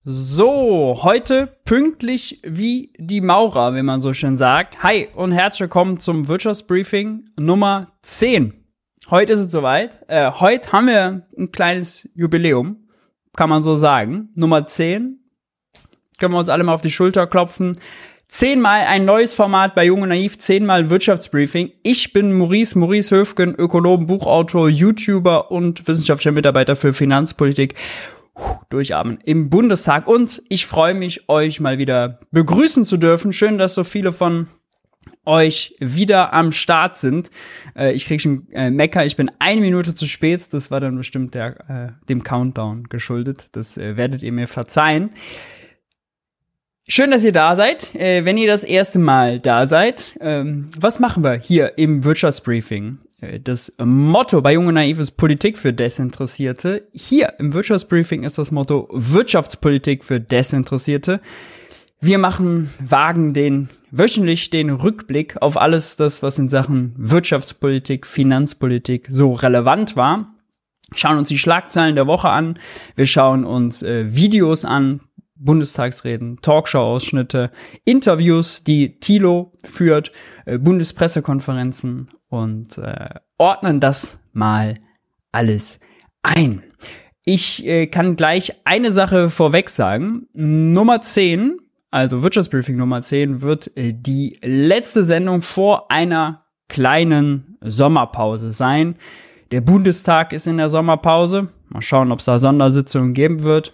So, heute pünktlich wie die Maurer, wie man so schön sagt. Hi und herzlich willkommen zum Wirtschaftsbriefing Nummer 10. Heute ist es soweit. Heute haben wir ein kleines Jubiläum, kann man so sagen. Nummer 10. Können wir uns alle mal auf die Schulter klopfen. 10-mal ein neues Format bei Jung und Naiv, 10-mal Wirtschaftsbriefing. Ich bin Maurice Höfgen, Ökonom, Buchautor, YouTuber und wissenschaftlicher Mitarbeiter für Finanzpolitik. Durchatmen im Bundestag, und ich freue mich, euch mal wieder begrüßen zu dürfen. Schön, dass so viele von euch wieder am Start sind. Ich kriege schon Mecker, ich bin 1 Minute zu spät. Das war dann bestimmt dem Countdown geschuldet. Das werdet ihr mir verzeihen. Schön, dass ihr da seid. Wenn ihr das erste Mal da seid, was machen wir hier im Wirtschaftsbriefing? Das Motto bei Jung und Naiv ist Politik für Desinteressierte. Hier im Wirtschaftsbriefing ist das Motto Wirtschaftspolitik für Desinteressierte. Wir wagen wöchentlich den Rückblick auf alles das, was in Sachen Wirtschaftspolitik, Finanzpolitik so relevant war. Schauen uns die Schlagzeilen der Woche an. Wir schauen uns Videos an, Bundestagsreden, Talkshow-Ausschnitte, Interviews, die Thilo führt, Bundespressekonferenzen und ordnen das mal alles ein. Ich kann gleich eine Sache vorweg sagen. Nummer 10, also Wirtschaftsbriefing Nummer 10, wird die letzte Sendung vor einer kleinen Sommerpause sein. Der Bundestag ist in der Sommerpause. Mal schauen, ob es da Sondersitzungen geben wird.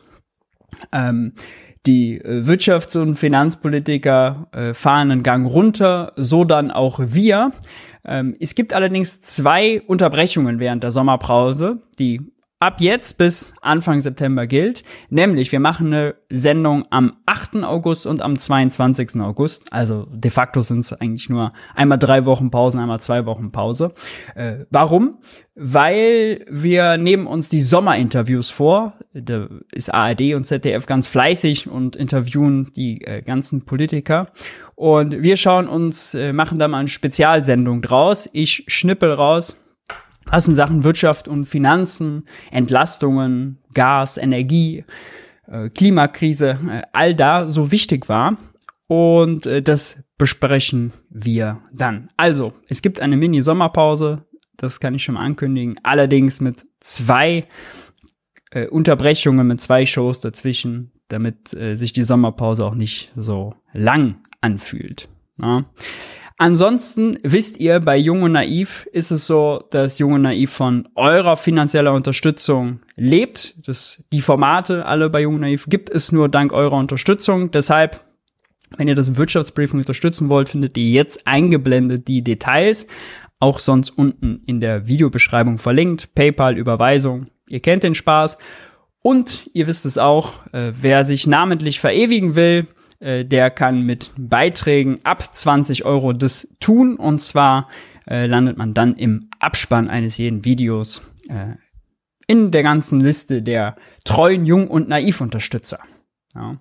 Die Wirtschafts- und Finanzpolitiker fahren einen Gang runter, so dann auch wir. Es gibt allerdings 2 Unterbrechungen während der Sommerpause, die ab jetzt bis Anfang September gilt. Nämlich, wir machen eine Sendung am 8. August und am 22. August. Also de facto sind es eigentlich nur einmal 3 Wochen Pause, einmal 2 Wochen Pause. Warum? Weil wir nehmen uns die Sommerinterviews vor. Da ist ARD und ZDF ganz fleißig und interviewen die ganzen Politiker. Und wir machen da mal eine Spezialsendung draus. Ich schnippel raus, was in Sachen Wirtschaft und Finanzen, Entlastungen, Gas, Energie, Klimakrise, all da so wichtig war. Und das besprechen wir dann. Also, es gibt eine Mini-Sommerpause, das kann ich schon mal ankündigen. Allerdings mit 2 Unterbrechungen, mit 2 Shows dazwischen, damit sich die Sommerpause auch nicht so lang anfühlt. Ja. Ansonsten wisst ihr, bei Jung und Naiv ist es so, dass Jung und Naiv von eurer finanzieller Unterstützung lebt. Die Formate alle bei Jung und Naiv gibt es nur dank eurer Unterstützung. Deshalb, wenn ihr das Wirtschaftsbriefing unterstützen wollt, findet ihr jetzt eingeblendet die Details. Auch sonst unten in der Videobeschreibung verlinkt. PayPal, Überweisung. Ihr kennt den Spaß. Und ihr wisst es auch, wer sich namentlich verewigen will, der kann mit Beiträgen ab 20 € das tun, und zwar landet man dann im Abspann eines jeden Videos in der ganzen Liste der treuen Jung- und Naiv-Unterstützer. Ja.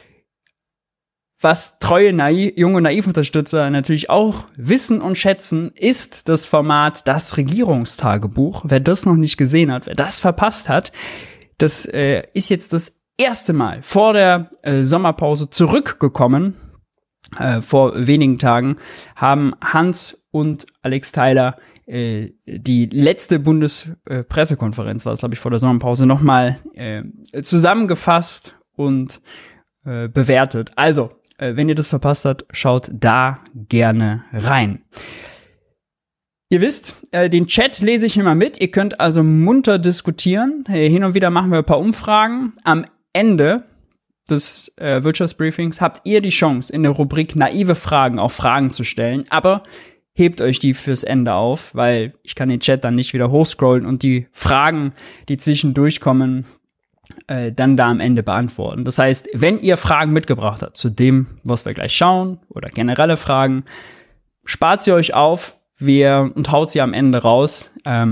Was treue Jung- und Naiv-Unterstützer natürlich auch wissen und schätzen, ist das Format Das Regierungstagebuch. Wer das noch nicht gesehen hat, wer das verpasst hat, das ist jetzt das erste Mal vor der Sommerpause zurückgekommen. Vor wenigen Tagen haben Hans und Alex Tyler die letzte Bundespressekonferenz, war es glaube ich vor der Sommerpause, nochmal zusammengefasst und bewertet. Also, wenn ihr das verpasst habt, schaut da gerne rein. Ihr wisst, den Chat lese ich immer mit. Ihr könnt also munter diskutieren. Hin und wieder machen wir ein paar Umfragen. Am Ende des Wirtschaftsbriefings habt ihr die Chance, in der Rubrik naive Fragen auch Fragen zu stellen. Aber hebt euch die fürs Ende auf, weil ich kann den Chat dann nicht wieder hochscrollen und die Fragen, die zwischendurch kommen, dann da am Ende beantworten. Das heißt, wenn ihr Fragen mitgebracht habt zu dem, was wir gleich schauen, oder generelle Fragen, spart sie euch auf und haut sie am Ende raus.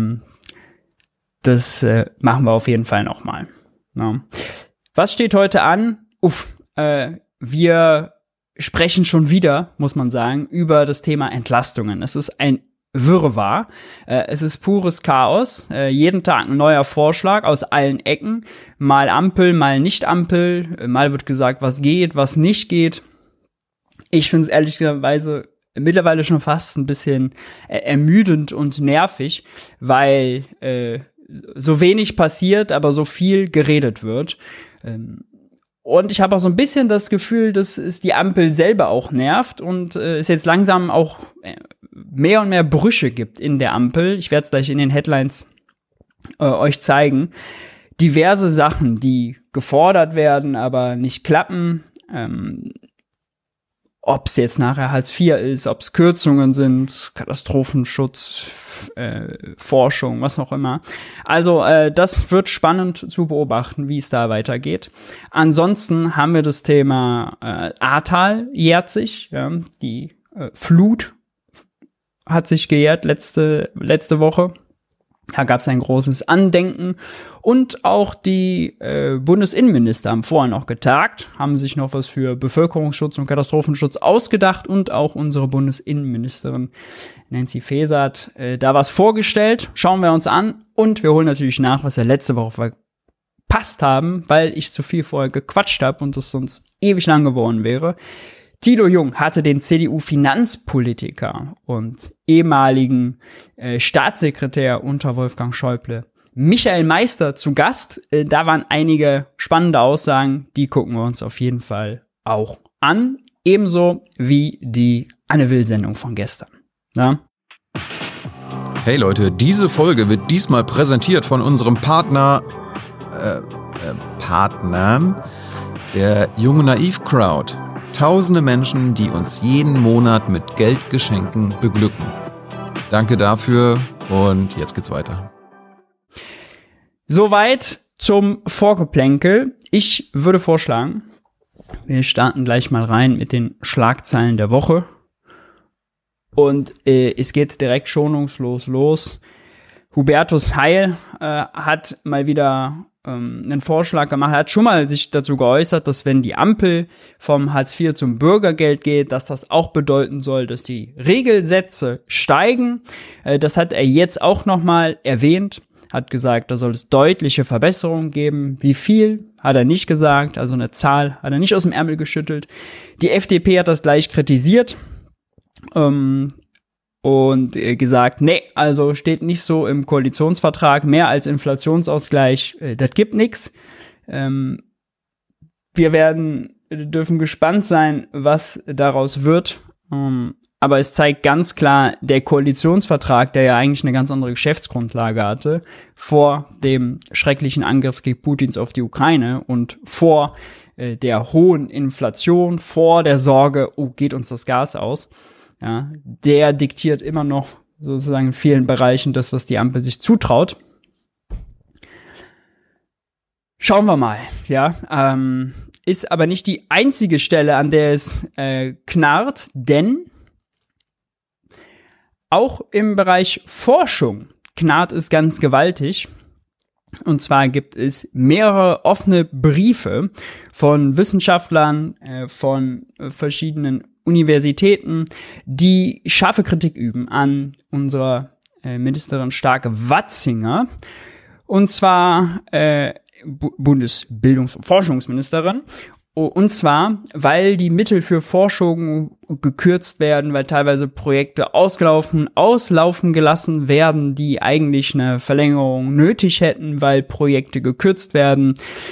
Das machen wir auf jeden Fall nochmal. Ja. Was steht heute an? Wir sprechen schon wieder, muss man sagen, über das Thema Entlastungen. Es ist ein Wirrwarr. Es ist pures Chaos. Jeden Tag ein neuer Vorschlag aus allen Ecken. Mal Ampel, mal nicht Ampel. Mal wird gesagt, was geht, was nicht geht. Ich finde es ehrlicherweise mittlerweile schon fast ein bisschen ermüdend und nervig, weil so wenig passiert, aber so viel geredet wird. Und ich habe auch so ein bisschen das Gefühl, dass es die Ampel selber auch nervt und es jetzt langsam auch mehr und mehr Brüche gibt in der Ampel. Ich werde es gleich in den Headlines euch zeigen. Diverse Sachen, die gefordert werden, aber nicht klappen. Ob es jetzt nachher Hartz IV ist, ob es Kürzungen sind, Katastrophenschutz, Forschung, was auch immer. Also das wird spannend zu beobachten, wie es da weitergeht. Ansonsten haben wir das Thema Ahrtal jährt sich. Ja, die Flut hat sich gejährt letzte Woche. Da gab es ein großes Andenken und auch die Bundesinnenminister haben vorher noch getagt, haben sich noch was für Bevölkerungsschutz und Katastrophenschutz ausgedacht und auch unsere Bundesinnenministerin Nancy Faeser hat da was vorgestellt. Schauen wir uns an und wir holen natürlich nach, was wir letzte Woche verpasst haben, weil ich zu viel vorher gequatscht habe und es sonst ewig lang geworden wäre. Thilo Jung hatte den CDU-Finanzpolitiker und ehemaligen Staatssekretär unter Wolfgang Schäuble, Michael Meister, zu Gast. Da waren einige spannende Aussagen, die gucken wir uns auf jeden Fall auch an. Ebenso wie die Anne-Will-Sendung von gestern. Ja? Hey Leute, diese Folge wird diesmal präsentiert von unserem Partnern, der Jung und Naiv Crowd. Tausende Menschen, die uns jeden Monat mit Geldgeschenken beglücken. Danke dafür und jetzt geht's weiter. Soweit zum Vorgeplänkel. Ich würde vorschlagen, wir starten gleich mal rein mit den Schlagzeilen der Woche. Und es geht direkt schonungslos los. Hubertus Heil hat mal wieder einen Vorschlag gemacht. Er hat schon mal sich dazu geäußert, dass wenn die Ampel vom Hartz IV zum Bürgergeld geht, dass das auch bedeuten soll, dass die Regelsätze steigen. Das hat er jetzt auch nochmal erwähnt. Hat gesagt, da soll es deutliche Verbesserungen geben. Wie viel, hat er nicht gesagt. Also eine Zahl hat er nicht aus dem Ärmel geschüttelt. Die FDP hat das gleich kritisiert. Und gesagt, nee, also steht nicht so im Koalitionsvertrag, mehr als Inflationsausgleich, das gibt nix. Wir dürfen gespannt sein, was daraus wird. Aber es zeigt ganz klar, der Koalitionsvertrag, der ja eigentlich eine ganz andere Geschäftsgrundlage hatte, vor dem schrecklichen Angriffskrieg Putins auf die Ukraine und vor der hohen Inflation, vor der Sorge, oh, geht uns das Gas aus, ja, der diktiert immer noch sozusagen in vielen Bereichen das, was die Ampel sich zutraut. Schauen wir mal, ja. Ist aber nicht die einzige Stelle, an der es knarrt, denn auch im Bereich Forschung knarrt es ganz gewaltig. Und zwar gibt es mehrere offene Briefe von Wissenschaftlern, von verschiedenen Universitäten, die scharfe Kritik üben an unserer Ministerin Starke-Watzinger. Und zwar Bundesbildungs- und Forschungsministerin. Und zwar, weil die Mittel für Forschung gekürzt werden, weil teilweise Projekte auslaufen gelassen werden, die eigentlich eine Verlängerung nötig hätten, weil Projekte gekürzt werden.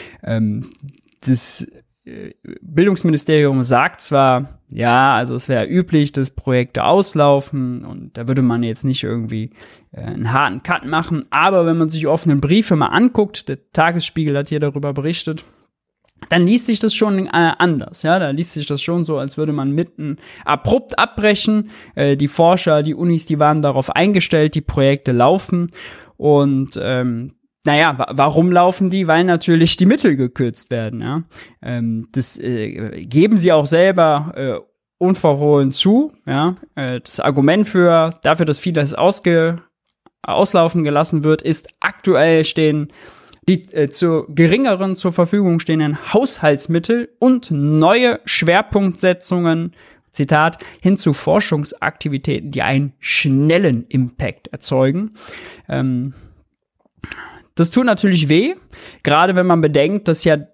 Das Bildungsministerium sagt zwar, ja, also es wäre üblich, dass Projekte auslaufen und da würde man jetzt nicht irgendwie einen harten Cut machen, aber wenn man sich offene Briefe mal anguckt, der Tagesspiegel hat hier darüber berichtet, dann liest sich das schon anders, ja, da liest sich das schon so, als würde man mitten abrupt abbrechen, die Forscher, die Unis, die waren darauf eingestellt, die Projekte laufen und warum laufen die? Weil natürlich die Mittel gekürzt werden, ja. Das geben sie auch selber unverhohlen zu, ja. Das Argument dafür, dass vieles auslaufen gelassen wird, ist aktuell stehen die zu geringeren zur Verfügung stehenden Haushaltsmittel und neue Schwerpunktsetzungen Zitat, hin zu Forschungsaktivitäten, die einen schnellen Impact erzeugen. Das tut natürlich weh, gerade wenn man bedenkt, dass ja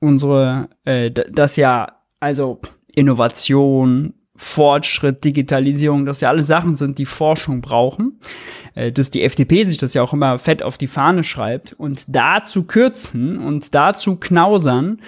also Innovation, Fortschritt, Digitalisierung, das ja alles Sachen sind, die Forschung brauchen, dass die FDP sich das ja auch immer fett auf die Fahne schreibt und da zu kürzen und da zu knausern,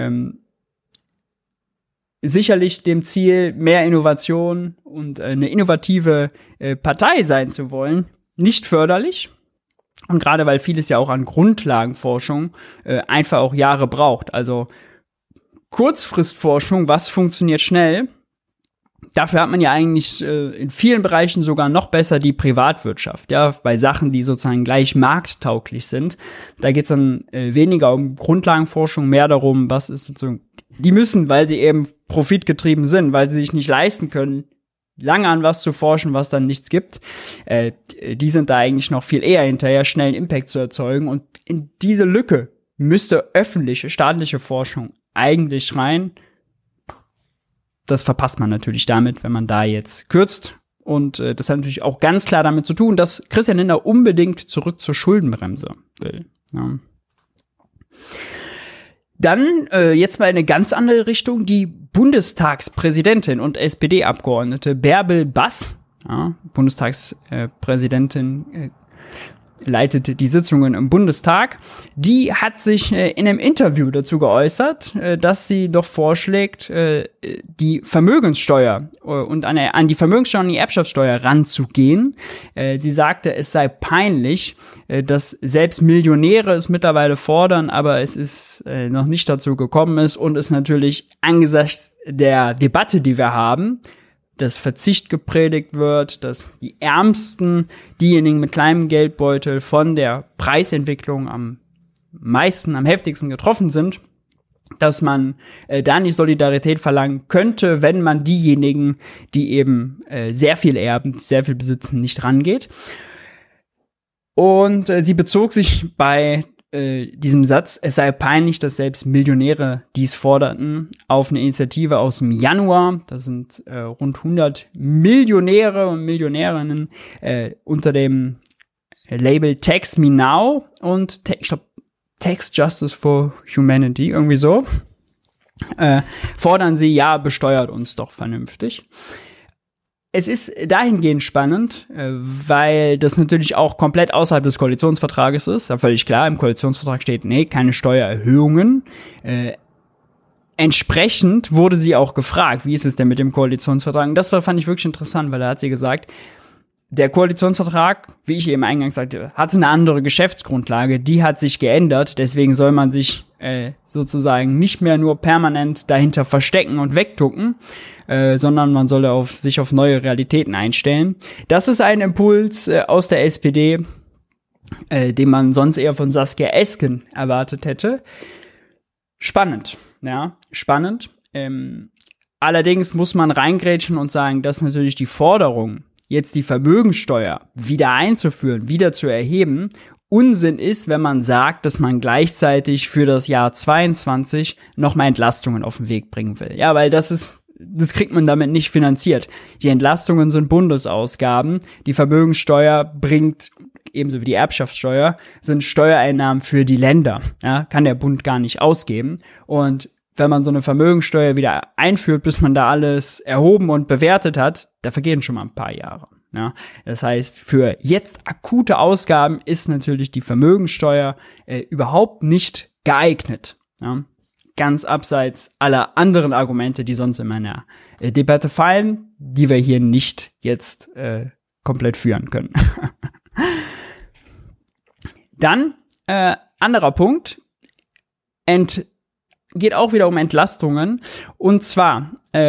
sicherlich dem Ziel, mehr Innovation und eine innovative Partei sein zu wollen, nicht förderlich. Und gerade weil vieles ja auch an Grundlagenforschung einfach auch Jahre braucht. Also Kurzfristforschung, was funktioniert schnell? Dafür hat man ja eigentlich in vielen Bereichen sogar noch besser die Privatwirtschaft, ja, bei Sachen, die sozusagen gleich markttauglich sind. Da geht's dann weniger um Grundlagenforschung, mehr darum, was ist sozusagen, die müssen, weil sie eben profitgetrieben sind, weil sie sich nicht leisten können, lange an was zu forschen, was dann nichts gibt. Die sind da eigentlich noch viel eher hinterher, schnellen Impact zu erzeugen. Und in diese Lücke müsste öffentliche, staatliche Forschung eigentlich rein. Das verpasst man natürlich damit, wenn man da jetzt kürzt. Und das hat natürlich auch ganz klar damit zu tun, dass Christian Lindner unbedingt zurück zur Schuldenbremse will. Ja. Dann jetzt mal in eine ganz andere Richtung. Die Bundestagspräsidentin und SPD-Abgeordnete Bärbel Bass, ja, Bundestagspräsidentin, leitet die Sitzungen im Bundestag, die hat sich in einem Interview dazu geäußert, dass sie doch vorschlägt, die Vermögenssteuer und an die Vermögenssteuer und die Erbschaftssteuer ranzugehen. Sie sagte, es sei peinlich, dass selbst Millionäre es mittlerweile fordern, aber es ist noch nicht dazu gekommen ist und es natürlich angesichts der Debatte, die wir haben, dass Verzicht gepredigt wird, dass die Ärmsten, diejenigen mit kleinem Geldbeutel von der Preisentwicklung am heftigsten getroffen sind, dass man da nicht Solidarität verlangen könnte, wenn man diejenigen, die eben sehr viel erben, sehr viel besitzen, nicht rangeht. Und sie bezog sich bei diesem Satz, es sei peinlich, dass selbst Millionäre dies forderten, auf eine Initiative aus dem Januar. Da sind rund 100 Millionäre und Millionärinnen unter dem Label Tax Me Now und ich glaube Tax Justice for Humanity, irgendwie so, fordern sie, ja, besteuert uns doch vernünftig. Es ist dahingehend spannend, weil das natürlich auch komplett außerhalb des Koalitionsvertrages ist. Ja, völlig klar, im Koalitionsvertrag steht, nee, keine Steuererhöhungen. Entsprechend wurde sie auch gefragt, wie ist es denn mit dem Koalitionsvertrag? Und das fand ich wirklich interessant, weil da hat sie gesagt, der Koalitionsvertrag, wie ich eben eingangs sagte, hatte eine andere Geschäftsgrundlage, die hat sich geändert, deswegen soll man sich sozusagen nicht mehr nur permanent dahinter verstecken und wegducken, sondern man soll sich auf neue Realitäten einstellen. Das ist ein Impuls aus der SPD, den man sonst eher von Saskia Esken erwartet hätte. Spannend, ja, spannend. Allerdings muss man reingrätschen und sagen, dass natürlich die Forderung, jetzt die Vermögenssteuer wieder einzuführen, wieder zu erheben, Unsinn ist, wenn man sagt, dass man gleichzeitig für das Jahr 22 nochmal Entlastungen auf den Weg bringen will. Ja, weil das kriegt man damit nicht finanziert. Die Entlastungen sind Bundesausgaben, die Vermögenssteuer bringt, ebenso wie die Erbschaftssteuer, sind Steuereinnahmen für die Länder. Ja, kann der Bund gar nicht ausgeben. Und wenn man so eine Vermögenssteuer wieder einführt, bis man da alles erhoben und bewertet hat, da vergehen schon mal ein paar Jahre. Ja, das heißt, für jetzt akute Ausgaben ist natürlich die Vermögenssteuer überhaupt nicht geeignet. Ja, ganz abseits aller anderen Argumente, die sonst in meiner Debatte fallen, die wir hier nicht jetzt komplett führen können. Dann, anderer Punkt, geht auch wieder um Entlastungen. Und zwar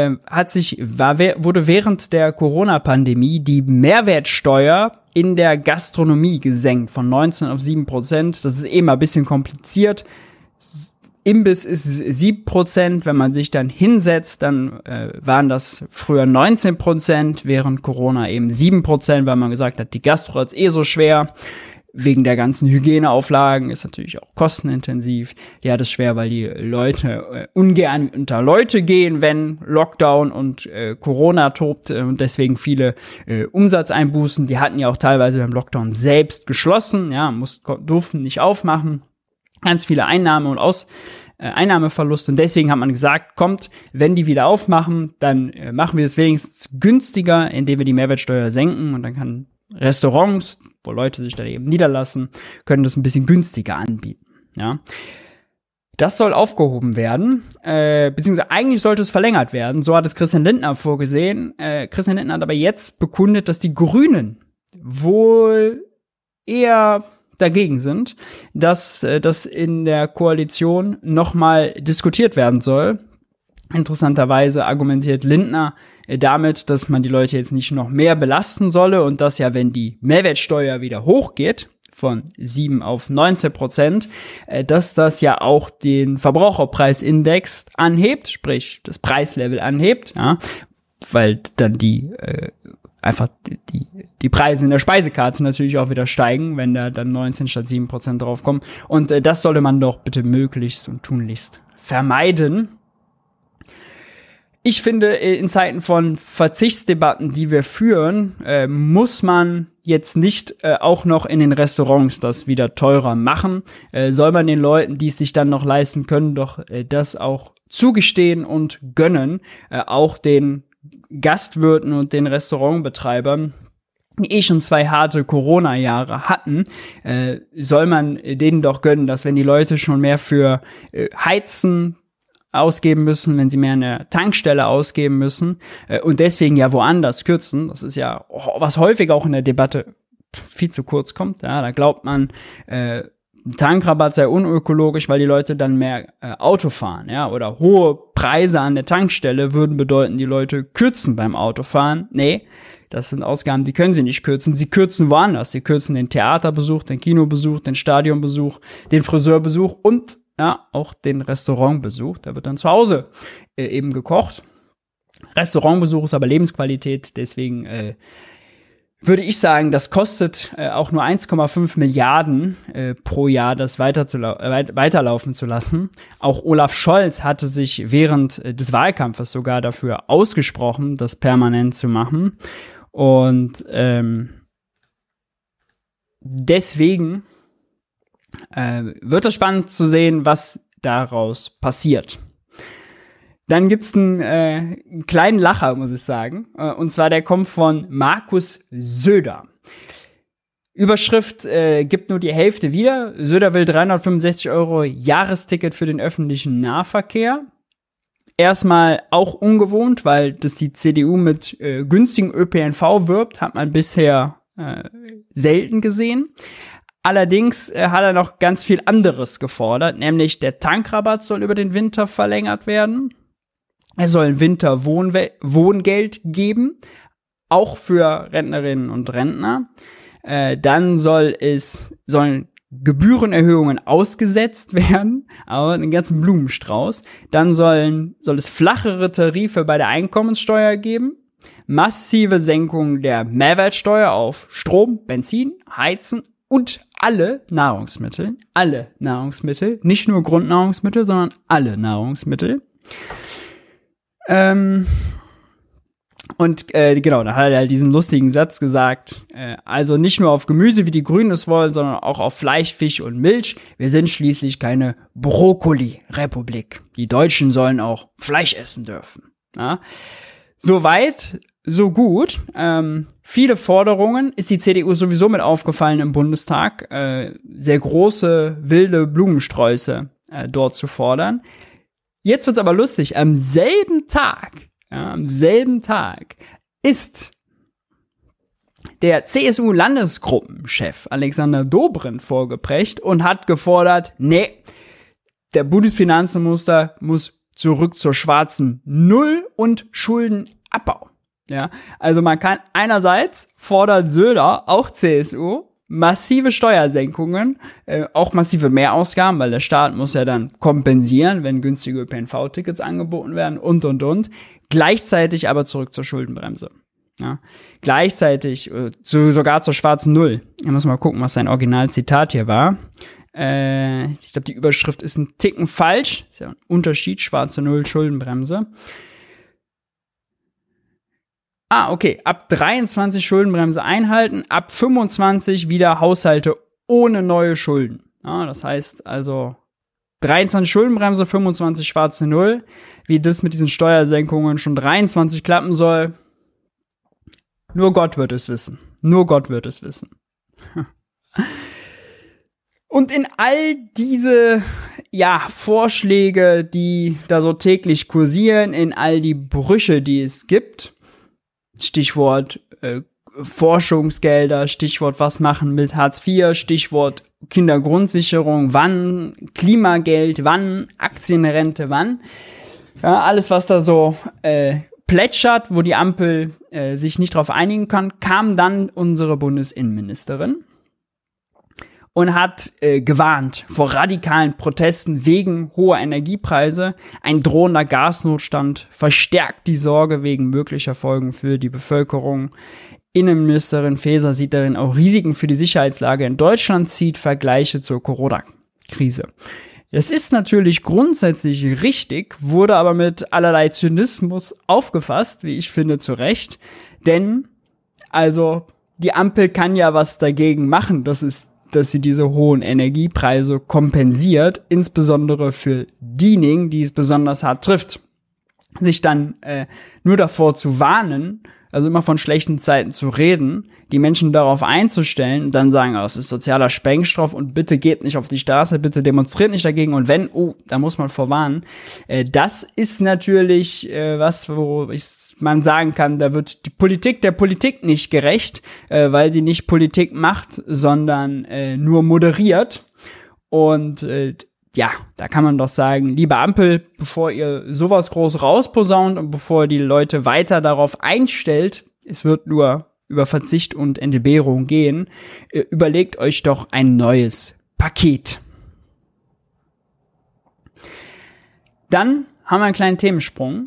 wurde während der Corona-Pandemie die Mehrwertsteuer in der Gastronomie gesenkt von 19 auf 7%. Das ist mal ein bisschen kompliziert. Imbiss ist 7%. Wenn man sich dann hinsetzt, dann waren das früher 19%, während Corona eben 7%, weil man gesagt hat, die Gastro hat's so schwer. wegen der ganzen Hygieneauflagen, ist natürlich auch kostenintensiv. Die hat es schwer, weil die Leute ungern unter Leute gehen, wenn Lockdown und Corona tobt und deswegen viele Umsatzeinbußen. Die hatten ja auch teilweise beim Lockdown selbst geschlossen, ja, durften nicht aufmachen. Ganz viele Einnahmeverluste und deswegen hat man gesagt, kommt, wenn die wieder aufmachen, dann machen wir es wenigstens günstiger, indem wir die Mehrwertsteuer senken und dann kann Restaurants, wo Leute sich dann eben niederlassen, können das ein bisschen günstiger anbieten, ja. Das soll aufgehoben werden, beziehungsweise eigentlich sollte es verlängert werden, so hat es Christian Lindner vorgesehen. Christian Lindner hat aber jetzt bekundet, dass die Grünen wohl eher dagegen sind, dass das in der Koalition nochmal diskutiert werden soll. Interessanterweise argumentiert Lindner damit, dass man die Leute jetzt nicht noch mehr belasten solle und dass ja, wenn die Mehrwertsteuer wieder hochgeht, von 7 auf 19%, dass das ja auch den Verbraucherpreisindex anhebt, sprich das Preislevel anhebt, ja, weil dann einfach die Preise in der Speisekarte natürlich auch wieder steigen, wenn da dann 19 statt 7% draufkommen. Und das sollte man doch bitte möglichst und tunlichst vermeiden. Ich finde, in Zeiten von Verzichtsdebatten, die wir führen, muss man jetzt nicht auch noch in den Restaurants das wieder teurer machen. Soll man den Leuten, die es sich dann noch leisten können, doch das auch zugestehen und gönnen, auch den Gastwirten und den Restaurantbetreibern, die schon 2 harte Corona-Jahre hatten, soll man denen doch gönnen, dass wenn die Leute schon mehr für Heizen ausgeben müssen, wenn sie mehr an der Tankstelle ausgeben müssen und deswegen ja woanders kürzen, das ist ja was häufig auch in der Debatte viel zu kurz kommt, ja, da glaubt man, Tankrabatt sei unökologisch, weil die Leute dann mehr Auto fahren, ja, oder hohe Preise an der Tankstelle würden bedeuten, die Leute kürzen beim Autofahren. Nee, das sind Ausgaben, die können sie nicht kürzen. Sie kürzen woanders. Sie kürzen den Theaterbesuch, den Kinobesuch, den Stadionbesuch, den Friseurbesuch und ja, auch den Restaurantbesuch. Da wird dann zu Hause eben gekocht. Restaurantbesuch ist aber Lebensqualität, deswegen würde ich sagen, das kostet auch nur 1,5 Milliarden pro Jahr, das weiterlaufen zu lassen. Auch Olaf Scholz hatte sich während des Wahlkampfes sogar dafür ausgesprochen, das permanent zu machen. Und deswegen wird es spannend zu sehen, was daraus passiert. Dann gibt's einen kleinen Lacher, muss ich sagen. Und zwar, der kommt von Markus Söder. Überschrift gibt nur die Hälfte wieder. Söder will 365 € Jahresticket für den öffentlichen Nahverkehr. Erstmal auch ungewohnt, weil das die CDU mit günstigen ÖPNV wirbt, hat man bisher selten gesehen. Allerdings hat er noch ganz viel anderes gefordert, nämlich der Tankrabatt soll über den Winter verlängert werden. Es soll ein Winterwohngeld geben, auch für Rentnerinnen und Rentner. Dann sollen Gebührenerhöhungen ausgesetzt werden, aber einen ganzen Blumenstrauß. Dann soll es flachere Tarife bei der Einkommenssteuer geben, massive Senkung der Mehrwertsteuer auf Strom, Benzin, Heizen und alle Nahrungsmittel, nicht nur Grundnahrungsmittel, sondern alle Nahrungsmittel. Und genau, da hat er halt diesen lustigen Satz gesagt, also nicht nur auf Gemüse, wie die Grünen es wollen, sondern auch auf Fleisch, Fisch und Milch. Wir sind schließlich keine Brokkoli-Republik. Die Deutschen sollen auch Fleisch essen dürfen. Ja? Soweit, so gut. Viele Forderungen ist die CDU sowieso mit aufgefallen im Bundestag, sehr große, wilde Blumensträuße dort zu fordern. Jetzt wird's aber lustig. Am selben Tag ist der CSU-Landesgruppenchef Alexander Dobrindt vorgeprägt und hat gefordert, nee, der Bundesfinanzminister muss zurück zur schwarzen Null und Schuldenabbau. Ja, also man kann einerseits fordert Söder, auch CSU, massive Steuersenkungen, auch massive Mehrausgaben, weil der Staat muss ja dann kompensieren, wenn günstige ÖPNV-Tickets angeboten werden und. Gleichzeitig aber zurück zur Schuldenbremse. Ja. Gleichzeitig, sogar zur schwarzen Null. Ich muss mal gucken, was sein Originalzitat hier war. Ich glaube, die Überschrift ist ein Ticken falsch. Ist ja ein Unterschied, schwarze Null, Schuldenbremse. Okay, ab 23 Schuldenbremse einhalten, ab 25 wieder Haushalte ohne neue Schulden. Ja, das heißt also 23 Schuldenbremse, 25 schwarze Null. Wie das mit diesen Steuersenkungen schon 23 klappen soll, nur Gott wird es wissen. Nur Gott wird es wissen. Und in all diese, Vorschläge, die da so täglich kursieren, in all die Brüche, die es gibt, Stichwort Forschungsgelder, Stichwort was machen mit Hartz IV, Stichwort Kindergrundsicherung, wann, Klimageld, wann, Aktienrente, wann. Ja, alles, was da so plätschert, wo die Ampel sich nicht drauf einigen kann, kam dann unsere Bundesinnenministerin und hat gewarnt vor radikalen Protesten wegen hoher Energiepreise. Ein drohender Gasnotstand verstärkt die Sorge wegen möglicher Folgen für die Bevölkerung. Innenministerin Faeser sieht darin auch Risiken für die Sicherheitslage in Deutschland, zieht Vergleiche zur Corona-Krise. Das ist natürlich grundsätzlich richtig, wurde aber mit allerlei Zynismus aufgefasst, wie ich finde, zu Recht. Denn, also, die Ampel kann ja was dagegen machen, dass sie diese hohen Energiepreise kompensiert, insbesondere für diejenigen, die es besonders hart trifft. Sich dann nur davor zu warnen, also immer von schlechten Zeiten zu reden, die Menschen darauf einzustellen und dann sagen, es ist sozialer Sprengstoff und bitte geht nicht auf die Straße, bitte demonstriert nicht dagegen und wenn, da muss man vorwarnen. Das ist natürlich was, wo man sagen kann, da wird die Politik der Politik nicht gerecht, weil sie nicht Politik macht, sondern nur moderiert. Und da kann man doch sagen, liebe Ampel, bevor ihr sowas groß rausposaunt und bevor die Leute weiter darauf einstellt, es wird nur über Verzicht und Entbehrung gehen, überlegt euch doch ein neues Paket. Dann haben wir einen kleinen Themensprung.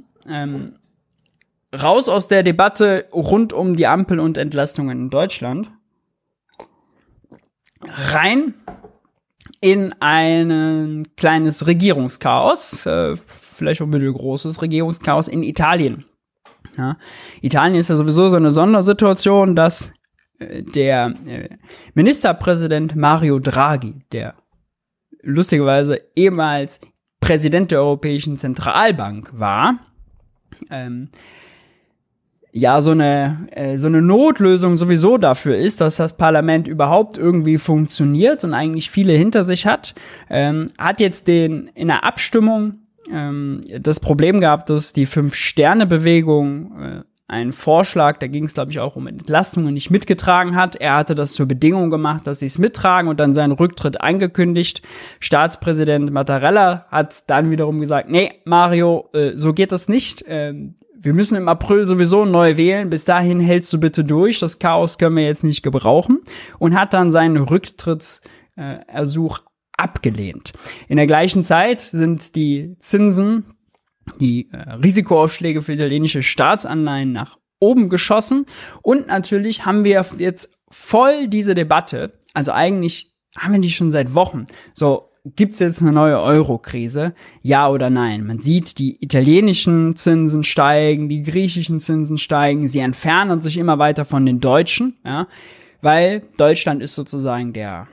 Raus aus der Debatte rund um die Ampel und Entlastungen in Deutschland. Rein in ein kleines Regierungschaos, vielleicht auch mittelgroßes Regierungschaos in Italien. Ja, Italien ist ja sowieso so eine Sondersituation, dass der Ministerpräsident Mario Draghi, der lustigerweise ehemals Präsident der Europäischen Zentralbank war, so eine Notlösung sowieso dafür ist, dass das Parlament überhaupt irgendwie funktioniert und eigentlich viele hinter sich hat, hat jetzt in der Abstimmung das Problem gehabt, dass die 5-Sterne-Bewegung einen Vorschlag, da ging es glaube ich auch um Entlastungen, nicht mitgetragen hat. Er hatte das zur Bedingung gemacht, dass sie es mittragen und dann seinen Rücktritt angekündigt. Staatspräsident Mattarella hat dann wiederum gesagt, nee, Mario, so geht das nicht. Wir müssen im April sowieso neu wählen. Bis dahin hältst du bitte durch. Das Chaos können wir jetzt nicht gebrauchen. Und hat dann seinen Rücktrittsersuch abgelehnt. In der gleichen Zeit sind die Zinsen, die Risikoaufschläge für italienische Staatsanleihen nach oben geschossen. Und natürlich haben wir jetzt voll diese Debatte. Also eigentlich haben wir die schon seit Wochen. So, gibt's jetzt eine neue Euro-Krise? Ja oder nein? Man sieht, die italienischen Zinsen steigen, die griechischen Zinsen steigen, sie entfernen sich immer weiter von den Deutschen, ja, weil Deutschland ist sozusagen der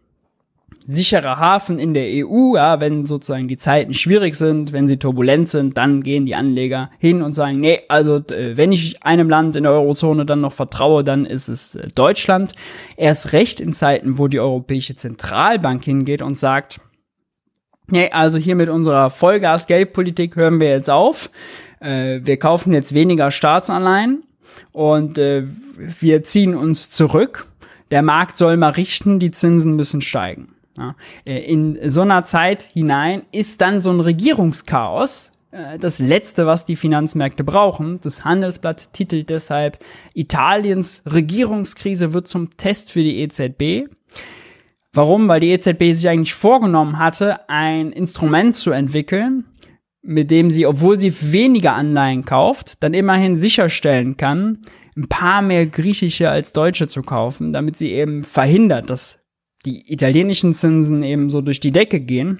sichere Hafen in der EU, ja, wenn sozusagen die Zeiten schwierig sind, wenn sie turbulent sind, dann gehen die Anleger hin und sagen, nee, also wenn ich einem Land in der Eurozone dann noch vertraue, dann ist es Deutschland. Erst recht in Zeiten, wo die Europäische Zentralbank hingeht und sagt, nee, also hier mit unserer Vollgas-Geldpolitik hören wir jetzt auf, wir kaufen jetzt weniger Staatsanleihen und wir ziehen uns zurück. Der Markt soll mal richten, die Zinsen müssen steigen. Ja, in so einer Zeit hinein ist dann so ein Regierungschaos das Letzte, was die Finanzmärkte brauchen. Das Handelsblatt titelt deshalb, Italiens Regierungskrise wird zum Test für die EZB. Warum? Weil die EZB sich eigentlich vorgenommen hatte, ein Instrument zu entwickeln, mit dem sie, obwohl sie weniger Anleihen kauft, dann immerhin sicherstellen kann, ein paar mehr griechische als deutsche zu kaufen, damit sie eben verhindert, dass die italienischen Zinsen eben so durch die Decke gehen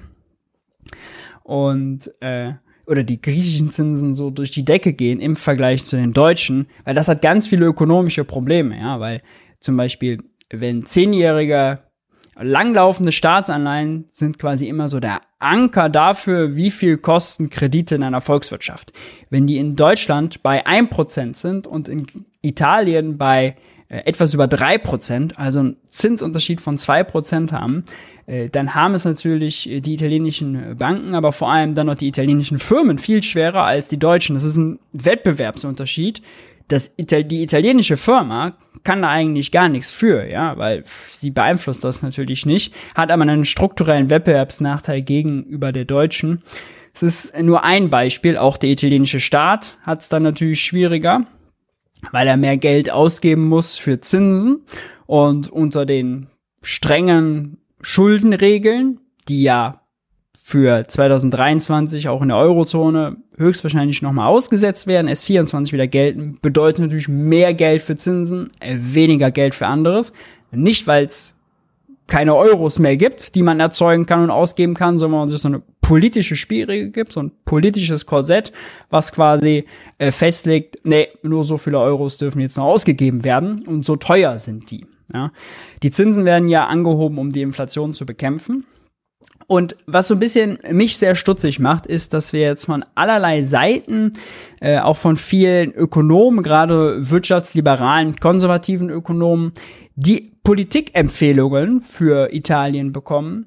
und oder die griechischen Zinsen so durch die Decke gehen im Vergleich zu den deutschen, weil das hat ganz viele ökonomische Probleme, ja, weil zum Beispiel, wenn 10-jährige langlaufende Staatsanleihen sind quasi immer so der Anker dafür, wie viel kosten Kredite in einer Volkswirtschaft. Wenn die in Deutschland bei 1% sind und in Italien bei etwas über 3%, also einen Zinsunterschied von 2% haben, dann haben es natürlich die italienischen Banken, aber vor allem dann noch die italienischen Firmen viel schwerer als die deutschen. Das ist ein Wettbewerbsunterschied. Die italienische Firma kann da eigentlich gar nichts für, ja, weil sie beeinflusst das natürlich nicht, hat aber einen strukturellen Wettbewerbsnachteil gegenüber der deutschen. Es ist nur ein Beispiel, auch der italienische Staat hat es dann natürlich schwieriger, weil er mehr Geld ausgeben muss für Zinsen und unter den strengen Schuldenregeln, die ja für 2023 auch in der Eurozone höchstwahrscheinlich nochmal ausgesetzt werden, S24 wieder gelten, bedeutet natürlich mehr Geld für Zinsen, weniger Geld für anderes. Nicht, weil es keine Euros mehr gibt, die man erzeugen kann und ausgeben kann, sondern weil man sich so eine politische Spielregel gibt, so ein politisches Korsett, was quasi festlegt, nee, nur so viele Euros dürfen jetzt noch ausgegeben werden und so teuer sind die. Ja. Die Zinsen werden ja angehoben, um die Inflation zu bekämpfen. Und was so ein bisschen mich sehr stutzig macht, ist, dass wir jetzt von allerlei Seiten, auch von vielen Ökonomen, gerade wirtschaftsliberalen, konservativen Ökonomen, die Politikempfehlungen für Italien bekommen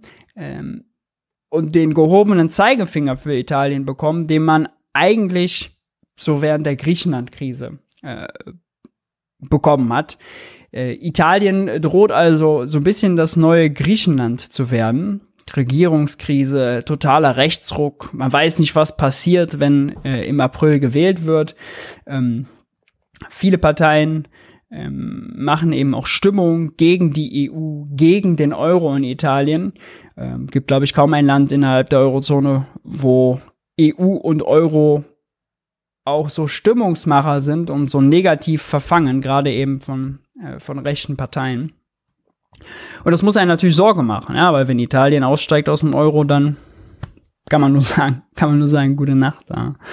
und den gehobenen Zeigefinger für Italien bekommen, den man eigentlich so während der Griechenland-Krise bekommen hat. Italien droht also so ein bisschen das neue Griechenland zu werden. Regierungskrise, totaler Rechtsruck. Man weiß nicht, was passiert, wenn im April gewählt wird. Viele Parteien machen eben auch Stimmung gegen die EU, gegen den Euro in Italien. Gibt, glaube ich, kaum ein Land innerhalb der Eurozone, wo EU und Euro auch so Stimmungsmacher sind und so negativ verfangen, gerade eben von rechten Parteien. Und das muss einen natürlich Sorge machen, ja, weil wenn Italien aussteigt aus dem Euro, dann kann man nur sagen, gute Nacht.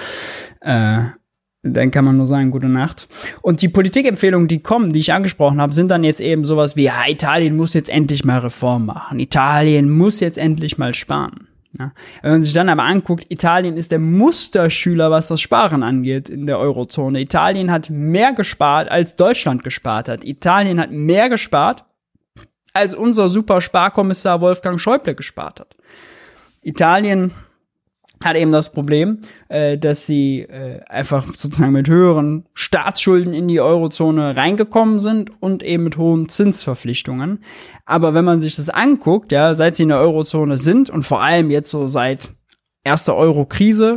Ja. Dann kann man nur sagen, gute Nacht. Und die Politikempfehlungen, die kommen, die ich angesprochen habe, sind dann jetzt eben sowas wie, ja, Italien muss jetzt endlich mal Reform machen. Italien muss jetzt endlich mal sparen. Ja. Wenn man sich dann aber anguckt, Italien ist der Musterschüler, was das Sparen angeht in der Eurozone. Italien hat mehr gespart, als Deutschland gespart hat. Italien hat mehr gespart, als unser super Sparkommissar Wolfgang Schäuble gespart hat. Italien hat eben das Problem, dass sie einfach sozusagen mit höheren Staatsschulden in die Eurozone reingekommen sind und eben mit hohen Zinsverpflichtungen. Aber wenn man sich das anguckt, ja, seit sie in der Eurozone sind und vor allem jetzt so seit erster Euro-Krise,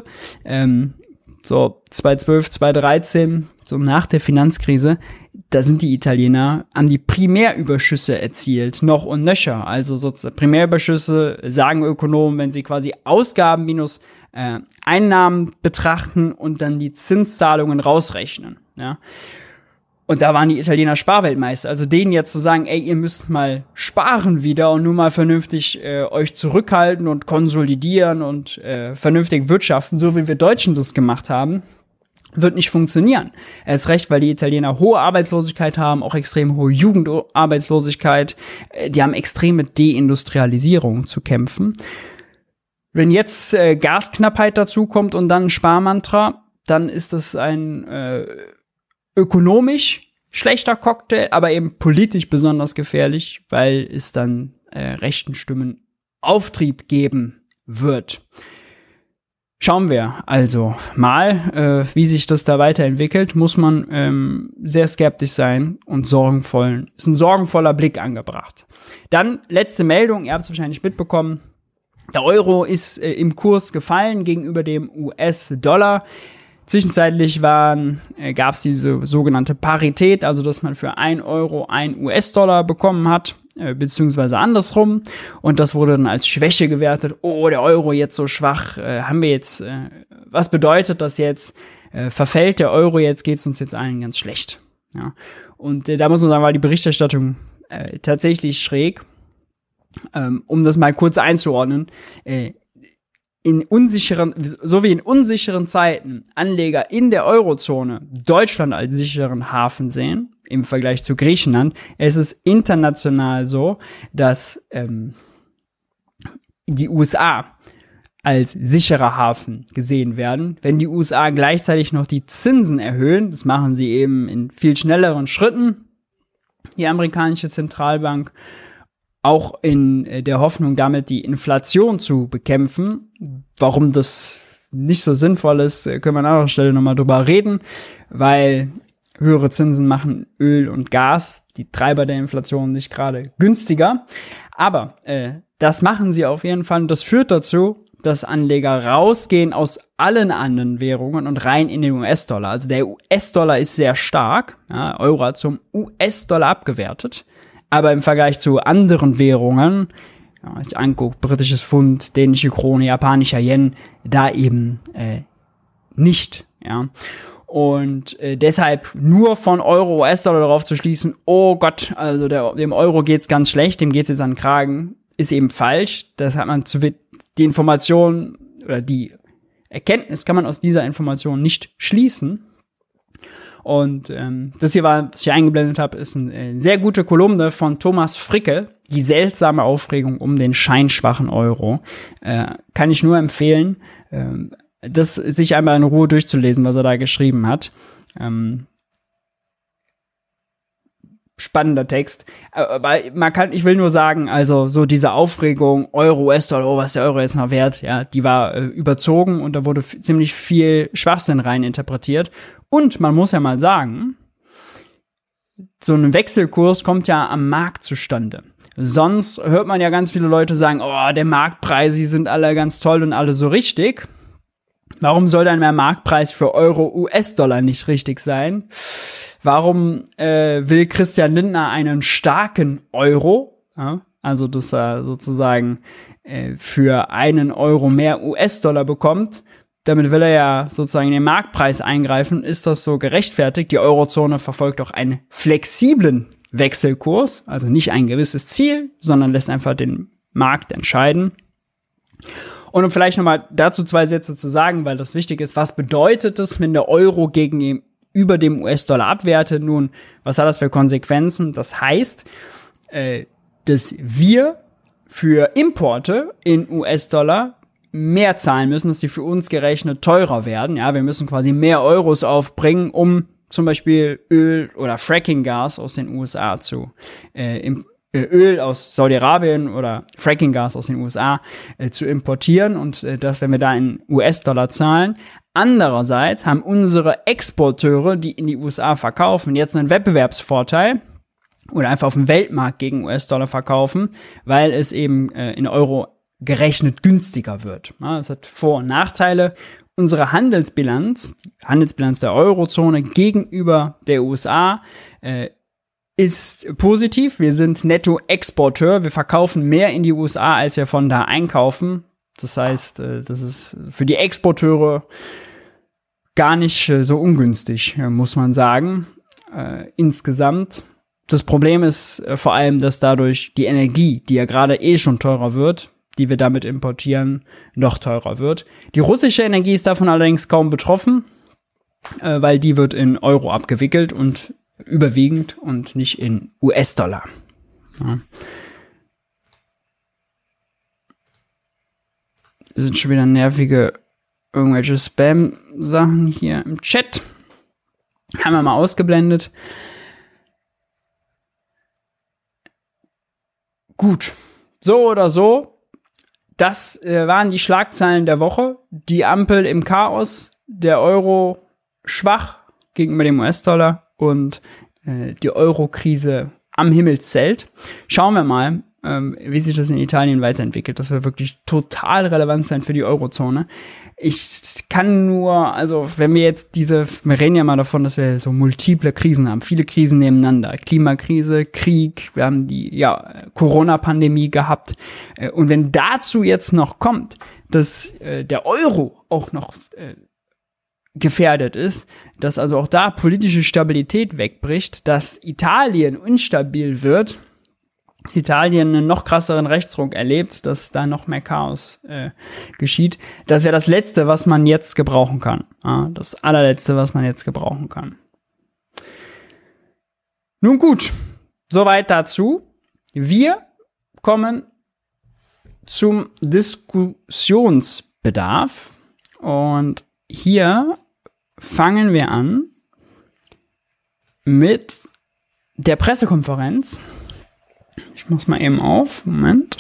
so 2012, 2013, so nach der Finanzkrise, da sind die Italiener, haben die Primärüberschüsse erzielt, noch und nöcher. Also sozusagen Primärüberschüsse, sagen Ökonomen, wenn sie quasi Ausgaben minus Einnahmen betrachten und dann die Zinszahlungen rausrechnen. Ja. Und da waren die Italiener Sparweltmeister. Also denen jetzt zu sagen, ey, ihr müsst mal sparen wieder und nur mal vernünftig euch zurückhalten und konsolidieren und vernünftig wirtschaften, so wie wir Deutschen das gemacht haben, wird nicht funktionieren. Erst recht, weil die Italiener hohe Arbeitslosigkeit haben, auch extrem hohe Jugendarbeitslosigkeit. Die haben extreme Deindustrialisierung zu kämpfen. Wenn jetzt Gasknappheit dazukommt und dann ein Sparmantra, dann ist das ein ökonomisch schlechter Cocktail, aber eben politisch besonders gefährlich, weil es dann rechten Stimmen Auftrieb geben wird. Schauen wir also mal, wie sich das da weiterentwickelt. Muss man sehr skeptisch sein und ist ein sorgenvoller Blick angebracht. Dann letzte Meldung, ihr habt es wahrscheinlich mitbekommen. Der Euro ist im Kurs gefallen gegenüber dem US-Dollar. Zwischenzeitlich gab es diese sogenannte Parität, also dass man für 1 Euro 1 US-Dollar bekommen hat, beziehungsweise andersrum. Und das wurde dann als Schwäche gewertet. Oh, der Euro jetzt so schwach. Was bedeutet das jetzt? Verfällt der Euro jetzt? Geht's uns jetzt allen ganz schlecht? Ja. Und da muss man sagen, war die Berichterstattung tatsächlich schräg. Um das mal kurz einzuordnen, in unsicheren Zeiten Anleger in der Eurozone Deutschland als sicheren Hafen sehen, im Vergleich zu Griechenland. Es ist international so, dass die USA als sicherer Hafen gesehen werden. Wenn die USA gleichzeitig noch die Zinsen erhöhen, das machen sie eben in viel schnelleren Schritten, die amerikanische Zentralbank, auch in der Hoffnung, damit die Inflation zu bekämpfen. Warum das nicht so sinnvoll ist, können wir an anderer Stelle nochmal drüber reden, weil höhere Zinsen machen Öl und Gas, die Treiber der Inflation, nicht gerade günstiger. Aber das machen sie auf jeden Fall und das führt dazu, dass Anleger rausgehen aus allen anderen Währungen und rein in den US-Dollar. Also der US-Dollar ist sehr stark, ja, Euro hat zum US-Dollar abgewertet. Aber im Vergleich zu anderen Währungen, ja, ich angucke, britisches Pfund, dänische Krone, japanischer Yen, da eben nicht. Ja. Und deshalb nur von Euro, US-Dollar darauf zu schließen, oh Gott, also dem Euro geht's ganz schlecht, dem geht's jetzt an den Kragen, ist eben falsch. Das hat man die Information oder die Erkenntnis kann man aus dieser Information nicht schließen. Und das hier was ich eingeblendet habe, ist eine sehr gute Kolumne von Thomas Fricke, die seltsame Aufregung um den scheinschwachen Euro. Kann ich nur empfehlen, das sich einmal in Ruhe durchzulesen, was er da geschrieben hat. Spannender Text. Aber ich will nur sagen, also so diese Aufregung, Euro, US-Dollar, oh, was ist der Euro jetzt noch wert? Ja, die war überzogen und da wurde ziemlich viel Schwachsinn rein interpretiert. Und man muss ja mal sagen, so ein Wechselkurs kommt ja am Markt zustande. Sonst hört man ja ganz viele Leute sagen, oh, der Marktpreis, die sind alle ganz toll und alle so richtig. Warum soll dann der Marktpreis für Euro, US-Dollar nicht richtig sein? Warum will Christian Lindner einen starken Euro? Ja, also, dass er sozusagen für 1 Euro mehr US-Dollar bekommt. Damit will er ja sozusagen in den Marktpreis eingreifen. Ist das so gerechtfertigt? Die Eurozone verfolgt auch einen flexiblen Wechselkurs, also nicht ein gewisses Ziel, sondern lässt einfach den Markt entscheiden. Und um vielleicht nochmal dazu 2 Sätze zu sagen, weil das wichtig ist, was bedeutet es, wenn der Euro gegenüber dem US-Dollar abwertet? Nun, was hat das für Konsequenzen? Das heißt, dass wir für Importe in US-Dollar mehr zahlen müssen, dass die für uns gerechnet teurer werden. Ja, wir müssen quasi mehr Euros aufbringen, um zum Beispiel Öl oder Fracking-Gas aus den USA Öl aus Saudi-Arabien oder Fracking-Gas aus den USA zu importieren und das, wenn wir da in US-Dollar zahlen. Andererseits haben unsere Exporteure, die in die USA verkaufen, jetzt einen Wettbewerbsvorteil oder einfach auf dem Weltmarkt gegen US-Dollar verkaufen, weil es eben in Euro gerechnet günstiger wird. Ja, das hat Vor- und Nachteile. Unsere Handelsbilanz der Eurozone gegenüber der USA ist positiv. Wir sind Nettoexporteur. Wir verkaufen mehr in die USA, als wir von da einkaufen. Das heißt, das ist für die Exporteure gar nicht so ungünstig, muss man sagen, insgesamt. Das Problem ist vor allem, dass dadurch die Energie, die ja gerade schon teurer wird, die wir damit importieren, noch teurer wird. Die russische Energie ist davon allerdings kaum betroffen, weil die wird in Euro abgewickelt und überwiegend und nicht in US-Dollar. Ja. Das sind schon wieder nervige irgendwelche Spam-Sachen hier im Chat. Haben wir mal ausgeblendet. Gut. So oder so. Das waren die Schlagzeilen der Woche. Die Ampel im Chaos, der Euro schwach gegenüber dem US-Dollar und die Euro-Krise am Himmelszelt. Schauen wir mal, wie sich das in Italien weiterentwickelt. Das wird wirklich total relevant sein für die Eurozone. Ich kann nur, also wenn wir jetzt wir reden ja mal davon, dass wir so multiple Krisen haben, viele Krisen nebeneinander. Klimakrise, Krieg, wir haben die Corona-Pandemie gehabt. Und wenn dazu jetzt noch kommt, dass der Euro auch noch gefährdet ist, dass also auch da politische Stabilität wegbricht, dass Italien instabil wird, dass Italien einen noch krasseren Rechtsruck erlebt, dass da noch mehr Chaos geschieht. Das wäre das Letzte, was man jetzt gebrauchen kann. Das allerletzte, was man jetzt gebrauchen kann. Nun gut, soweit dazu. Wir kommen zum Diskussionsbedarf und hier fangen wir an mit der Pressekonferenz. Ich mach's mal eben auf. Moment.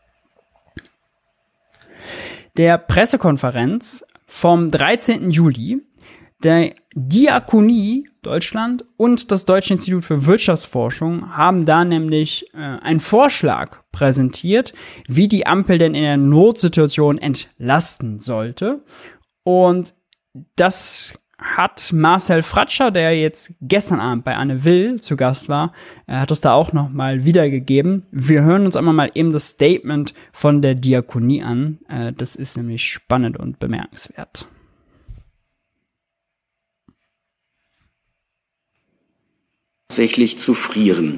Der Pressekonferenz vom 13. Juli der Diakonie Deutschland und das Deutsche Institut für Wirtschaftsforschung haben da nämlich einen Vorschlag präsentiert, wie die Ampel denn in der Notsituation entlasten sollte. Und das hat Marcel Fratscher, der jetzt gestern Abend bei Anne Will zu Gast war, hat das da auch nochmal wiedergegeben. Wir hören uns einmal mal eben das Statement von der Diakonie an. Das ist nämlich spannend und bemerkenswert. Tatsächlich zu frieren.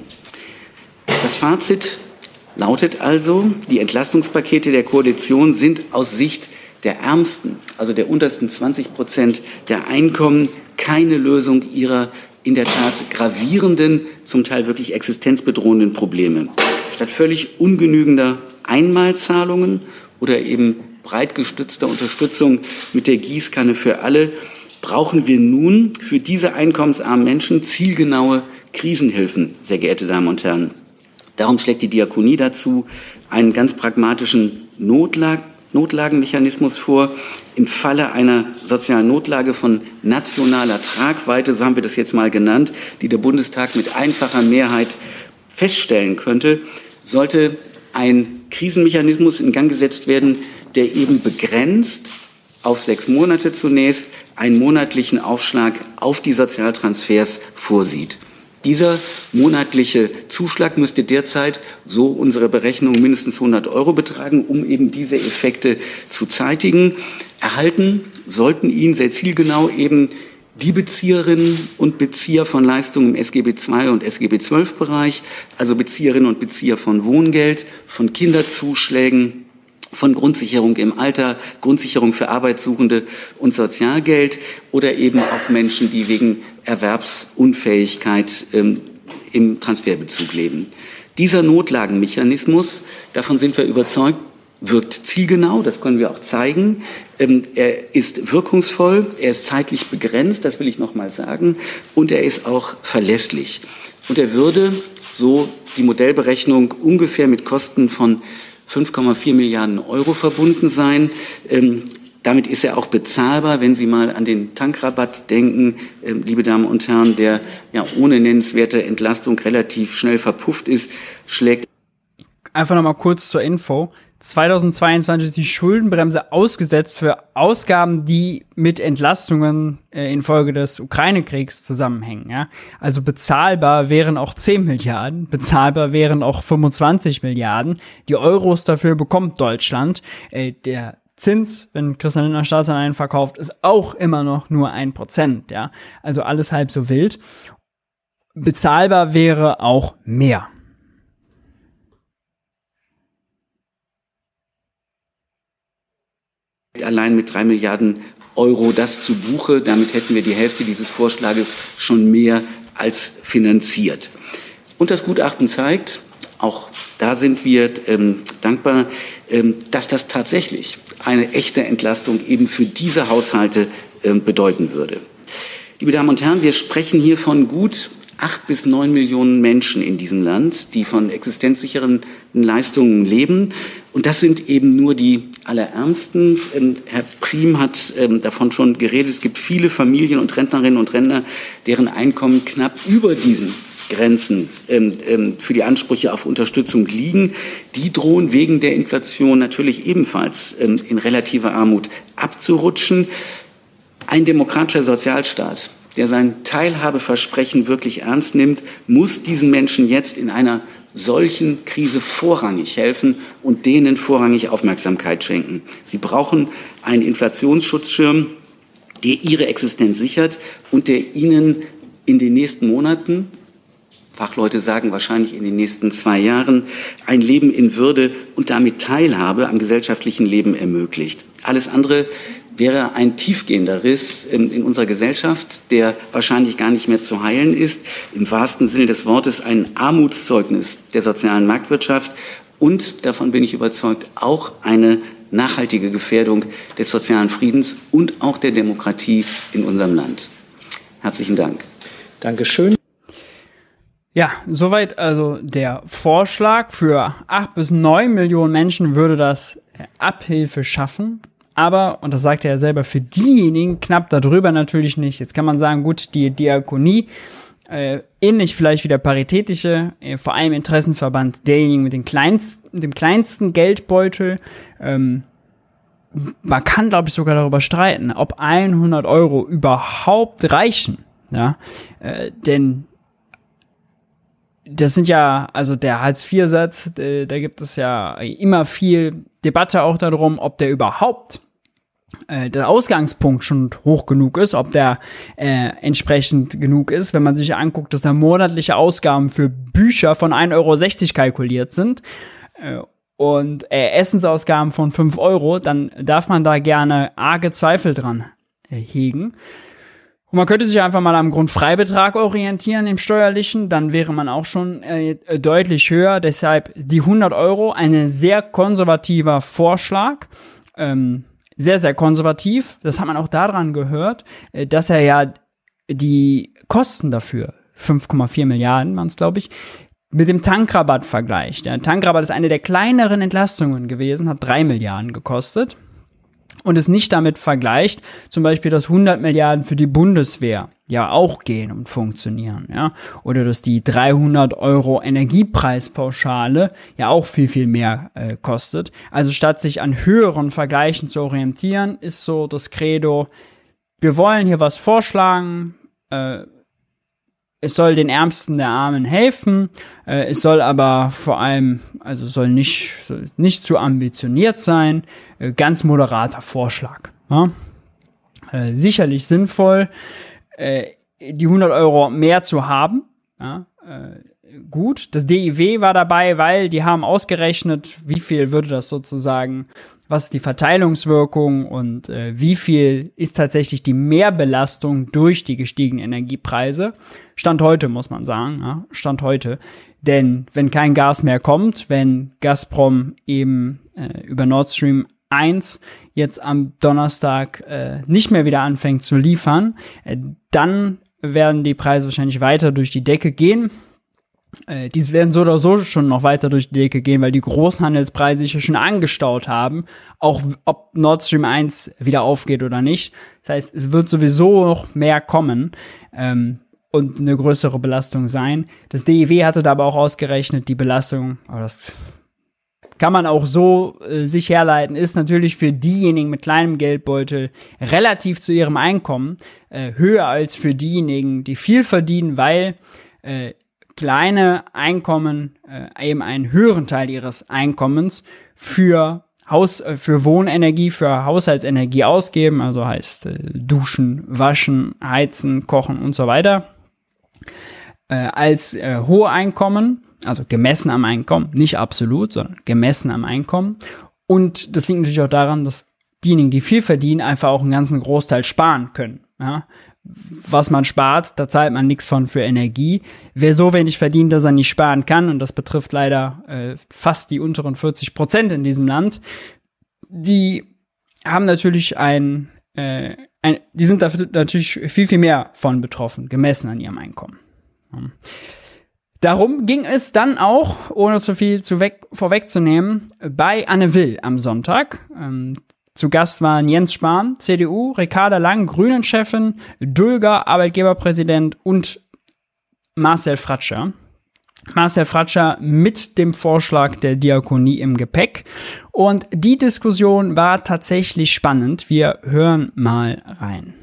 Das Fazit lautet also, die Entlastungspakete der Koalition sind aus Sicht der Ärmsten, also der untersten 20% der Einkommen, keine Lösung ihrer in der Tat gravierenden, zum Teil wirklich existenzbedrohenden Probleme. Statt völlig ungenügender Einmalzahlungen oder eben breit gestützter Unterstützung mit der Gießkanne für alle brauchen wir nun für diese einkommensarmen Menschen zielgenaue Krisenhilfen, sehr geehrte Damen und Herren. Darum schlägt die Diakonie dazu einen ganz pragmatischen Notlagenmechanismus vor. Im Falle einer sozialen Notlage von nationaler Tragweite, so haben wir das jetzt mal genannt, die der Bundestag mit einfacher Mehrheit feststellen könnte, sollte ein Krisenmechanismus in Gang gesetzt werden, der eben begrenzt auf 6 Monate zunächst einen monatlichen Aufschlag auf die Sozialtransfers vorsieht. Dieser monatliche Zuschlag müsste derzeit, so unsere Berechnung, mindestens 100 € betragen, um eben diese Effekte zu zeitigen. Erhalten sollten ihn sehr zielgenau eben die Bezieherinnen und Bezieher von Leistungen im SGB II und SGB XII Bereich, also Bezieherinnen und Bezieher von Wohngeld, von Kinderzuschlägen, von Grundsicherung im Alter, Grundsicherung für Arbeitssuchende und Sozialgeld oder eben auch Menschen, die wegen Erwerbsunfähigkeit im Transferbezug leben. Dieser Notlagenmechanismus, davon sind wir überzeugt, wirkt zielgenau, das können wir auch zeigen. Er ist wirkungsvoll, er ist zeitlich begrenzt, das will ich noch mal sagen, und er ist auch verlässlich. Und er würde, so die Modellberechnung, ungefähr mit Kosten von 5,4 Milliarden € verbunden sein. Damit ist er auch bezahlbar, wenn Sie mal an den Tankrabatt denken, liebe Damen und Herren, der ja ohne nennenswerte Entlastung relativ schnell verpufft ist, schlägt. Einfach nochmal kurz zur Info. 2022 ist die Schuldenbremse ausgesetzt für Ausgaben, die mit Entlastungen infolge des Ukraine-Kriegs zusammenhängen. Ja? Also bezahlbar wären auch 10 Milliarden, bezahlbar wären auch 25 Milliarden. Die Euros dafür bekommt Deutschland. Der Zins, wenn Christian Lindner Staatsanleihen verkauft, ist auch immer noch nur 1%. Ja? Also alles halb so wild. Bezahlbar wäre auch mehr. Allein mit 3 Milliarden € das zu Buche. Damit hätten wir die Hälfte dieses Vorschlages schon mehr als finanziert. Und das Gutachten zeigt, auch da sind wir dankbar, dass das tatsächlich eine echte Entlastung eben für diese Haushalte bedeuten würde. Liebe Damen und Herren, wir sprechen hier von gut 8 bis 9 Millionen Menschen in diesem Land, die von existenzsichernden Leistungen leben. Und das sind eben nur die Allerärmsten. Herr Priem hat davon schon geredet. Es gibt viele Familien und Rentnerinnen und Rentner, deren Einkommen knapp über diesen Grenzen für die Ansprüche auf Unterstützung liegen. Die drohen wegen der Inflation natürlich ebenfalls in relativer Armut abzurutschen. Ein demokratischer Sozialstaat, der sein Teilhabeversprechen wirklich ernst nimmt, muss diesen Menschen jetzt in einer solchen Krise vorrangig helfen und denen vorrangig Aufmerksamkeit schenken. Sie brauchen einen Inflationsschutzschirm, der ihre Existenz sichert und der ihnen in den nächsten Monaten, Fachleute sagen wahrscheinlich in den nächsten 2 Jahren, ein Leben in Würde und damit Teilhabe am gesellschaftlichen Leben ermöglicht. Alles andere wäre ein tiefgehender Riss in unserer Gesellschaft, der wahrscheinlich gar nicht mehr zu heilen ist. Im wahrsten Sinne des Wortes ein Armutszeugnis der sozialen Marktwirtschaft und, davon bin ich überzeugt, auch eine nachhaltige Gefährdung des sozialen Friedens und auch der Demokratie in unserem Land. Herzlichen Dank. Dankeschön. Ja, soweit also der Vorschlag. Für 8 bis 9 Millionen Menschen würde das Abhilfe schaffen. Aber, und das sagt er ja selber, für diejenigen knapp darüber natürlich nicht. Jetzt kann man sagen, gut, die Diakonie, ähnlich vielleicht wie der Paritätische, vor allem Interessensverband derjenigen mit dem kleinsten Geldbeutel. Man kann, glaube ich, sogar darüber streiten, ob 100 Euro überhaupt reichen. Ja, denn das sind ja, also der Hartz-IV-Satz, da gibt es ja immer viel Debatte auch darum, ob der überhaupt der Ausgangspunkt schon hoch genug ist, ob der entsprechend genug ist, wenn man sich anguckt, dass da monatliche Ausgaben für Bücher von 1,60 Euro kalkuliert sind und Essensausgaben von 5 Euro, dann darf man da gerne arge Zweifel dran hegen. Und man könnte sich einfach mal am Grundfreibetrag orientieren im Steuerlichen, dann wäre man auch schon deutlich höher. Deshalb die 100 Euro, ein sehr konservativer Vorschlag, sehr, sehr konservativ. Das hat man auch daran gehört, dass er ja die Kosten dafür, 5,4 Milliarden waren es, glaube ich, mit dem Tankrabatt vergleicht. Der Tankrabatt ist eine der kleineren Entlastungen gewesen, hat 3 Milliarden gekostet. Und es nicht damit vergleicht, zum Beispiel, dass 100 Milliarden für die Bundeswehr ja auch gehen und funktionieren, ja. Oder dass die 300 Euro Energiepreispauschale ja auch viel, viel mehr kostet. Also statt sich an höheren Vergleichen zu orientieren, ist so das Credo, wir wollen hier was vorschlagen, es soll den Ärmsten der Armen helfen, es soll aber vor allem, also soll nicht zu ambitioniert sein, ganz moderater Vorschlag. Ja? Sicherlich sinnvoll, die 100 Euro mehr zu haben. Ja? Gut, das DIW war dabei, weil die haben ausgerechnet, wie viel würde das sozusagen, was ist die Verteilungswirkung und wie viel ist tatsächlich die Mehrbelastung durch die gestiegenen Energiepreise. Stand heute, muss man sagen, ja, Stand heute. Denn wenn kein Gas mehr kommt, wenn Gazprom eben über Nord Stream 1 jetzt am Donnerstag nicht mehr wieder anfängt zu liefern, dann werden die Preise wahrscheinlich weiter durch die Decke gehen. Die werden so oder so schon noch weiter durch die Decke gehen, weil die Großhandelspreise sich ja schon angestaut haben, auch ob Nord Stream 1 wieder aufgeht oder nicht. Das heißt, es wird sowieso noch mehr kommen und eine größere Belastung sein. Das DIW hatte da aber auch ausgerechnet, die Belastung, aber das kann man auch so sich herleiten, ist natürlich für diejenigen mit kleinem Geldbeutel relativ zu ihrem Einkommen höher als für diejenigen, die viel verdienen, weil kleine Einkommen eben einen höheren Teil ihres Einkommens für Wohnenergie, für Haushaltsenergie ausgeben, also heißt duschen, waschen, heizen, kochen und so weiter, als hohe Einkommen, also gemessen am Einkommen, nicht absolut, sondern gemessen am Einkommen. Und das liegt natürlich auch daran, dass diejenigen, die viel verdienen, einfach auch einen ganzen Großteil sparen können. Ja? Was man spart, da zahlt man nichts von für Energie. Wer so wenig verdient, dass er nicht sparen kann, und das betrifft leider fast die unteren 40% in diesem Land, die haben natürlich die sind dafür natürlich viel, viel mehr von betroffen, gemessen an ihrem Einkommen. Ja. Darum ging es dann auch, ohne zu viel vorwegzunehmen, bei Anne Will am Sonntag. Zu Gast waren Jens Spahn, CDU, Ricarda Lang, Grünen-Chefin, Dulger, Arbeitgeberpräsident und Marcel Fratscher. Marcel Fratscher mit dem Vorschlag der Diakonie im Gepäck. Und die Diskussion war tatsächlich spannend. Wir hören mal rein.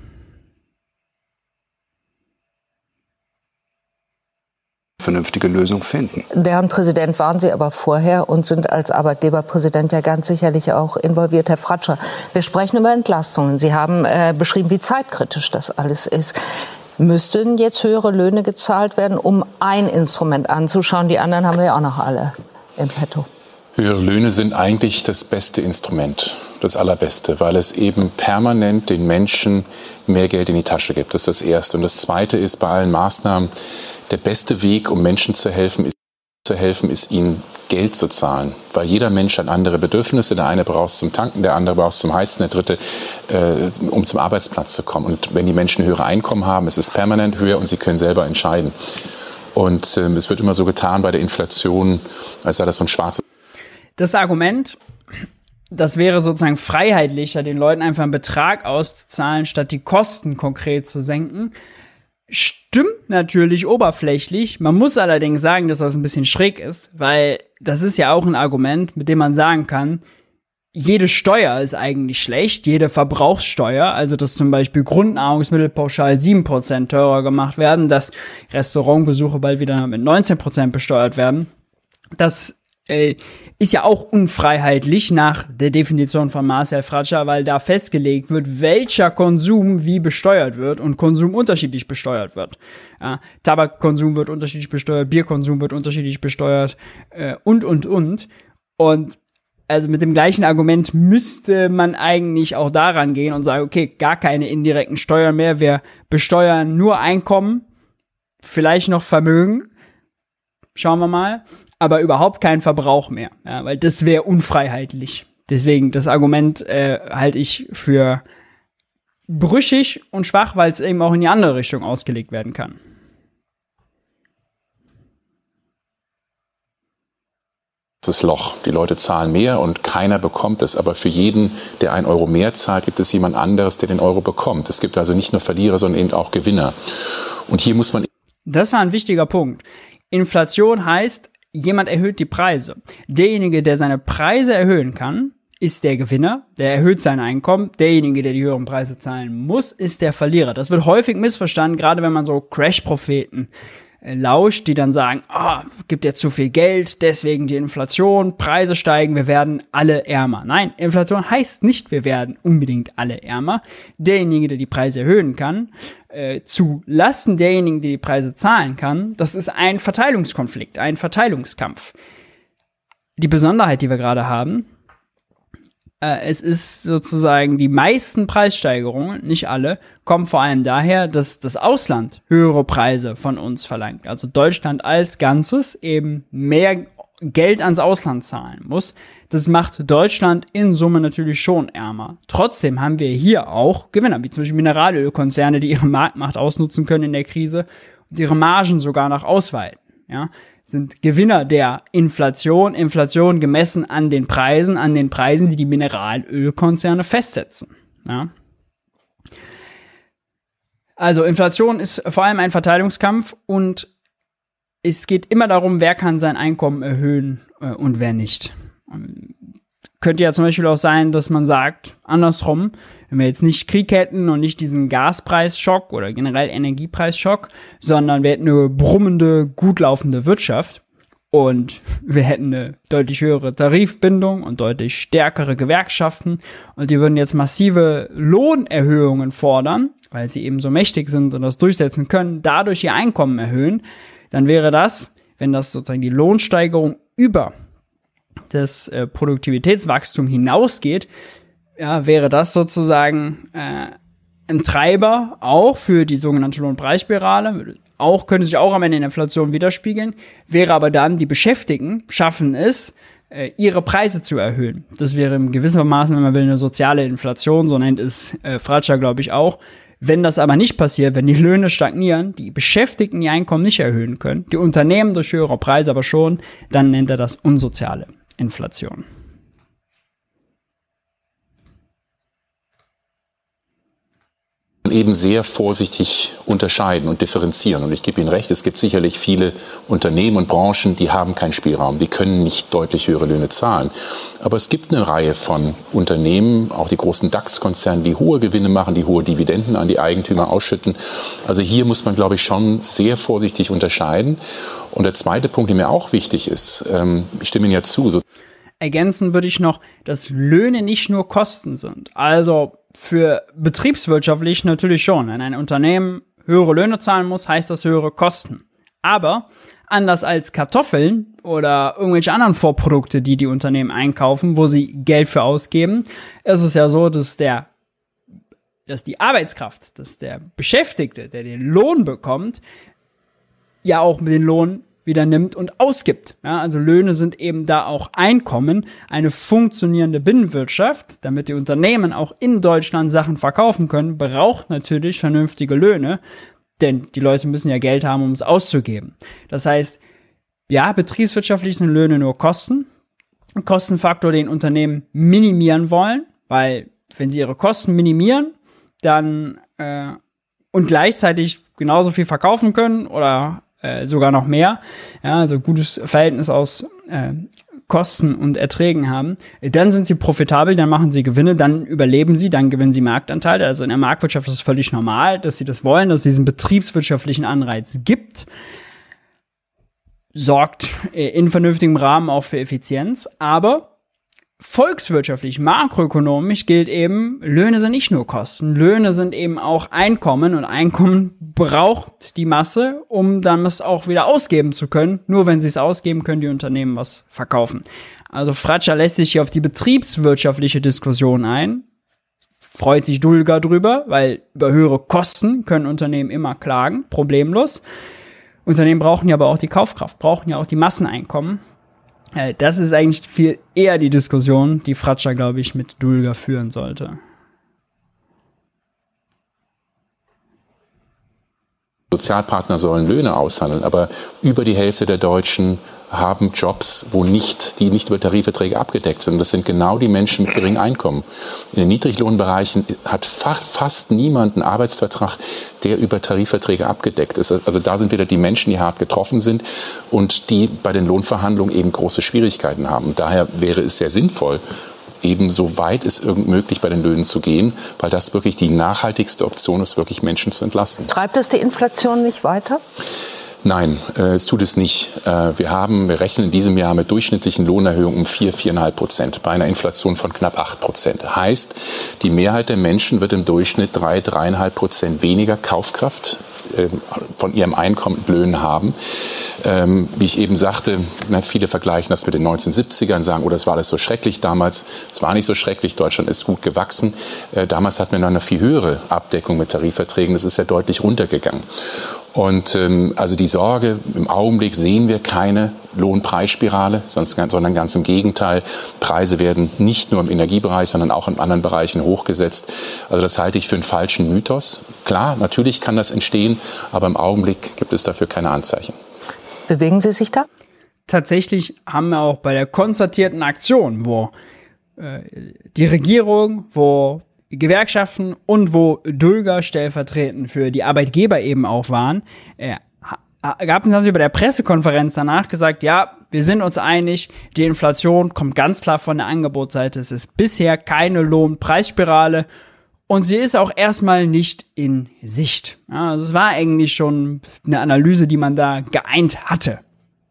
vernünftige Lösung finden. Deren Präsident waren Sie aber vorher und sind als Arbeitgeberpräsident ja ganz sicherlich auch involviert, Herr Fratscher. Wir sprechen über Entlastungen. Sie haben beschrieben, wie zeitkritisch das alles ist. Müssten jetzt höhere Löhne gezahlt werden, um ein Instrument anzuschauen? Die anderen haben wir ja auch noch alle im Petto. Höhere Löhne sind eigentlich das beste Instrument, das Allerbeste, weil es eben permanent den Menschen mehr Geld in die Tasche gibt. Das ist das Erste. Und das Zweite ist bei allen Maßnahmen, der beste Weg, um Menschen zu helfen, ist ihnen Geld zu zahlen. Weil jeder Mensch hat andere Bedürfnisse. Der eine braucht es zum Tanken, der andere braucht es zum Heizen, der dritte, um zum Arbeitsplatz zu kommen. Und wenn die Menschen höhere Einkommen haben, ist es permanent höher und sie können selber entscheiden. Und es wird immer so getan bei der Inflation, als sei das so ein schwarzes. Das Argument, das wäre sozusagen freiheitlicher, den Leuten einfach einen Betrag auszuzahlen, statt die Kosten konkret zu senken, stimmt natürlich oberflächlich. Man muss allerdings sagen, dass das ein bisschen schräg ist, weil das ist ja auch ein Argument, mit dem man sagen kann, jede Steuer ist eigentlich schlecht, jede Verbrauchssteuer, also dass zum Beispiel Grundnahrungsmittel pauschal 7% teurer gemacht werden, dass Restaurantbesuche bald wieder mit 19% besteuert werden, das ist ja auch unfreiheitlich nach der Definition von Marcel Fratscher, weil da festgelegt wird, welcher Konsum wie besteuert wird und Konsum unterschiedlich besteuert wird. Ja, Tabakkonsum wird unterschiedlich besteuert, Bierkonsum wird unterschiedlich besteuert und. Und also mit dem gleichen Argument müsste man eigentlich auch daran gehen und sagen, okay, gar keine indirekten Steuern mehr, wir besteuern nur Einkommen, vielleicht noch Vermögen, schauen wir mal, aber überhaupt keinen Verbrauch mehr, ja, weil das wäre unfreiheitlich. Deswegen, das Argument halte ich für brüchig und schwach, weil es eben auch in die andere Richtung ausgelegt werden kann. Das Loch. Die Leute zahlen mehr und keiner bekommt es. Aber für jeden, der 1 Euro mehr zahlt, gibt es jemand anderes, der den Euro bekommt. Es gibt also nicht nur Verlierer, sondern eben auch Gewinner. Und hier muss man... Das war ein wichtiger Punkt. Inflation heißt, jemand erhöht die Preise. Derjenige, der seine Preise erhöhen kann, ist der Gewinner, der erhöht sein Einkommen. Derjenige, der die höheren Preise zahlen muss, ist der Verlierer. Das wird häufig missverstanden, gerade wenn man so Crash-Propheten lauscht, die dann sagen, gibt ja zu viel Geld, deswegen die Inflation, Preise steigen, wir werden alle ärmer. Nein, Inflation heißt nicht, wir werden unbedingt alle ärmer. Derjenige, der die Preise erhöhen kann, zu Lasten derjenigen, die die Preise zahlen kann, das ist ein Verteilungskonflikt, ein Verteilungskampf. Die Besonderheit, die wir gerade haben, es ist sozusagen, die meisten Preissteigerungen, nicht alle, kommen vor allem daher, dass das Ausland höhere Preise von uns verlangt. Also Deutschland als Ganzes eben mehr Geld ans Ausland zahlen muss. Das macht Deutschland in Summe natürlich schon ärmer. Trotzdem haben wir hier auch Gewinner, wie zum Beispiel Mineralölkonzerne, die ihre Marktmacht ausnutzen können in der Krise und ihre Margen sogar noch ausweiten. Ja, sind Gewinner der Inflation. Inflation gemessen an den Preisen, die die Mineralölkonzerne festsetzen. Ja. Also Inflation ist vor allem ein Verteilungskampf und es geht immer darum, wer kann sein Einkommen erhöhen und wer nicht. Könnte ja zum Beispiel auch sein, dass man sagt, andersrum, wenn wir jetzt nicht Krieg hätten und nicht diesen Gaspreisschock oder generell Energiepreisschock, sondern wir hätten eine brummende, gut laufende Wirtschaft und wir hätten eine deutlich höhere Tarifbindung und deutlich stärkere Gewerkschaften und die würden jetzt massive Lohnerhöhungen fordern, weil sie eben so mächtig sind und das durchsetzen können, dadurch ihr Einkommen erhöhen, dann wäre das, wenn das sozusagen die Lohnsteigerung über das Produktivitätswachstum hinausgeht, ja, wäre das sozusagen ein Treiber auch für die sogenannte Lohnpreisspirale. Könnte sich auch am Ende in der Inflation widerspiegeln, wäre aber dann, die Beschäftigten schaffen es, ihre Preise zu erhöhen. Das wäre in gewissem Maße, wenn man will, eine soziale Inflation, so nennt es Fratscher, glaube ich, auch. Wenn das aber nicht passiert, wenn die Löhne stagnieren, die Beschäftigten ihr Einkommen nicht erhöhen können, die Unternehmen durch höhere Preise aber schon, dann nennt er das unsoziale Inflation. eben sehr vorsichtig unterscheiden und differenzieren. Und ich gebe Ihnen recht, es gibt sicherlich viele Unternehmen und Branchen, die haben keinen Spielraum, die können nicht deutlich höhere Löhne zahlen. Aber es gibt eine Reihe von Unternehmen, auch die großen DAX-Konzerne, die hohe Gewinne machen, die hohe Dividenden an die Eigentümer ausschütten. Also hier muss man, glaube ich, schon sehr vorsichtig unterscheiden. Und der zweite Punkt, der mir auch wichtig ist, ich stimme Ihnen ja zu. Ergänzen würde ich noch, dass Löhne nicht nur Kosten sind. Also für betriebswirtschaftlich natürlich schon. Wenn ein Unternehmen höhere Löhne zahlen muss, heißt das höhere Kosten. Aber anders als Kartoffeln oder irgendwelche anderen Vorprodukte, die die Unternehmen einkaufen, wo sie Geld für ausgeben, ist es ja so, dass die Arbeitskraft, dass der Beschäftigte, der den Lohn bekommt, ja auch den Lohn wieder nimmt und ausgibt. Ja, also Löhne sind eben da auch Einkommen, eine funktionierende Binnenwirtschaft, damit die Unternehmen auch in Deutschland Sachen verkaufen können, braucht natürlich vernünftige Löhne, denn die Leute müssen ja Geld haben, um es auszugeben. Das heißt, ja, betriebswirtschaftlich sind Löhne nur Kosten, ein Kostenfaktor, den Unternehmen minimieren wollen, weil wenn sie ihre Kosten minimieren, dann und gleichzeitig genauso viel verkaufen können oder sogar noch mehr, ja, also gutes Verhältnis aus Kosten und Erträgen haben, dann sind sie profitabel, dann machen sie Gewinne, dann überleben sie, dann gewinnen sie Marktanteile. Also in der Marktwirtschaft ist es völlig normal, dass sie das wollen, dass es diesen betriebswirtschaftlichen Anreiz gibt, sorgt in vernünftigem Rahmen auch für Effizienz, aber volkswirtschaftlich, makroökonomisch gilt eben, Löhne sind nicht nur Kosten, Löhne sind eben auch Einkommen und Einkommen braucht die Masse, um dann es auch wieder ausgeben zu können. Nur wenn sie es ausgeben, können die Unternehmen was verkaufen. Also Fratscher lässt sich hier auf die betriebswirtschaftliche Diskussion ein, freut sich Dulger drüber, weil über höhere Kosten können Unternehmen immer klagen, problemlos. Unternehmen brauchen ja aber auch die Kaufkraft, brauchen ja auch die Masseneinkommen. Das ist eigentlich viel eher die Diskussion, die Fratscher, glaube ich, mit Dulger führen sollte. Sozialpartner sollen Löhne aushandeln, aber über die Hälfte der Deutschen haben Jobs, die nicht über Tarifverträge abgedeckt sind. Das sind genau die Menschen mit geringem Einkommen. In den Niedriglohnbereichen hat fast niemand einen Arbeitsvertrag, der über Tarifverträge abgedeckt ist. Also da sind wieder die Menschen, die hart getroffen sind und die bei den Lohnverhandlungen eben große Schwierigkeiten haben. Daher wäre es sehr sinnvoll, eben so weit es irgend möglich bei den Löhnen zu gehen, weil das wirklich die nachhaltigste Option ist, wirklich Menschen zu entlasten. Treibt es die Inflation nicht weiter? Nein, es tut es nicht. Wir rechnen in diesem Jahr mit durchschnittlichen Lohnerhöhungen um 4,5% bei einer Inflation von knapp 8%. Heißt, die Mehrheit der Menschen wird im Durchschnitt 3,5% weniger Kaufkraft von ihrem Einkommen und Löhnen haben. Wie ich eben sagte, viele vergleichen das mit den 1970ern, sagen, oh, das war alles so schrecklich damals. Es war nicht so schrecklich, Deutschland ist gut gewachsen. Damals hatten wir noch eine viel höhere Abdeckung mit Tarifverträgen, das ist ja deutlich runtergegangen. Und also die Sorge, im Augenblick sehen wir keine Lohnpreisspirale, sondern ganz im Gegenteil. Preise werden nicht nur im Energiebereich, sondern auch in anderen Bereichen hochgesetzt. Also das halte ich für einen falschen Mythos. Klar, natürlich kann das entstehen, aber im Augenblick gibt es dafür keine Anzeichen. Bewegen Sie sich da? Tatsächlich haben wir auch bei der konzertierten Aktion, wo die Regierung, wo Gewerkschaften und wo Dulger stellvertretend für die Arbeitgeber eben auch waren, haben sie bei der Pressekonferenz danach gesagt, ja, wir sind uns einig, die Inflation kommt ganz klar von der Angebotsseite. Es ist bisher keine Lohnpreisspirale und sie ist auch erstmal nicht in Sicht. Ja, also es war eigentlich schon eine Analyse, die man da geeint hatte.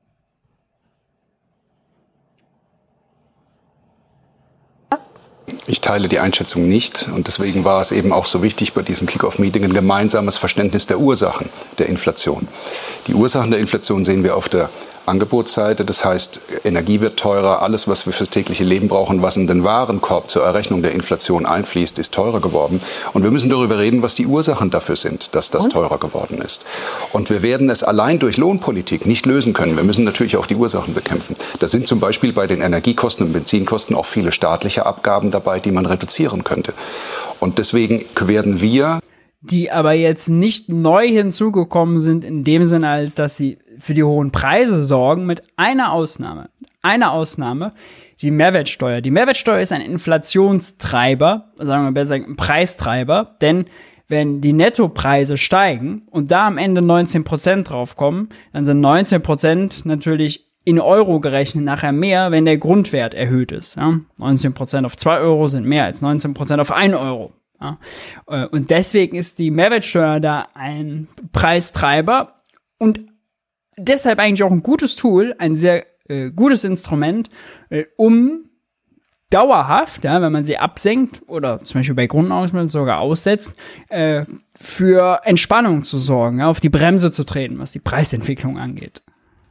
Ich teile die Einschätzung nicht und deswegen war es eben auch so wichtig, bei diesem Kick-Off-Meeting ein gemeinsames Verständnis der Ursachen der Inflation. Die Ursachen der Inflation sehen wir auf der Angebotsseite, das heißt, Energie wird teurer, alles, was wir fürs tägliche Leben brauchen, was in den Warenkorb zur Errechnung der Inflation einfließt, ist teurer geworden. Und wir müssen darüber reden, was die Ursachen dafür sind, dass das teurer geworden ist. Und wir werden es allein durch Lohnpolitik nicht lösen können. Wir müssen natürlich auch die Ursachen bekämpfen. Da sind zum Beispiel bei den Energiekosten und Benzinkosten auch viele staatliche Abgaben dabei, die man reduzieren könnte. Und deswegen werden wir, die aber jetzt nicht neu hinzugekommen sind in dem Sinne, als dass sie für die hohen Preise sorgen, mit einer Ausnahme. Eine Ausnahme, die Mehrwertsteuer. Die Mehrwertsteuer ist ein Inflationstreiber, sagen wir besser ein Preistreiber, denn Wenn die Nettopreise steigen und da am Ende 19% draufkommen, dann sind 19% natürlich in Euro gerechnet nachher mehr, wenn der Grundwert erhöht ist. Ja? 19% auf 2 Euro sind mehr als 19% auf 1 Euro. Ja? Und deswegen ist die Mehrwertsteuer da ein Preistreiber und deshalb eigentlich auch ein gutes Tool, ein sehr gutes Instrument, um dauerhaft, ja, wenn man sie absenkt oder zum Beispiel bei Grundnahrungsmitteln sogar aussetzt, für Entspannung zu sorgen, ja, auf die Bremse zu treten, was die Preisentwicklung angeht.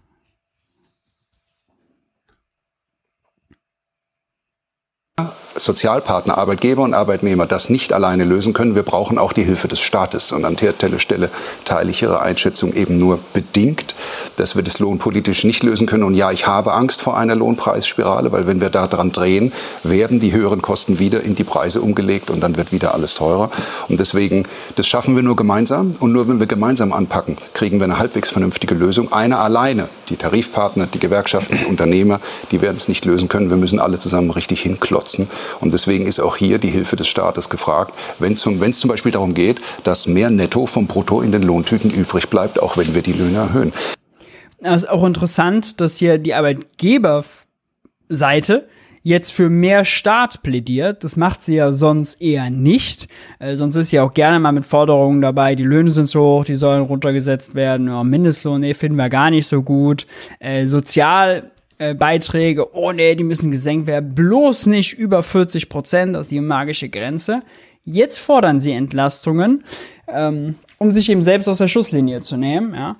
Sozialpartner, Arbeitgeber und Arbeitnehmer das nicht alleine lösen können. Wir brauchen auch die Hilfe des Staates. Und an der Stelle teile ich Ihre Einschätzung eben nur bedingt, dass wir das lohnpolitisch nicht lösen können. Und ja, ich habe Angst vor einer Lohnpreisspirale, weil wenn wir da dran drehen, werden die höheren Kosten wieder in die Preise umgelegt und dann wird wieder alles teurer. Und deswegen, das schaffen wir nur gemeinsam. Und nur wenn wir gemeinsam anpacken, kriegen wir eine halbwegs vernünftige Lösung. Einer alleine, die Tarifpartner, die Gewerkschaften, die Unternehmer, die werden es nicht lösen können. Wir müssen alle zusammen richtig hinklotzen. Und deswegen ist auch hier die Hilfe des Staates gefragt, wenn es zum Beispiel darum geht, dass mehr Netto vom Brutto in den Lohntüten übrig bleibt, auch wenn wir die Löhne erhöhen. Es ist auch interessant, dass hier die Arbeitgeberseite jetzt für mehr Staat plädiert. Das macht sie ja sonst eher nicht. Sonst ist sie auch gerne mal mit Forderungen dabei, die Löhne sind so hoch, die sollen runtergesetzt werden. Ja, Mindestlohn, nee, finden wir gar nicht so gut. Sozialbeiträge, oh nee, die müssen gesenkt werden. Bloß nicht über 40%, das ist die magische Grenze. Jetzt fordern sie Entlastungen, um sich eben selbst aus der Schusslinie zu nehmen. Ja.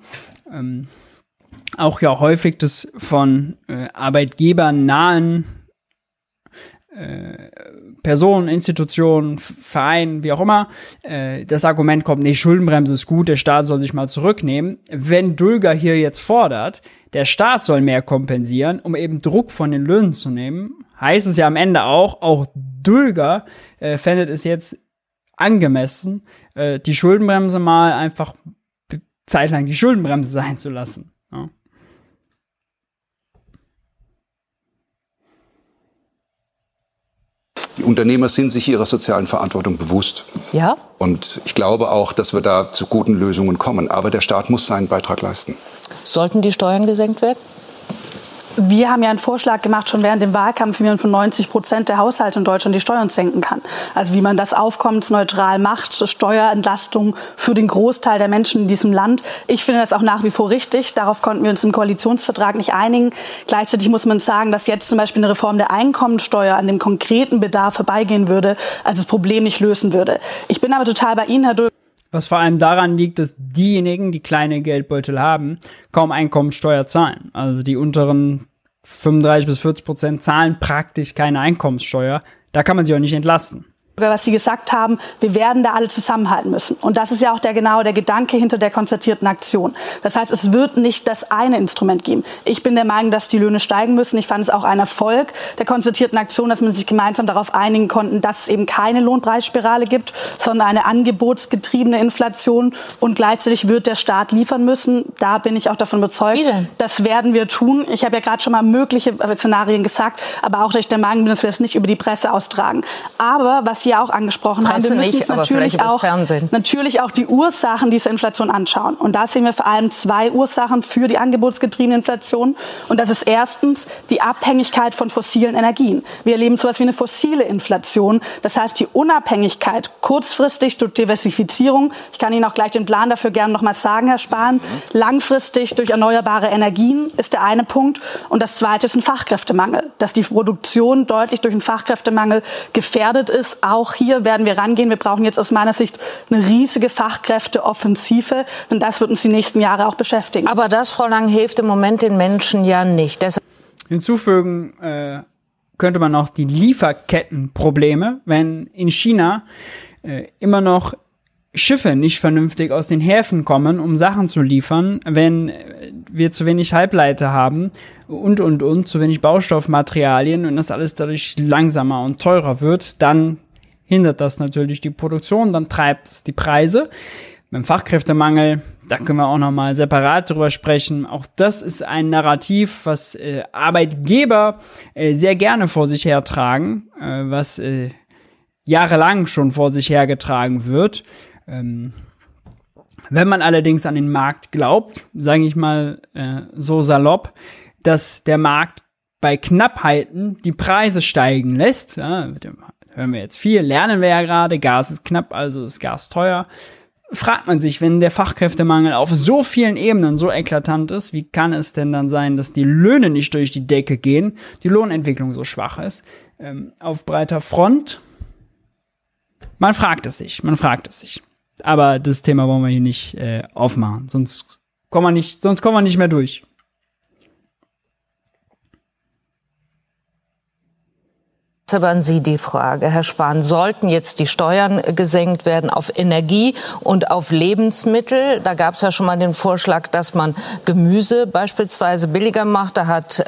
Auch ja häufig das von Arbeitgebern nahen Personen, Institutionen, Vereinen, wie auch immer, das Argument kommt, nee, Schuldenbremse ist gut, der Staat soll sich mal zurücknehmen. Wenn Dulger hier jetzt fordert, der Staat soll mehr kompensieren, um eben Druck von den Löhnen zu nehmen, heißt es ja am Ende auch Dulger fändet es jetzt angemessen, die Schuldenbremse mal einfach zeitlang die Schuldenbremse sein zu lassen. Ja. Die Unternehmer sind sich ihrer sozialen Verantwortung bewusst. Ja. Und ich glaube auch, dass wir da zu guten Lösungen kommen. Aber der Staat muss seinen Beitrag leisten. Sollten die Steuern gesenkt werden? Wir haben ja einen Vorschlag gemacht, schon während dem Wahlkampf, wie man von 90% der Haushalte in Deutschland die Steuern senken kann. Also wie man das aufkommensneutral macht, Steuerentlastung für den Großteil der Menschen in diesem Land. Ich finde das auch nach wie vor richtig. Darauf konnten wir uns im Koalitionsvertrag nicht einigen. Gleichzeitig muss man sagen, dass jetzt zum Beispiel eine Reform der Einkommensteuer an dem konkreten Bedarf vorbeigehen würde, also das Problem nicht lösen würde. Ich bin aber total bei Ihnen, Herr Dulger. Was vor allem daran liegt, dass diejenigen, die kleine Geldbeutel haben, kaum Einkommensteuer zahlen. Also die unteren 35-40% zahlen praktisch keine Einkommenssteuer. Da kann man sie auch nicht entlasten. Was Sie gesagt haben, wir werden da alle zusammenhalten müssen. Und das ist ja auch der Gedanke hinter der konzertierten Aktion. Das heißt, es wird nicht das eine Instrument geben. Ich bin der Meinung, dass die Löhne steigen müssen. Ich fand es auch ein Erfolg der konzertierten Aktion, dass man sich gemeinsam darauf einigen konnte, dass es eben keine Lohnpreisspirale gibt, sondern eine angebotsgetriebene Inflation. Und gleichzeitig wird der Staat liefern müssen. Da bin ich auch davon überzeugt. Wie denn? Das werden wir tun. Ich habe ja gerade schon mal mögliche Szenarien gesagt, aber auch, dass ich der Meinung bin, dass wir es nicht über die Presse austragen. Aber was Sie auch angesprochen haben, wir müssen uns natürlich auch die Ursachen dieser Inflation anschauen. Und da sehen wir vor allem zwei Ursachen für die angebotsgetriebene Inflation. Und das ist erstens die Abhängigkeit von fossilen Energien. Wir erleben so etwas wie eine fossile Inflation. Das heißt, die Unabhängigkeit kurzfristig durch Diversifizierung, ich kann Ihnen auch gleich den Plan dafür gerne noch mal sagen, Herr Spahn, langfristig durch erneuerbare Energien ist der eine Punkt. Und das zweite ist ein Fachkräftemangel, dass die Produktion deutlich durch einen Fachkräftemangel gefährdet ist. Auch hier werden wir rangehen. Wir brauchen jetzt aus meiner Sicht eine riesige Fachkräfteoffensive, denn das wird uns die nächsten Jahre auch beschäftigen. Aber das, Frau Lang, hilft im Moment den Menschen ja nicht. Hinzufügen könnte man auch die Lieferkettenprobleme, wenn in China immer noch Schiffe nicht vernünftig aus den Häfen kommen, um Sachen zu liefern, wenn wir zu wenig Halbleiter haben und zu wenig Baustoffmaterialien und das alles dadurch langsamer und teurer wird, dann hindert das natürlich die Produktion, dann treibt es die Preise. Beim Fachkräftemangel, da können wir auch nochmal separat drüber sprechen. Auch das ist ein Narrativ, was Arbeitgeber sehr gerne vor sich hertragen, was jahrelang schon vor sich hergetragen wird. Wenn man allerdings an den Markt glaubt, sage ich mal so salopp, dass der Markt bei Knappheiten die Preise steigen lässt, ja, hören wir jetzt viel, lernen wir ja gerade, Gas ist knapp, also ist Gas teuer, fragt man sich, wenn der Fachkräftemangel auf so vielen Ebenen so eklatant ist, wie kann es denn dann sein, dass die Löhne nicht durch die Decke gehen, die Lohnentwicklung so schwach ist, auf breiter Front? Man fragt es sich. Aber das Thema wollen wir hier nicht aufmachen, sonst kommen wir nicht mehr durch. Aber an Sie die Frage, Herr Spahn, sollten jetzt die Steuern gesenkt werden auf Energie und auf Lebensmittel? Da gab es ja schon mal den Vorschlag, dass man Gemüse beispielsweise billiger macht. Da hat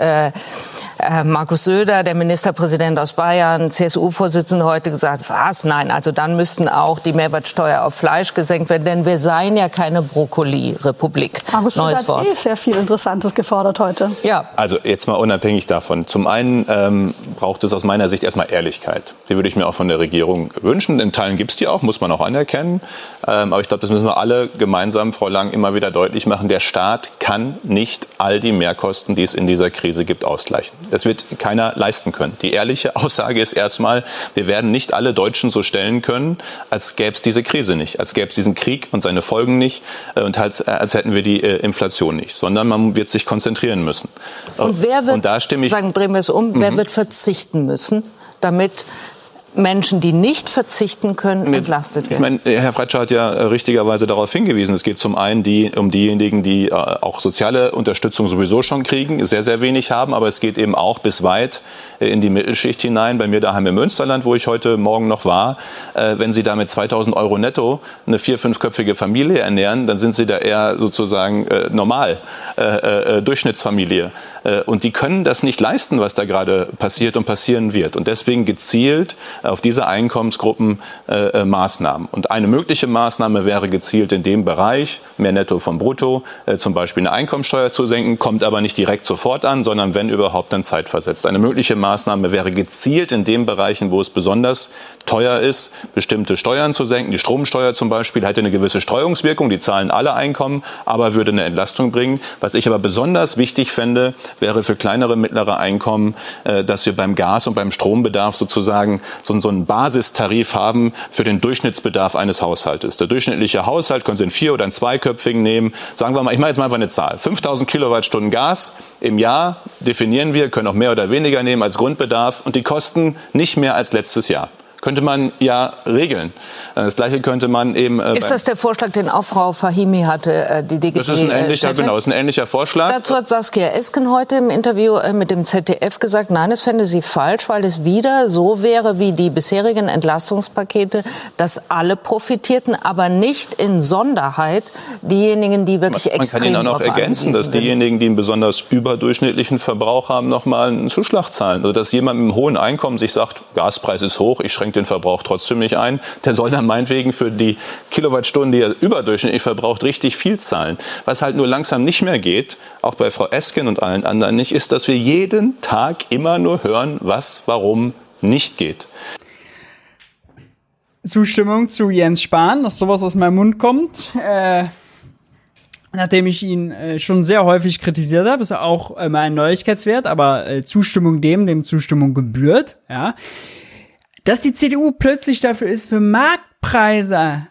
Markus Söder, der Ministerpräsident aus Bayern, CSU-Vorsitzende, heute gesagt, was? Nein, also dann müssten auch die Mehrwertsteuer auf Fleisch gesenkt werden, denn wir seien ja keine Brokkoli-Republik. Markus Söder hat sehr viel Interessantes gefordert heute. Ja. Also jetzt mal unabhängig davon. Zum einen braucht es aus meiner Sicht erstmal Ehrlichkeit. Die würde ich mir auch von der Regierung wünschen. In Teilen gibt es die auch, muss man auch anerkennen. Aber ich glaube, das müssen wir alle gemeinsam, Frau Lang, immer wieder deutlich machen. Der Staat kann nicht all die Mehrkosten, die es in dieser Krise gibt, ausgleichen. Das wird keiner leisten können. Die ehrliche Aussage ist erstmal, wir werden nicht alle Deutschen so stellen können, als gäbe es diese Krise nicht, als gäbe es diesen Krieg und seine Folgen nicht und als hätten wir die Inflation nicht, sondern man wird sich konzentrieren müssen. Und wer wird, und da stimme ich, drehen wir es um, wer wird verzichten müssen, damit Menschen, die nicht verzichten können, entlastet werden? Ich meine, Herr Fratscher hat ja richtigerweise darauf hingewiesen, es geht zum einen um diejenigen, die auch soziale Unterstützung sowieso schon kriegen, sehr, sehr wenig haben, aber es geht eben auch bis weit in die Mittelschicht hinein. Bei mir daheim im Münsterland, wo ich heute Morgen noch war, wenn Sie da mit 2.000 € netto eine 4-, 5-köpfige Familie ernähren, dann sind Sie da eher sozusagen normal, Durchschnittsfamilie. Und die können das nicht leisten, was da gerade passiert und passieren wird. Und deswegen gezielt auf diese Einkommensgruppen Maßnahmen. Und eine mögliche Maßnahme wäre gezielt in dem Bereich, mehr Netto vom Brutto, zum Beispiel eine Einkommensteuer zu senken, kommt aber nicht direkt sofort an, sondern wenn überhaupt dann zeitversetzt. Eine mögliche Maßnahme wäre gezielt in den Bereichen, wo es besonders teuer ist, bestimmte Steuern zu senken. Die Stromsteuer zum Beispiel hätte eine gewisse Streuungswirkung, die zahlen alle Einkommen, aber würde eine Entlastung bringen. Was ich aber besonders wichtig fände, wäre für kleinere, mittlere Einkommen, dass wir beim Gas- und beim Strombedarf sozusagen so einen Basistarif haben für den Durchschnittsbedarf eines Haushaltes. Der durchschnittliche Haushalt, können Sie einen 4- oder einen 2-köpfigen nehmen, sagen wir mal, ich mache jetzt mal einfach eine Zahl, 5.000 Kilowattstunden Gas im Jahr definieren wir, können auch mehr oder weniger nehmen als Grundbedarf und die kosten nicht mehr als letztes Jahr. Könnte man ja regeln. Das Gleiche könnte man eben... Ist das der Vorschlag, den auch Frau Fahimi hatte, die DGB? Das ist ein ähnlicher Vorschlag. Dazu hat Saskia Esken heute im Interview mit dem ZDF gesagt, nein, das fände sie falsch, weil es wieder so wäre wie die bisherigen Entlastungspakete, dass alle profitierten, aber nicht in Sonderheit diejenigen, die wirklich extrem Man kann ihn auch noch ergänzen, dass diejenigen, die einen besonders überdurchschnittlichen Verbrauch haben, nochmal einen Zuschlag zahlen. Also dass jemand mit einem hohen Einkommen sich sagt, Gaspreis ist hoch, ich schränke den Verbrauch trotzdem nicht ein, der soll dann meinetwegen für die Kilowattstunden, die er überdurchschnittlich verbraucht, richtig viel zahlen. Was halt nur langsam nicht mehr geht, auch bei Frau Esken und allen anderen nicht, ist, dass wir jeden Tag immer nur hören, was, warum nicht geht. Zustimmung zu Jens Spahn, dass sowas aus meinem Mund kommt. Nachdem ich ihn schon sehr häufig kritisiert habe, ist er auch immer ein Neuigkeitswert, aber Zustimmung dem Zustimmung gebührt, ja. Dass die CDU plötzlich dafür ist, für Marktpreise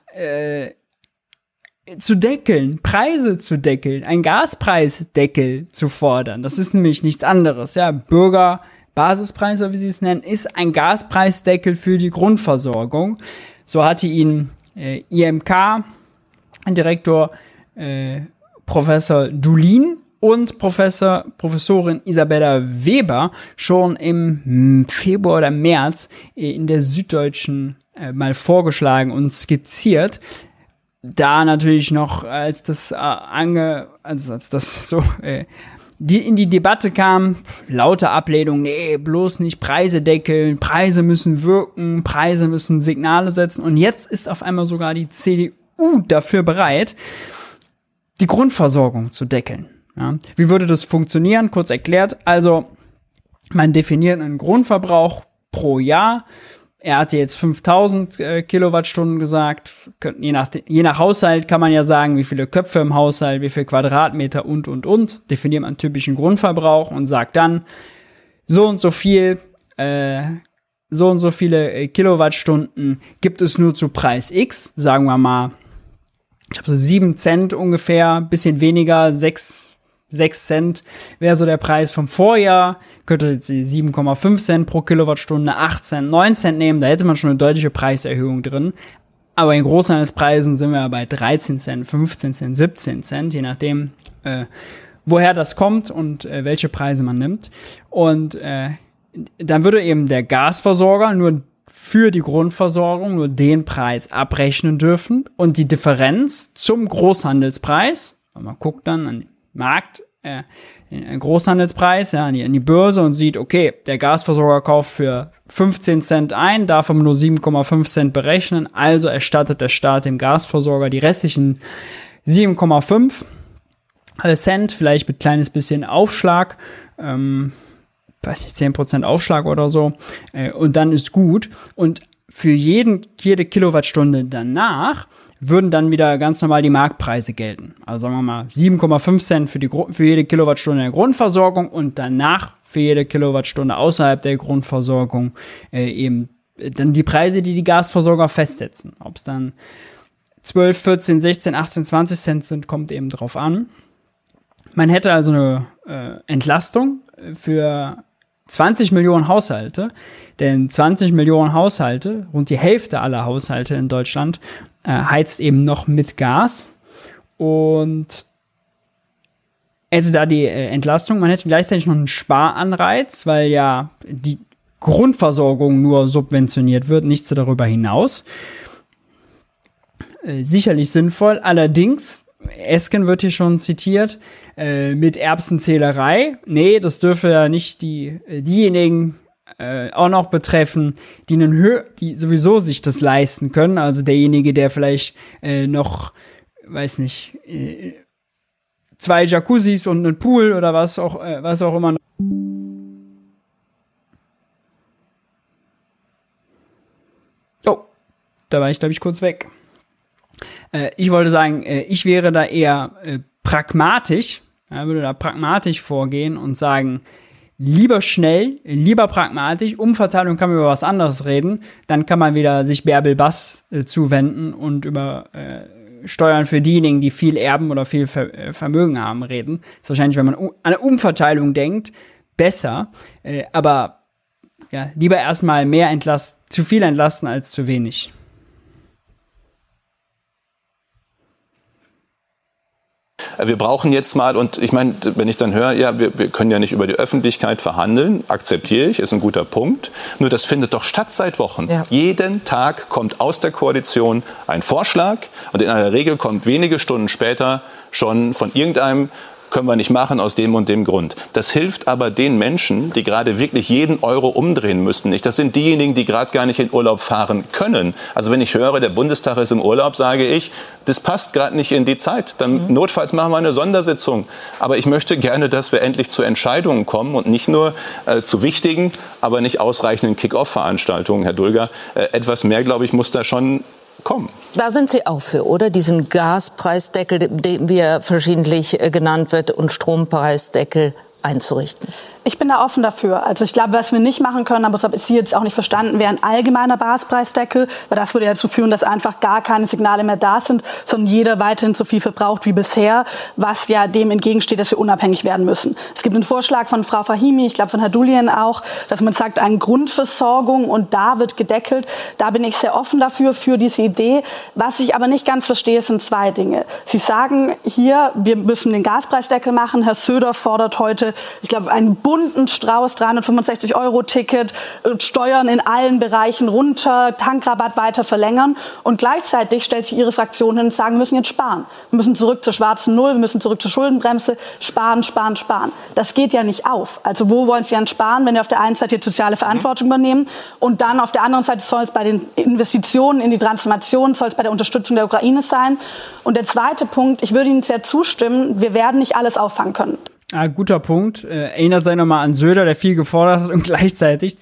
zu deckeln, Preise zu deckeln, einen Gaspreisdeckel zu fordern. Das ist nämlich nichts anderes. Ja, Bürgerbasispreis, wie sie es nennen, ist ein Gaspreisdeckel für die Grundversorgung. So hatte ihn IMK-Direktor Professor Dulin und Professorin Isabella Weber schon im Februar oder März in der Süddeutschen mal vorgeschlagen und skizziert. Da natürlich noch, als das so in die Debatte kam, laute Ablehnung, nee, bloß nicht Preise deckeln, Preise müssen wirken, Preise müssen Signale setzen. Und jetzt ist auf einmal sogar die CDU dafür bereit, die Grundversorgung zu deckeln. Ja. Wie würde das funktionieren? Kurz erklärt. Also, man definiert einen Grundverbrauch pro Jahr er hatte jetzt 5000 Kilowattstunden gesagt. Je nach Haushalt kann man ja sagen, wie viele Köpfe im Haushalt, wie viel Quadratmeter und. Definiert man typischen Grundverbrauch und sagt dann, so und so viele Kilowattstunden gibt es nur zu Preis X, sagen wir mal, ich habe so 7 Cent ungefähr, bisschen weniger, 6 Cent wäre so der Preis vom Vorjahr, könnte jetzt 7,5 Cent pro Kilowattstunde, 8 Cent, 9 Cent nehmen, da hätte man schon eine deutliche Preiserhöhung drin. Aber in Großhandelspreisen sind wir bei 13 Cent, 15 Cent, 17 Cent, je nachdem, woher das kommt und welche Preise man nimmt. Und dann würde eben der Gasversorger nur für die Grundversorgung nur den Preis abrechnen dürfen und die Differenz zum Großhandelspreis, man guckt dann an den Markt, den Großhandelspreis, ja, an die Börse und sieht, okay, der Gasversorger kauft für 15 Cent ein, darf aber nur 7,5 Cent berechnen, also erstattet der Staat dem Gasversorger die restlichen 7,5 Cent, vielleicht mit kleines bisschen Aufschlag, weiß nicht, 10% Aufschlag oder so, und dann ist gut. Und für jede Kilowattstunde danach würden dann wieder ganz normal die Marktpreise gelten. Also sagen wir mal 7,5 Cent für jede Kilowattstunde der Grundversorgung und danach für jede Kilowattstunde außerhalb der Grundversorgung eben dann die Preise, die Gasversorger festsetzen. Ob es dann 12, 14, 16, 18, 20 Cent sind, kommt eben drauf an. Man hätte also eine Entlastung für 20 Millionen Haushalte, denn 20 Millionen Haushalte, rund die Hälfte aller Haushalte in Deutschland, heizt eben noch mit Gas und hätte da die Entlastung. Man hätte gleichzeitig noch einen Sparanreiz, weil ja die Grundversorgung nur subventioniert wird, nichts darüber hinaus. Sicherlich sinnvoll, allerdings, Esken wird hier schon zitiert, mit Erbsenzählerei. Nee, das dürfe ja nicht diejenigen auch noch betreffen, die sowieso sich das leisten können. Also derjenige, der vielleicht noch, weiß nicht, 2 Jacuzzis und einen Pool oder was auch immer. Oh, da war ich, glaube ich, kurz weg. Ich wollte sagen, ich wäre da eher pragmatisch, würde da pragmatisch vorgehen und sagen, lieber schnell, lieber pragmatisch, Umverteilung kann man über was anderes reden, dann kann man wieder sich Bärbel Bass zuwenden und über Steuern für diejenigen, die viel erben oder viel Vermögen haben, reden. Das ist wahrscheinlich, wenn man an eine Umverteilung denkt, besser, aber ja, lieber erstmal zu viel entlasten als zu wenig. Wir brauchen jetzt mal, und ich meine, wenn ich dann höre, ja, wir können ja nicht über die Öffentlichkeit verhandeln, akzeptiere ich, ist ein guter Punkt. Nur das findet doch statt seit Wochen. Ja. Jeden Tag kommt aus der Koalition ein Vorschlag und in aller Regel kommt wenige Stunden später schon von irgendeinem, können wir nicht machen aus dem und dem Grund. Das hilft aber den Menschen, die gerade wirklich jeden Euro umdrehen müssen, nicht. Das sind diejenigen, die gerade gar nicht in Urlaub fahren können. Also wenn ich höre, der Bundestag ist im Urlaub, sage ich, das passt gerade nicht in die Zeit. Dann notfalls machen wir eine Sondersitzung. Aber ich möchte gerne, dass wir endlich zu Entscheidungen kommen und nicht nur zu wichtigen, aber nicht ausreichenden Kick-Off-Veranstaltungen, Herr Dulger. Etwas mehr, glaube ich, muss da schon kommen. Da sind Sie auch für, oder? Diesen Gaspreisdeckel, wie er verschiedentlich genannt wird, und Strompreisdeckel einzurichten. Ich bin da offen dafür. Also ich glaube, was wir nicht machen können, aber das habe ich Sie jetzt auch nicht verstanden, wäre ein allgemeiner Gaspreisdeckel, weil das würde ja dazu führen, dass einfach gar keine Signale mehr da sind, sondern jeder weiterhin so viel verbraucht wie bisher, was ja dem entgegensteht, dass wir unabhängig werden müssen. Es gibt einen Vorschlag von Frau Fahimi, ich glaube von Herr Dulien auch, dass man sagt, eine Grundversorgung und da wird gedeckelt. Da bin ich sehr offen dafür, für diese Idee. Was ich aber nicht ganz verstehe, sind 2 Dinge. Sie sagen hier, wir müssen den Gaspreisdeckel machen. Herr Söder fordert heute, ich glaube, einen bunten Strauß, 365-Euro-Ticket, Steuern in allen Bereichen runter, Tankrabatt weiter verlängern. Und gleichzeitig stellt sich Ihre Fraktion hin und sagen, wir müssen jetzt sparen. Wir müssen zurück zur schwarzen Null, wir müssen zurück zur Schuldenbremse, sparen, sparen, sparen. Das geht ja nicht auf. Also wo wollen Sie dann sparen, wenn wir auf der einen Seite die soziale Verantwortung übernehmen und dann auf der anderen Seite soll es bei den Investitionen in die Transformation, soll es bei der Unterstützung der Ukraine sein. Und der zweite Punkt, ich würde Ihnen sehr zustimmen, wir werden nicht alles auffangen können. Ah, guter Punkt. Erinnert sich nochmal an Söder, der viel gefordert hat und gleichzeitig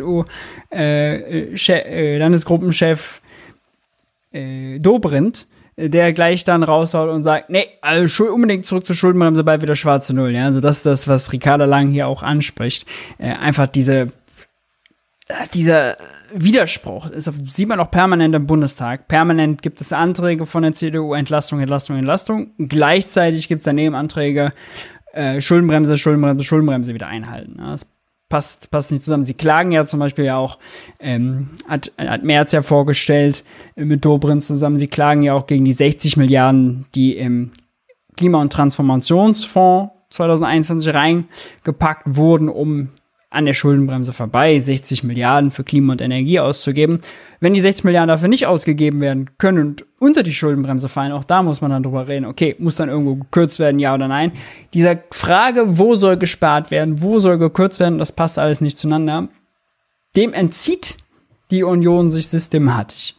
CSU-Landesgruppenchef Dobrindt, der gleich dann raushaut und sagt, nee, also unbedingt zurück zur Schuldenbremse, bald wieder schwarze Null. Ja? Also das ist das, was Ricarda Lang hier auch anspricht. Einfach dieser Widerspruch, das sieht man auch permanent im Bundestag. Permanent gibt es Anträge von der CDU, Entlastung. Gleichzeitig gibt es daneben Anträge, Schuldenbremse wieder einhalten. Ja, das passt nicht zusammen. Sie klagen ja zum Beispiel ja auch, hat Merz ja vorgestellt, mit Dobrindt zusammen, sie klagen ja auch gegen die 60 Milliarden, die im Klima- und Transformationsfonds 2021 reingepackt wurden, um an der Schuldenbremse vorbei 60 Milliarden für Klima und Energie auszugeben. Wenn die 60 Milliarden dafür nicht ausgegeben werden können und unter die Schuldenbremse fallen, auch da muss man dann drüber reden, okay, muss dann irgendwo gekürzt werden, ja oder nein. Dieser Frage, wo soll gespart werden, wo soll gekürzt werden, das passt alles nicht zueinander. Dem entzieht die Union sich systematisch.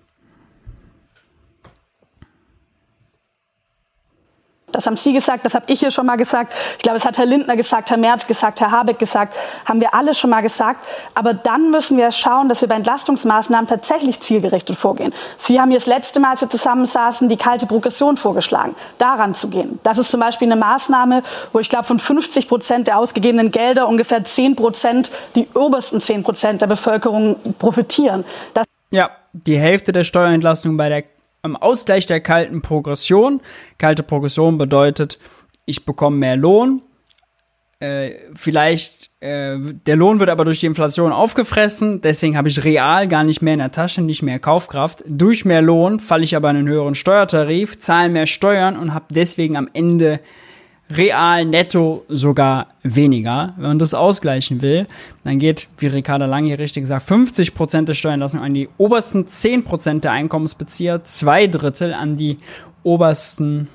Das haben Sie gesagt, das habe ich hier schon mal gesagt. Ich glaube, es hat Herr Lindner gesagt, Herr Merz gesagt, Herr Habeck gesagt, haben wir alle schon mal gesagt. Aber dann müssen wir schauen, dass wir bei Entlastungsmaßnahmen tatsächlich zielgerichtet vorgehen. Sie haben hier das letzte Mal, als wir zusammensaßen, die kalte Progression vorgeschlagen, daran zu gehen. Das ist zum Beispiel eine Maßnahme, wo ich glaube, von 50% der ausgegebenen Gelder ungefähr 10%, die obersten 10% der Bevölkerung profitieren. Ja, die Hälfte der Steuerentlastung bei der Ausgleich der kalten Progression. Kalte Progression bedeutet, ich bekomme mehr Lohn. Der Lohn wird aber durch die Inflation aufgefressen. Deswegen habe ich real gar nicht mehr in der Tasche, nicht mehr Kaufkraft. Durch mehr Lohn falle ich aber in einen höheren Steuertarif, zahle mehr Steuern und habe deswegen am Ende real netto sogar weniger. Wenn man das ausgleichen will, dann geht, wie Ricarda Lang hier richtig gesagt, 50% der Steuerentlastung an die obersten 10% der Einkommensbezieher, 2/3 an die obersten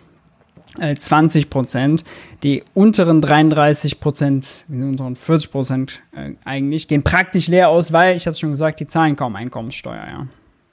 20%. Die unteren 33%, die unteren 40% eigentlich, gehen praktisch leer aus, weil, ich hatte es schon gesagt, die zahlen kaum Einkommenssteuer, ja.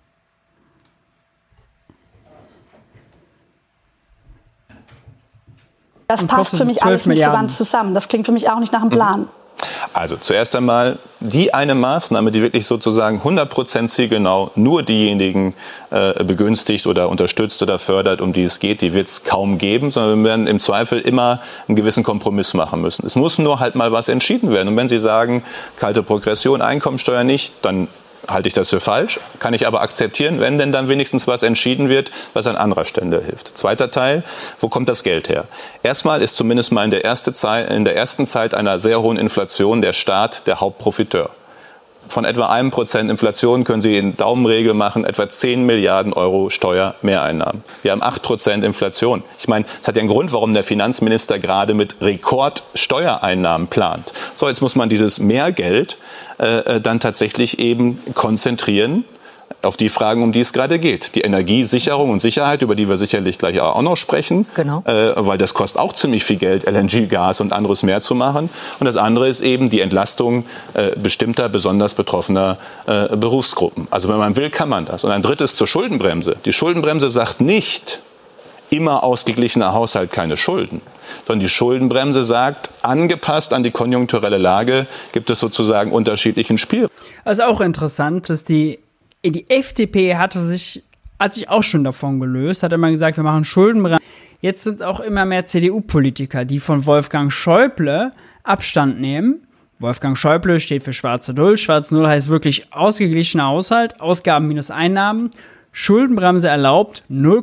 Das passt für mich alles nicht so ganz zusammen. Das klingt für mich auch nicht nach einem Plan. Also zuerst einmal die eine Maßnahme, die wirklich sozusagen 100% zielgenau nur diejenigen begünstigt oder unterstützt oder fördert, um die es geht, die wird es kaum geben, sondern wir werden im Zweifel immer einen gewissen Kompromiss machen müssen. Es muss nur halt mal was entschieden werden. Und wenn Sie sagen, kalte Progression, Einkommensteuer nicht, dann halte ich das für falsch, kann ich aber akzeptieren, wenn denn dann wenigstens was entschieden wird, was an anderer Stelle hilft. Zweiter Teil, wo kommt das Geld her? Erstmal ist zumindest mal in der ersten Zeit einer sehr hohen Inflation der Staat der Hauptprofiteur. Von etwa 1% Inflation können Sie in Daumenregel machen, etwa 10 Milliarden Euro Steuermehreinnahmen. Wir haben 8% Inflation. Ich meine, es hat ja einen Grund, warum der Finanzminister gerade mit Rekordsteuereinnahmen plant. So, jetzt muss man dieses Mehrgeld dann tatsächlich eben konzentrieren auf die Fragen, um die es gerade geht. Die Energiesicherung und Sicherheit, über die wir sicherlich gleich auch noch sprechen, genau. Weil das kostet auch ziemlich viel Geld, LNG, Gas und anderes mehr zu machen. Und das andere ist eben die Entlastung bestimmter, besonders betroffener Berufsgruppen. Also wenn man will, kann man das. Und ein drittes zur Schuldenbremse. Die Schuldenbremse sagt nicht, immer ausgeglichener Haushalt, keine Schulden. Sondern die Schuldenbremse sagt, angepasst an die konjunkturelle Lage gibt es sozusagen unterschiedlichen Spielraum. Also auch interessant, dass die FDP hat sich auch schon davon gelöst, hat immer gesagt, wir machen Schuldenbremse. Jetzt sind es auch immer mehr CDU-Politiker, die von Wolfgang Schäuble Abstand nehmen. Wolfgang Schäuble steht für schwarze Null. Schwarze Null heißt wirklich ausgeglichener Haushalt, Ausgaben minus Einnahmen. Schuldenbremse erlaubt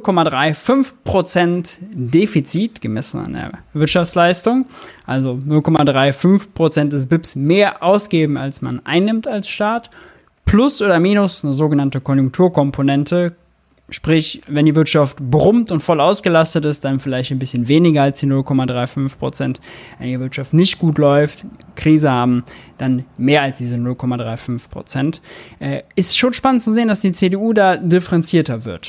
0,35% Defizit, gemessen an der Wirtschaftsleistung. Also 0,35% des BIPs mehr ausgeben, als man einnimmt als Staat. Plus oder minus eine sogenannte Konjunkturkomponente. Sprich, wenn die Wirtschaft brummt und voll ausgelastet ist, dann vielleicht ein bisschen weniger als die 0,35%. Wenn die Wirtschaft nicht gut läuft, Krise haben, dann mehr als diese 0,35%. Ist schon spannend zu sehen, dass die CDU da differenzierter wird.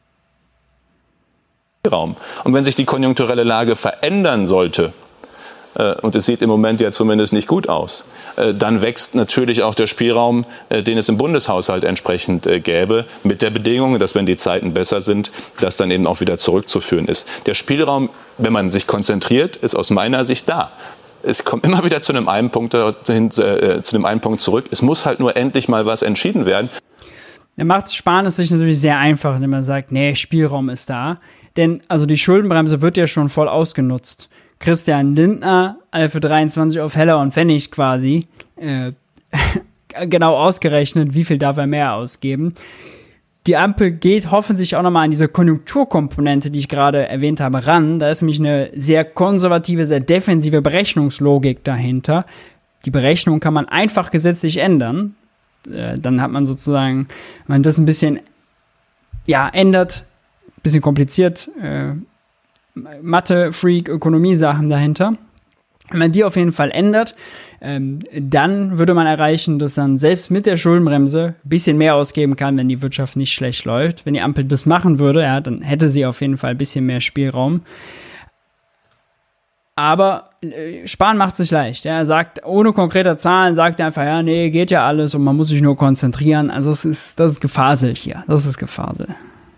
Und wenn sich die konjunkturelle Lage verändern sollte, und es sieht im Moment ja zumindest nicht gut aus, dann wächst natürlich auch der Spielraum, den es im Bundeshaushalt entsprechend gäbe, mit der Bedingung, dass wenn die Zeiten besser sind, das dann eben auch wieder zurückzuführen ist. Der Spielraum, wenn man sich konzentriert, ist aus meiner Sicht da. Es kommt immer wieder zu einem einen Punkt zurück. Es muss halt nur endlich mal was entschieden werden. Da macht Spahn es sich natürlich sehr einfach, indem er sagt, nee, Spielraum ist da. Denn also die Schuldenbremse wird ja schon voll ausgenutzt. Christian Lindner, für 23 auf Heller und Pfennig quasi, genau ausgerechnet, wie viel darf er mehr ausgeben. Die Ampel geht hoffentlich auch nochmal an diese Konjunkturkomponente, die ich gerade erwähnt habe, ran. Da ist nämlich eine sehr konservative, sehr defensive Berechnungslogik dahinter. Die Berechnung kann man einfach gesetzlich ändern. Dann hat man sozusagen, wenn man das ein bisschen ändert, ein bisschen kompliziert, Mathe, Freak, Ökonomie-Sachen dahinter. Wenn man die auf jeden Fall ändert, dann würde man erreichen, dass man selbst mit der Schuldenbremse ein bisschen mehr ausgeben kann, wenn die Wirtschaft nicht schlecht läuft. Wenn die Ampel das machen würde, dann hätte sie auf jeden Fall ein bisschen mehr Spielraum. Aber Spahn macht sich leicht. Er sagt, ohne konkrete Zahlen, sagt er einfach, ja, nee, geht ja alles und man muss sich nur konzentrieren. Also das ist Gefasel hier. Das ist Gefasel.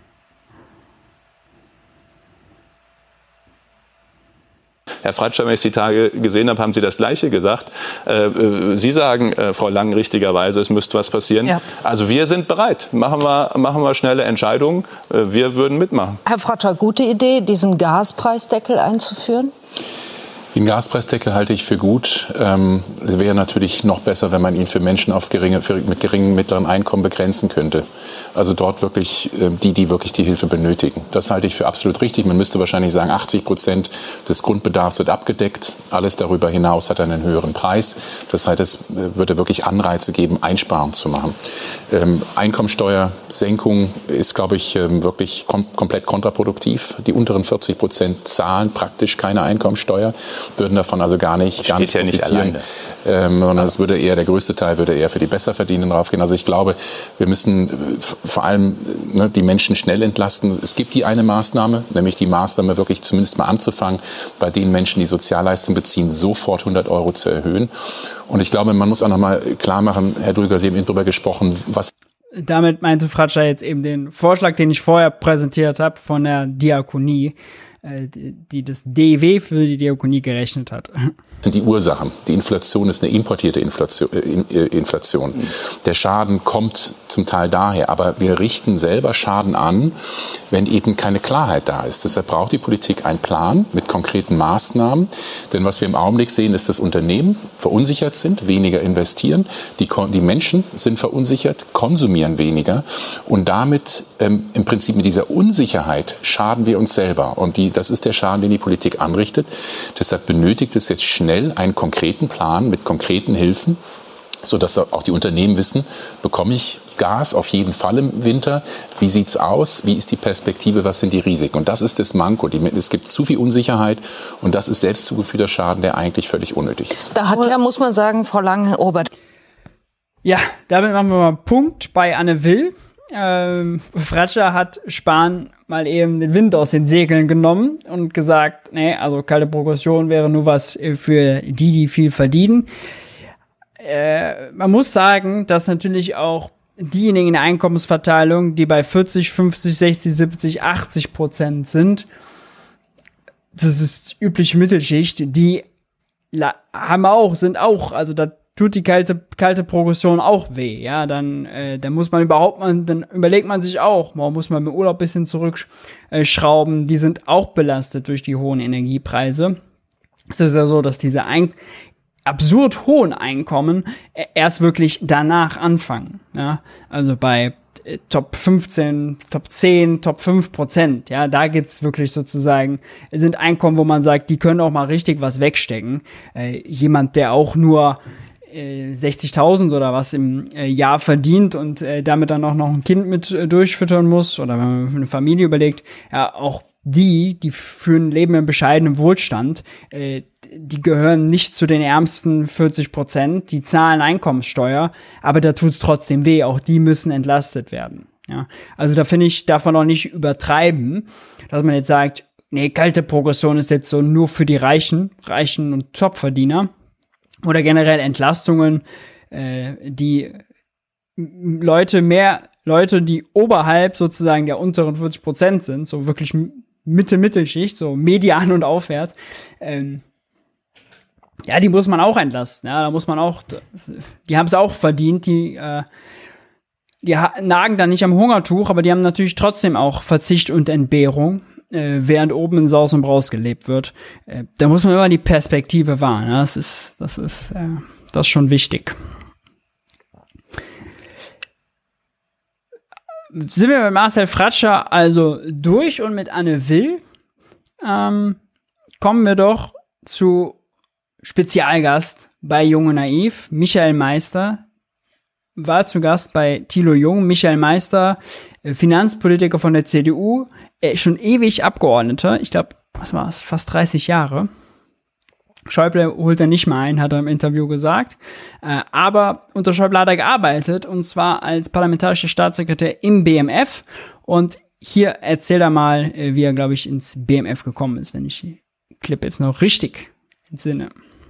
Herr Fratscher, wenn ich Sie Tage gesehen habe, haben Sie das Gleiche gesagt. Sie sagen, Frau Lang, richtigerweise, es müsste was passieren. Ja. Also wir sind bereit. Machen wir schnelle Entscheidungen. Wir würden mitmachen. Herr Fratscher, gute Idee, diesen Gaspreisdeckel einzuführen? Den Gaspreisdeckel halte ich für gut. Es wäre natürlich noch besser, wenn man ihn für Menschen mit geringem mittleren Einkommen begrenzen könnte. Also dort wirklich die wirklich die Hilfe benötigen. Das halte ich für absolut richtig. Man müsste wahrscheinlich sagen, 80% des Grundbedarfs wird abgedeckt. Alles darüber hinaus hat einen höheren Preis. Das heißt, es würde wirklich Anreize geben, Einsparungen zu machen. Einkommensteuersenkung ist, glaube ich, wirklich komplett kontraproduktiv. Die unteren 40% zahlen praktisch keine Einkommensteuer, würden davon also gar nicht profitieren, sondern es würde eher, der größte Teil würde eher für die Besserverdienenden draufgehen. Also ich glaube, wir müssen vor allem die Menschen schnell entlasten. Es gibt die eine Maßnahme, nämlich die Maßnahme wirklich zumindest mal anzufangen, bei den Menschen, die Sozialleistung beziehen, sofort 100 € zu erhöhen. Und ich glaube, man muss auch noch mal klar machen, Herr Drüger, Sie haben eben darüber gesprochen, was... Damit meinte Fratscher jetzt eben den Vorschlag, den ich vorher präsentiert habe von der Diakonie, die das DEW für die Diakonie gerechnet hat. Das sind die Ursachen. Die Inflation ist eine importierte Inflation. Der Schaden kommt zum Teil daher, aber wir richten selber Schaden an, wenn eben keine Klarheit da ist. Deshalb braucht die Politik einen Plan mit konkreten Maßnahmen. Denn was wir im Augenblick sehen, ist, dass Unternehmen verunsichert sind, weniger investieren. Die Menschen sind verunsichert, konsumieren weniger. Und damit im Prinzip mit dieser Unsicherheit schaden wir uns selber. Und das ist der Schaden, den die Politik anrichtet. Deshalb benötigt es jetzt schnell einen konkreten Plan mit konkreten Hilfen, sodass auch die Unternehmen wissen, bekomme ich Gas auf jeden Fall im Winter? Wie sieht's aus? Wie ist die Perspektive? Was sind die Risiken? Und das ist das Manko. Es gibt zu viel Unsicherheit und das ist selbst zugefügter Schaden, der eigentlich völlig unnötig ist. Da hat ja, muss man sagen, Frau Lang, Robert. Ja, damit machen wir mal einen Punkt bei Anne Will. Fratscher hat Spahn mal eben den Wind aus den Segeln genommen und gesagt, nee, also kalte Progression wäre nur was für die viel verdienen. Man muss sagen, dass natürlich auch diejenigen in der Einkommensverteilung, die bei 40, 50, 60, 70, 80% sind, das ist übliche Mittelschicht, die sind auch, also da tut die kalte Progression auch weh, ja, dann muss man dann überlegt man sich auch, man muss man mit Urlaub ein bisschen zurückschrauben, die sind auch belastet durch die hohen Energiepreise. Es ist ja so, dass diese absurd hohen Einkommen erst wirklich danach anfangen, ja, also bei Top 15, Top 10, Top 5%, ja, da geht's wirklich sozusagen, sind Einkommen, wo man sagt, die können auch mal richtig was wegstecken. Jemand, der auch nur 60.000 oder was im Jahr verdient und damit dann auch noch ein Kind mit durchfüttern muss oder wenn man für eine Familie überlegt, ja, auch die führen Leben in bescheidenem Wohlstand, die gehören nicht zu den ärmsten 40%, die zahlen Einkommenssteuer, aber da tut's trotzdem weh, auch die müssen entlastet werden. Ja, also da finde ich, darf man auch nicht übertreiben, dass man jetzt sagt, nee, kalte Progression ist jetzt so nur für die Reichen und Topverdiener. Oder generell Entlastungen, die Leute, die oberhalb sozusagen der unteren 40% sind, so wirklich Mittelschicht, so Median und aufwärts, ja, die muss man auch entlasten. Ja, da muss man auch, die haben es auch verdient, die nagen da nicht am Hungertuch, aber die haben natürlich trotzdem auch Verzicht und Entbehrung, während oben in Saus und Braus gelebt wird. Da muss man immer die Perspektive wahren. Ja, das ist schon wichtig. Sind wir mit Marcel Fratscher also durch und mit Anne Will? Kommen wir doch zu Spezialgast bei Jung und Naiv. Michael Meister war zu Gast bei Thilo Jung. Michael Meister, Finanzpolitiker von der CDU, schon ewig Abgeordneter. Ich glaube, was war es? Fast 30 Jahre. Schäuble holt er nicht mal ein, hat er im Interview gesagt. Aber unter Schäuble hat er gearbeitet, und zwar als parlamentarischer Staatssekretär im BMF. Und hier erzählt er mal, wie er, glaube ich, ins BMF gekommen ist, wenn ich die Clip jetzt noch richtig entsinne.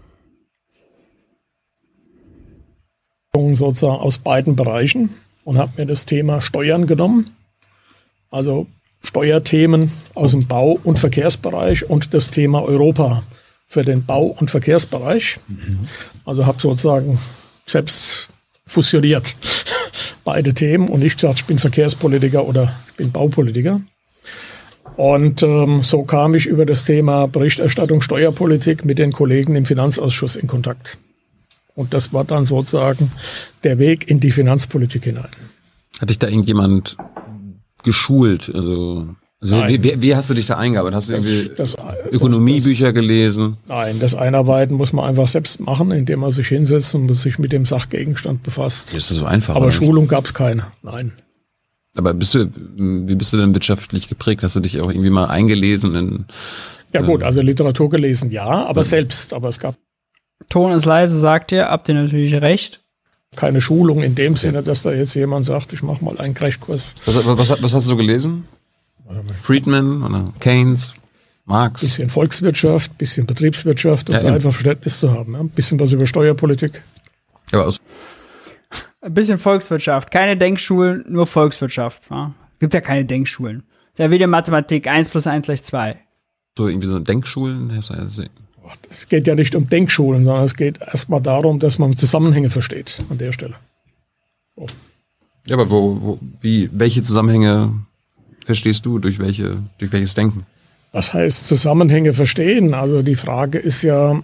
Sozusagen aus beiden Bereichen und habe mir das Thema Steuern genommen. Also Steuerthemen aus dem Bau- und Verkehrsbereich und das Thema Europa für den Bau- und Verkehrsbereich. Also habe sozusagen selbst fusioniert beide Themen und nicht gesagt, ich bin Verkehrspolitiker oder ich bin Baupolitiker. Und so kam ich über das Thema Berichterstattung Steuerpolitik mit den Kollegen im Finanzausschuss in Kontakt. Und das war dann sozusagen der Weg in die Finanzpolitik hinein. Hat dich da irgendjemand geschult? Also wie hast du dich da eingearbeitet? Hast du irgendwie Ökonomiebücher gelesen? Nein, das Einarbeiten muss man einfach selbst machen, indem man sich hinsetzt und sich mit dem Sachgegenstand befasst. Ist das so einfach? Aber Schulung gab es keine, nein. Aber wie bist du denn wirtschaftlich geprägt? Hast du dich auch irgendwie mal eingelesen? Ja gut, also Literatur gelesen, ja, aber selbst. Aber es gab... Ton ist leise, sagt ihr, habt ihr natürlich recht. Keine Schulung in dem Sinne, dass da jetzt jemand sagt, ich mache mal einen Crashkurs. Was hast du so gelesen? Friedman oder Keynes, Marx? Bisschen Volkswirtschaft, bisschen Betriebswirtschaft, um da einfach Verständnis zu haben. Ja? Ein bisschen was über Steuerpolitik. Ja, ein bisschen Volkswirtschaft, keine Denkschulen, nur Volkswirtschaft. Ja? Gibt ja keine Denkschulen. Ist ja wie Mathematik, 1 + 1 = 2. So irgendwie so Denkschulen? Es geht ja nicht um Denkschulen, sondern es geht erstmal darum, dass man Zusammenhänge versteht an der Stelle. So. Ja, aber welche Zusammenhänge verstehst du? Durch welches Denken? Was heißt Zusammenhänge verstehen? Also die Frage ist ja...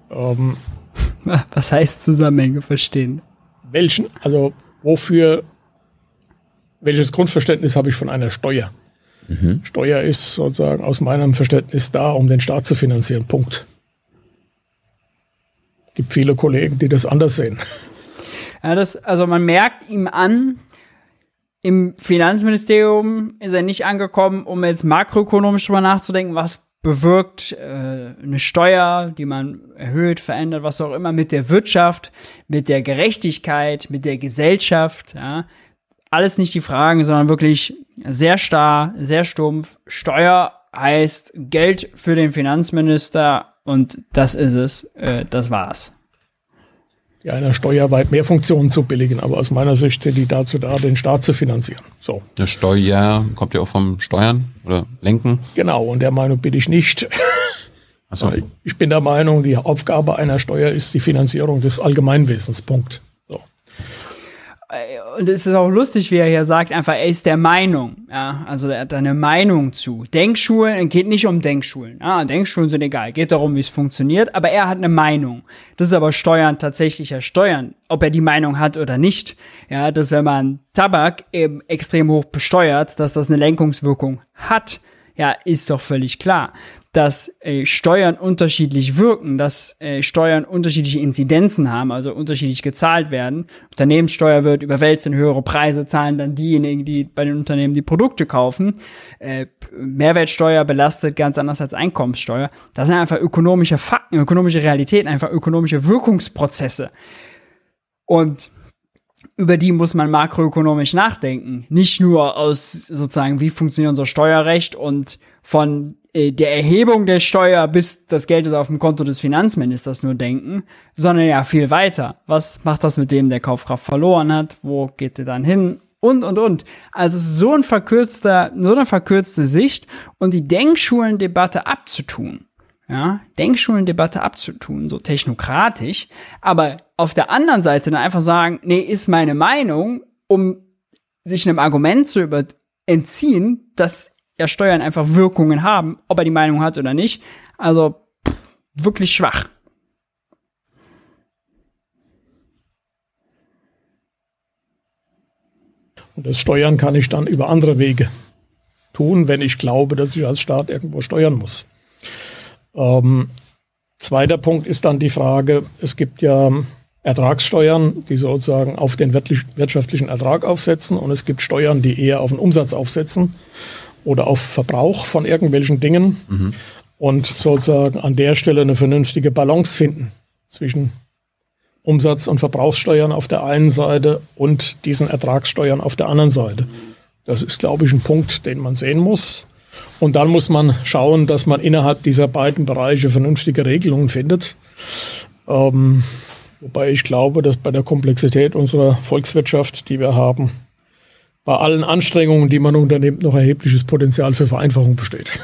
was heißt Zusammenhänge verstehen? Welches Grundverständnis habe ich von einer Steuer? Steuer ist sozusagen aus meinem Verständnis da, um den Staat zu finanzieren. Punkt. Es gibt viele Kollegen, die das anders sehen. Ja, also man merkt ihm an, im Finanzministerium ist er nicht angekommen, um jetzt makroökonomisch drüber nachzudenken, was bewirkt eine Steuer, die man erhöht, verändert, was auch immer, mit der Wirtschaft, mit der Gerechtigkeit, mit der Gesellschaft, ja. Alles nicht die Fragen, sondern wirklich sehr starr, sehr stumpf. Steuer heißt Geld für den Finanzminister und das ist es. Das war's. Ja, einer Steuer weit mehr Funktionen zu billigen, aber aus meiner Sicht sind die dazu da, den Staat zu finanzieren. So. Eine Steuer kommt ja auch vom Steuern oder Lenken. Genau, und der Meinung bin ich nicht. Ach so. Ich bin der Meinung, die Aufgabe einer Steuer ist die Finanzierung des Allgemeinwesens. Punkt. So. Und es ist auch lustig, wie er hier sagt, einfach, er ist der Meinung, ja, also er hat da eine Meinung zu. Denkschulen, geht nicht um Denkschulen, ja, Denkschulen sind egal, geht darum, wie es funktioniert, aber er hat eine Meinung. Das ist aber Steuern tatsächlich ja Steuern, ob er die Meinung hat oder nicht, ja, dass wenn man Tabak eben extrem hoch besteuert, dass das eine Lenkungswirkung hat, ja, ist doch völlig klar. Dass Steuern unterschiedlich wirken, dass Steuern unterschiedliche Inzidenzen haben, also unterschiedlich gezahlt werden. Unternehmenssteuer wird überwälzt in höhere Preise, zahlen dann diejenigen, die bei den Unternehmen die Produkte kaufen. Mehrwertsteuer belastet ganz anders als Einkommenssteuer. Das sind einfach ökonomische Fakten, ökonomische Realitäten, einfach ökonomische Wirkungsprozesse. Und über die muss man makroökonomisch nachdenken. Nicht nur aus sozusagen, wie funktioniert unser Steuerrecht und von der Erhebung der Steuer, bis das Geld ist auf dem Konto des Finanzministers nur denken, sondern ja viel weiter. Was macht das mit dem, der Kaufkraft verloren hat? Wo geht der dann hin? Und. Also so eine verkürzte Sicht und die Denkschulendebatte abzutun. Ja, Denkschulendebatte abzutun, so technokratisch, aber auf der anderen Seite dann einfach sagen, nee, ist meine Meinung, um sich einem Argument zu entziehen, dass ja Steuern einfach Wirkungen haben, ob er die Meinung hat oder nicht. Also wirklich schwach. Und das Steuern kann ich dann über andere Wege tun, wenn ich glaube, dass ich als Staat irgendwo steuern muss. Zweiter Punkt ist dann die Frage, es gibt ja Ertragssteuern, die sozusagen auf den wirtschaftlichen Ertrag aufsetzen und es gibt Steuern, die eher auf den Umsatz aufsetzen oder auf Verbrauch von irgendwelchen Dingen und sozusagen an der Stelle eine vernünftige Balance finden zwischen Umsatz- und Verbrauchssteuern auf der einen Seite und diesen Ertragssteuern auf der anderen Seite. Das ist, glaube ich, ein Punkt, den man sehen muss. Und dann muss man schauen, dass man innerhalb dieser beiden Bereiche vernünftige Regelungen findet. Wobei ich glaube, dass bei der Komplexität unserer Volkswirtschaft, die wir haben, bei allen Anstrengungen, die man unternimmt, noch erhebliches Potenzial für Vereinfachung besteht.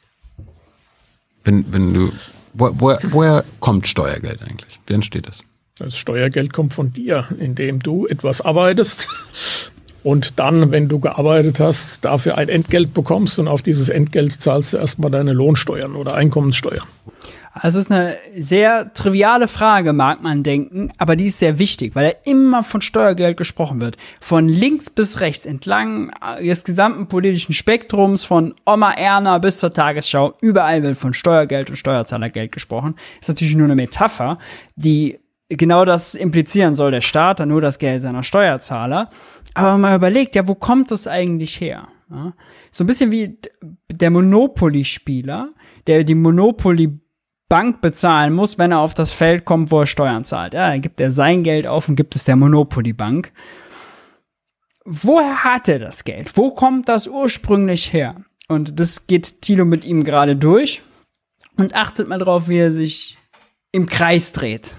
Woher kommt Steuergeld eigentlich? Wie entsteht das? Das Steuergeld kommt von dir, indem du etwas arbeitest und dann, wenn du gearbeitet hast, dafür ein Entgelt bekommst und auf dieses Entgelt zahlst du erstmal deine Lohnsteuern oder Einkommenssteuern. Also es ist eine sehr triviale Frage, mag man denken, aber die ist sehr wichtig, weil ja immer von Steuergeld gesprochen wird. Von links bis rechts, entlang des gesamten politischen Spektrums, von Oma Erna bis zur Tagesschau, überall wird von Steuergeld und Steuerzahlergeld gesprochen. Ist natürlich nur eine Metapher, die genau das implizieren soll, der Staat dann nur das Geld seiner Steuerzahler. Aber man überlegt, ja, wo kommt das eigentlich her? Ja, so ein bisschen wie der Monopoly-Spieler, der die Monopoly-Bank bezahlen muss, wenn er auf das Feld kommt, wo er Steuern zahlt. Ja, dann gibt er sein Geld auf und gibt es der Monopoly-Bank. Woher hat er das Geld? Wo kommt das ursprünglich her? Und das geht Thilo mit ihm gerade durch. Und achtet mal drauf, wie er sich im Kreis dreht.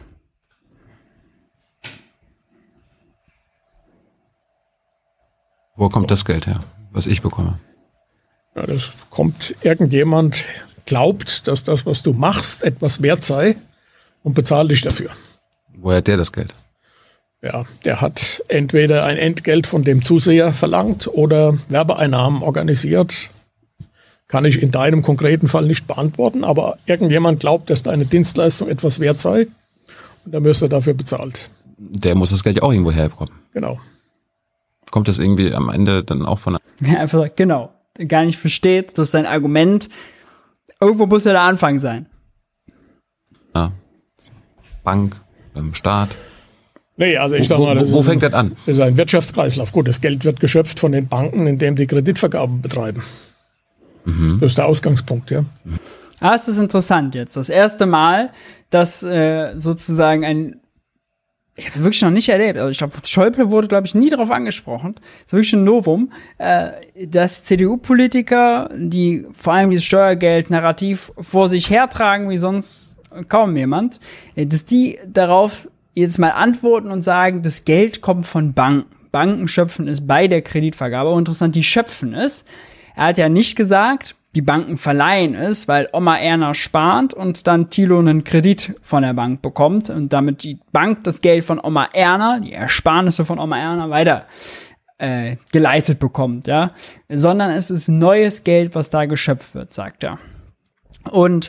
Wo kommt das Geld her, was ich bekomme? Ja, das kommt irgendjemand, glaubt, dass das, was du machst, etwas wert sei und bezahlt dich dafür. Woher hat der das Geld? Ja, der hat entweder ein Entgelt von dem Zuseher verlangt oder Werbeeinnahmen organisiert. Kann ich in deinem konkreten Fall nicht beantworten, aber irgendjemand glaubt, dass deine Dienstleistung etwas wert sei und dann wirst du dafür bezahlt. Der muss das Geld ja auch irgendwo herbekommen. Genau. Kommt das irgendwie am Ende dann auch von... Ja, einfach, genau. Gar nicht versteht, dass sein Argument, irgendwo muss ja der Anfang sein. Ja. Bank, Staat. Nee, also ich sag mal, wo fängt das an? Das ist ein Wirtschaftskreislauf. Gut, das Geld wird geschöpft von den Banken, indem die Kreditvergaben betreiben. Das ist der Ausgangspunkt, ja. Ah, es ist interessant jetzt. Das erste Mal, dass sozusagen ich habe wirklich noch nicht erlebt, also ich glaube, Schäuble wurde, glaube ich, nie darauf angesprochen. Das ist wirklich ein Novum, dass CDU-Politiker, die vor allem dieses Steuergeld-Narrativ vor sich hertragen, wie sonst kaum jemand, dass die darauf jetzt mal antworten und sagen, das Geld kommt von Banken. Banken schöpfen es bei der Kreditvergabe. Aber interessant, die schöpfen es. Er hat ja nicht gesagt, die Banken verleihen es, weil Oma Erna spart und dann Thilo einen Kredit von der Bank bekommt und damit die Bank das Geld von Oma Erna, die Ersparnisse von Oma Erna, weiter geleitet bekommt, ja. Sondern es ist neues Geld, was da geschöpft wird, sagt er. Und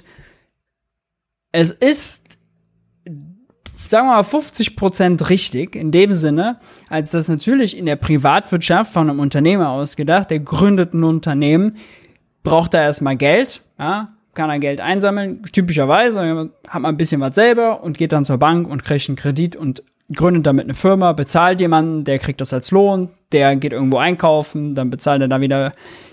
es ist, sagen wir mal, 50% richtig, in dem Sinne, als das natürlich in der Privatwirtschaft von einem Unternehmer ausgedacht, der gründet ein Unternehmen, braucht er erstmal Geld, ja, kann er Geld einsammeln, typischerweise hat man ein bisschen was selber und geht dann zur Bank und kriegt einen Kredit und gründet damit eine Firma, bezahlt jemanden, der kriegt das als Lohn, der geht irgendwo einkaufen, dann bezahlt er da wieder,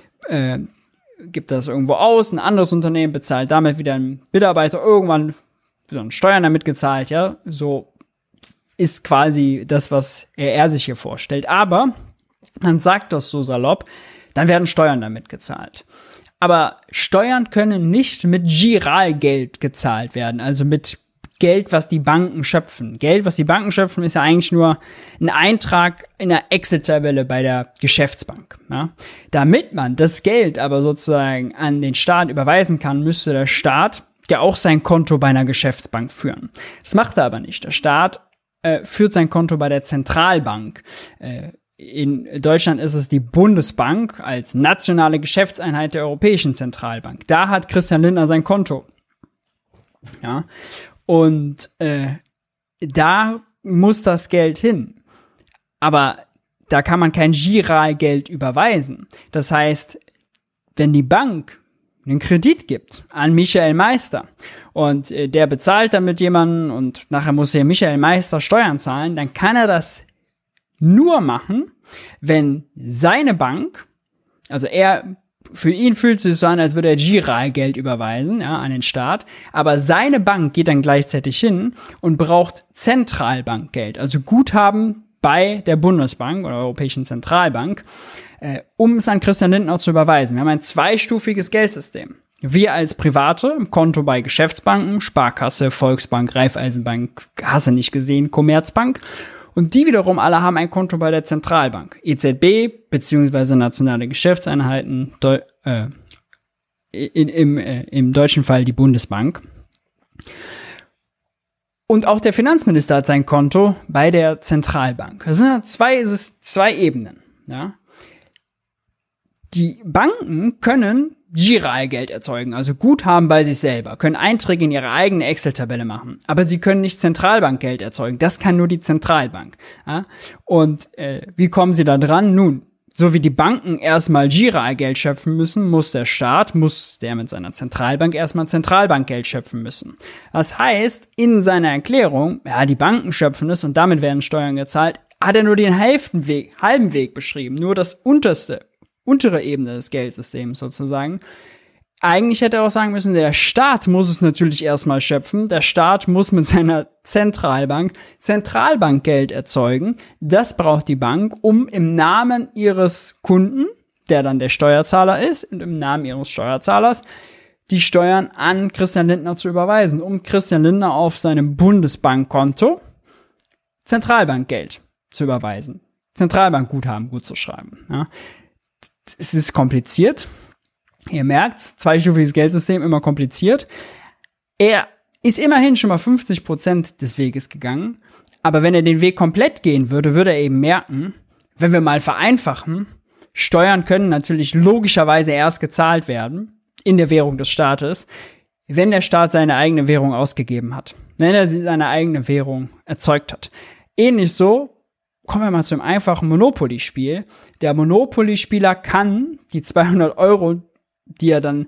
gibt das irgendwo aus, ein anderes Unternehmen bezahlt damit wieder einen Mitarbeiter, irgendwann wird Steuern damit gezahlt, ja, so ist quasi das, was er sich hier vorstellt, aber man sagt das so salopp, dann werden Steuern damit gezahlt. Aber Steuern können nicht mit Giralgeld gezahlt werden, also mit Geld, was die Banken schöpfen. Geld, was die Banken schöpfen, ist ja eigentlich nur ein Eintrag in der Excel-Tabelle bei der Geschäftsbank. Ja? Damit man das Geld aber sozusagen an den Staat überweisen kann, müsste der Staat ja auch sein Konto bei einer Geschäftsbank führen. Das macht er aber nicht. Der Staat führt sein Konto bei der Zentralbank. In Deutschland ist es die Bundesbank als nationale Geschäftseinheit der Europäischen Zentralbank. Da hat Christian Lindner sein Konto. Ja. Und da muss das Geld hin. Aber da kann man kein Giralgeld überweisen. Das heißt, wenn die Bank einen Kredit gibt an Michael Meister und der bezahlt damit jemanden und nachher muss der Michael Meister Steuern zahlen, dann kann er das nur machen, wenn seine Bank, also für ihn fühlt es sich so an, als würde er Giralgeld überweisen, ja, an den Staat, aber seine Bank geht dann gleichzeitig hin und braucht Zentralbankgeld, also Guthaben bei der Bundesbank oder Europäischen Zentralbank, um es an Christian Lindner zu überweisen. Wir haben ein zweistufiges Geldsystem. Wir als Private, Konto bei Geschäftsbanken, Sparkasse, Volksbank, Raiffeisenbank, hast du nicht gesehen, Commerzbank. Und die wiederum alle haben ein Konto bei der Zentralbank. EZB, beziehungsweise nationale Geschäftseinheiten, im deutschen Fall die Bundesbank. Und auch der Finanzminister hat sein Konto bei der Zentralbank. Das sind zwei Ebenen. Ja? Die Banken können Giralgeld erzeugen, also Guthaben bei sich selber, können Einträge in ihre eigene Excel-Tabelle machen, aber sie können nicht Zentralbankgeld erzeugen. Das kann nur die Zentralbank. Ja? Und wie kommen sie da dran? Nun, so wie die Banken erstmal Giralgeld schöpfen müssen, muss der mit seiner Zentralbank erstmal Zentralbankgeld schöpfen müssen. Das heißt, in seiner Erklärung, ja, die Banken schöpfen es und damit werden Steuern gezahlt, hat er nur den halben Weg beschrieben, nur das untere Ebene des Geldsystems sozusagen. Eigentlich hätte er auch sagen müssen, der Staat muss es natürlich erstmal schöpfen. Der Staat muss mit seiner Zentralbankgeld erzeugen. Das braucht die Bank, um im Namen ihres Kunden, der dann der Steuerzahler ist, und im Namen ihres Steuerzahlers die Steuern an Christian Lindner zu überweisen, um Christian Lindner auf seinem Bundesbankkonto Zentralbankgeld zu überweisen. Zentralbankguthaben gut zu schreiben. Ja. Es ist kompliziert. Ihr merkt, zweistufiges Geldsystem, immer kompliziert. Er ist immerhin schon mal 50% des Weges gegangen. Aber wenn er den Weg komplett gehen würde, würde er eben merken, wenn wir mal vereinfachen, Steuern können natürlich logischerweise erst gezahlt werden in der Währung des Staates, wenn der Staat seine eigene Währung ausgegeben hat. Wenn er seine eigene Währung erzeugt hat. Ähnlich so, kommen wir mal zum einfachen Monopoly-Spiel. Der Monopoly-Spieler kann die 200 €, die er dann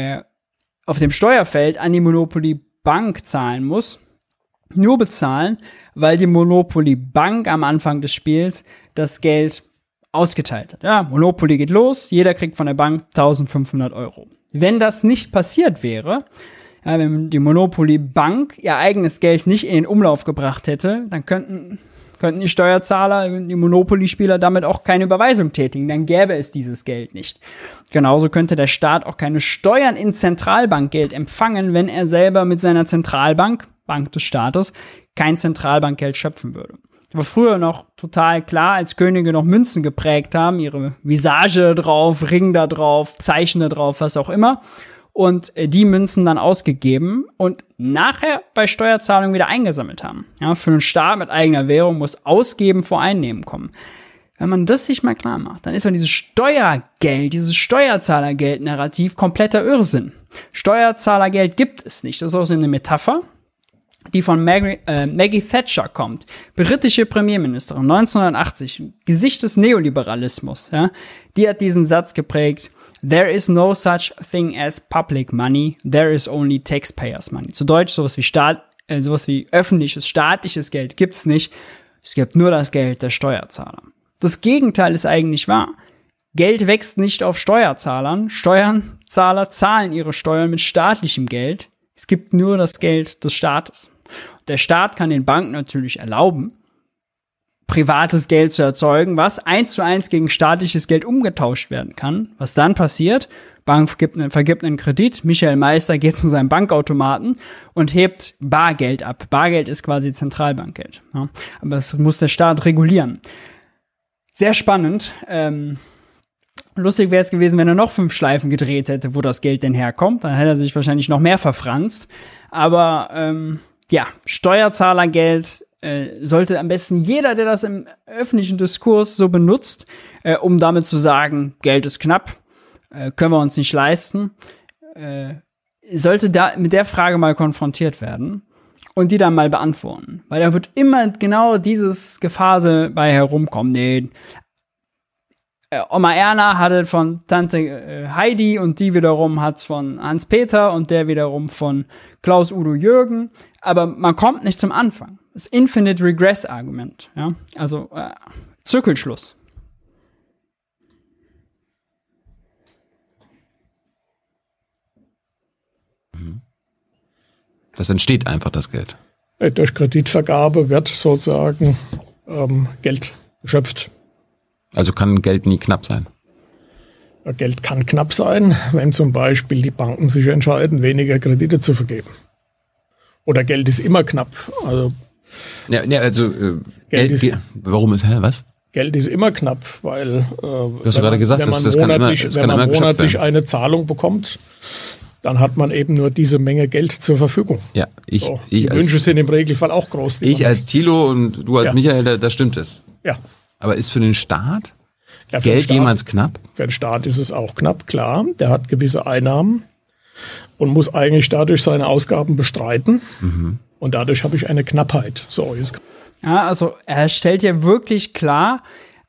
auf dem Steuerfeld an die Monopoly-Bank zahlen muss, nur bezahlen, weil die Monopoly-Bank am Anfang des Spiels das Geld ausgeteilt hat. Ja, Monopoly geht los, jeder kriegt von der Bank 1.500 €. Wenn das nicht passiert wäre, ja, wenn die Monopoly-Bank ihr eigenes Geld nicht in den Umlauf gebracht hätte, dann könnten die Steuerzahler, die Monopoly-Spieler damit auch keine Überweisung tätigen, dann gäbe es dieses Geld nicht. Genauso könnte der Staat auch keine Steuern in Zentralbankgeld empfangen, wenn er selber mit seiner Zentralbank, Bank des Staates, kein Zentralbankgeld schöpfen würde. Das war früher noch total klar, als Könige noch Münzen geprägt haben, ihre Visage drauf, Ring da drauf, Zeichen da drauf, was auch immer. Und die Münzen dann ausgegeben und nachher bei Steuerzahlungen wieder eingesammelt haben. Ja, für einen Staat mit eigener Währung muss Ausgeben vor Einnehmen kommen. Wenn man das sich mal klar macht, dann ist man dieses Steuergeld, dieses Steuerzahlergeld-Narrativ kompletter Irrsinn. Steuerzahlergeld gibt es nicht. Das ist auch so eine Metapher, die von Maggie Thatcher kommt. Britische Premierministerin, 1980, Gesicht des Neoliberalismus. Ja, die hat diesen Satz geprägt: There is no such thing as public money, there is only taxpayers money. Zu Deutsch sowas wie öffentliches, staatliches Geld gibt's nicht. Es gibt nur das Geld der Steuerzahler. Das Gegenteil ist eigentlich wahr. Geld wächst nicht auf Steuerzahlern. Steuerzahler zahlen ihre Steuern mit staatlichem Geld. Es gibt nur das Geld des Staates. Der Staat kann den Banken natürlich erlauben, privates Geld zu erzeugen, was 1:1 gegen staatliches Geld umgetauscht werden kann. Was dann passiert? Bank vergibt einen Kredit, Michael Meister geht zu seinem Bankautomaten und hebt Bargeld ab. Bargeld ist quasi Zentralbankgeld. Ja? Aber das muss der Staat regulieren. Sehr spannend. Lustig wäre es gewesen, wenn er noch 5 Schleifen gedreht hätte, wo das Geld denn herkommt. Dann hätte er sich wahrscheinlich noch mehr verfranst. Aber Steuerzahlergeld sollte am besten jeder, der das im öffentlichen Diskurs so benutzt, um damit zu sagen, Geld ist knapp, können wir uns nicht leisten, sollte da mit der Frage mal konfrontiert werden und die dann mal beantworten. Weil da wird immer genau dieses Gefasel bei herumkommen. Nee, Oma Erna hatte von Tante Heidi und die wiederum hat's von Hans-Peter und der wiederum von Klaus-Udo Jürgen. Aber man kommt nicht zum Anfang. Das Infinite Regress Argument. Ja? Also Zirkelschluss. Das entsteht einfach, das Geld. Durch Kreditvergabe wird sozusagen Geld geschöpft. Also kann Geld nie knapp sein? Geld kann knapp sein, wenn zum Beispiel die Banken sich entscheiden, weniger Kredite zu vergeben. Oder Geld ist immer knapp. Also, warum ist, was? Geld ist immer knapp, weil du hast gerade gesagt, wenn man monatlich eine Zahlung bekommt, dann hat man eben nur diese Menge Geld zur Verfügung. Ja, die Wünsche sind im Regelfall auch groß. Ich als Thilo und du als Michael, da stimmt es. Ja. Aber ist für den Staat Geld jemals knapp? Für den Staat ist es auch knapp, klar. Der hat gewisse Einnahmen und muss eigentlich dadurch seine Ausgaben bestreiten. Mhm. Und dadurch habe ich eine Knappheit. So, jetzt. Ja, also er stellt ja wirklich klar,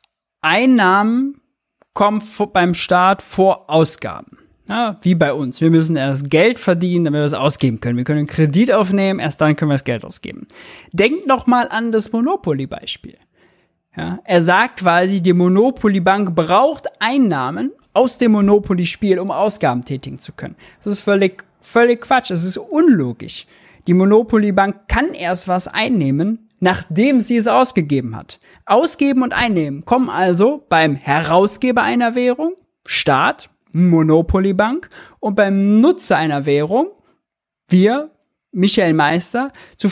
Einnahmen kommen beim Staat vor Ausgaben. Ja, wie bei uns. Wir müssen erst Geld verdienen, damit wir es ausgeben können. Wir können einen Kredit aufnehmen, erst dann können wir das Geld ausgeben. Denkt noch mal an das Monopoly-Beispiel. Ja, er sagt quasi, die Monopoly-Bank braucht Einnahmen aus dem Monopoly-Spiel, um Ausgaben tätigen zu können. Das ist völlig Quatsch. Das ist unlogisch. Die Monopoly-Bank kann erst was einnehmen, nachdem sie es ausgegeben hat. Ausgeben und einnehmen kommen also beim Herausgeber einer Währung, Staat, Monopoly-Bank, und beim Nutzer einer Währung, wir, Michael Meister,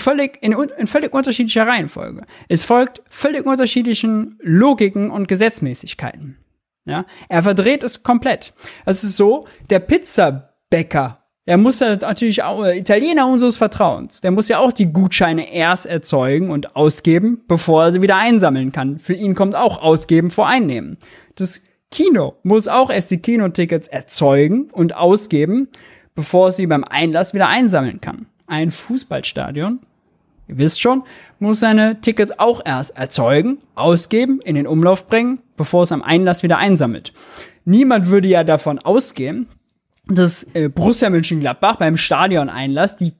in völlig unterschiedlicher Reihenfolge. Es folgt völlig unterschiedlichen Logiken und Gesetzmäßigkeiten. Ja? Er verdreht es komplett. Es ist so, der Pizzabäcker, der muss ja natürlich auch, Italiener unseres Vertrauens, der muss ja auch die Gutscheine erst erzeugen und ausgeben, bevor er sie wieder einsammeln kann. Für ihn kommt auch Ausgeben vor Einnehmen. Das Kino muss auch erst die Kinotickets erzeugen und ausgeben, bevor es sie beim Einlass wieder einsammeln kann. Ein Fußballstadion, ihr wisst schon, muss seine Tickets auch erst erzeugen, ausgeben, in den Umlauf bringen, bevor es am Einlass wieder einsammelt. Niemand würde ja davon ausgehen, dass Borussia Mönchengladbach beim Stadioneinlass die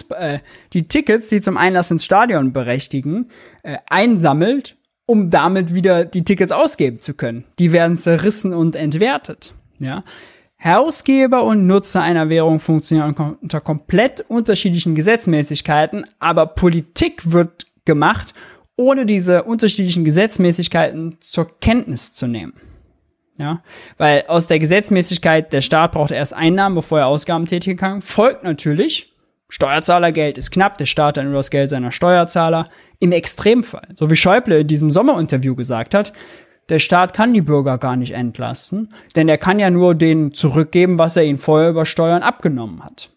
Tickets, die zum Einlass ins Stadion berechtigen, einsammelt, um damit wieder die Tickets ausgeben zu können. Die werden zerrissen und entwertet. Ja? Herausgeber und Nutzer einer Währung funktionieren unter komplett unterschiedlichen Gesetzmäßigkeiten, aber Politik wird gemacht, ohne diese unterschiedlichen Gesetzmäßigkeiten zur Kenntnis zu nehmen. Ja? Weil aus der Gesetzmäßigkeit, der Staat braucht erst Einnahmen, bevor er Ausgaben tätigen kann, folgt natürlich, Steuerzahlergeld ist knapp, der Staat hat nur das Geld seiner Steuerzahler. Im Extremfall, so wie Schäuble in diesem Sommerinterview gesagt hat, der Staat kann die Bürger gar nicht entlasten, denn er kann ja nur denen zurückgeben, was er ihnen vorher über Steuern abgenommen hat.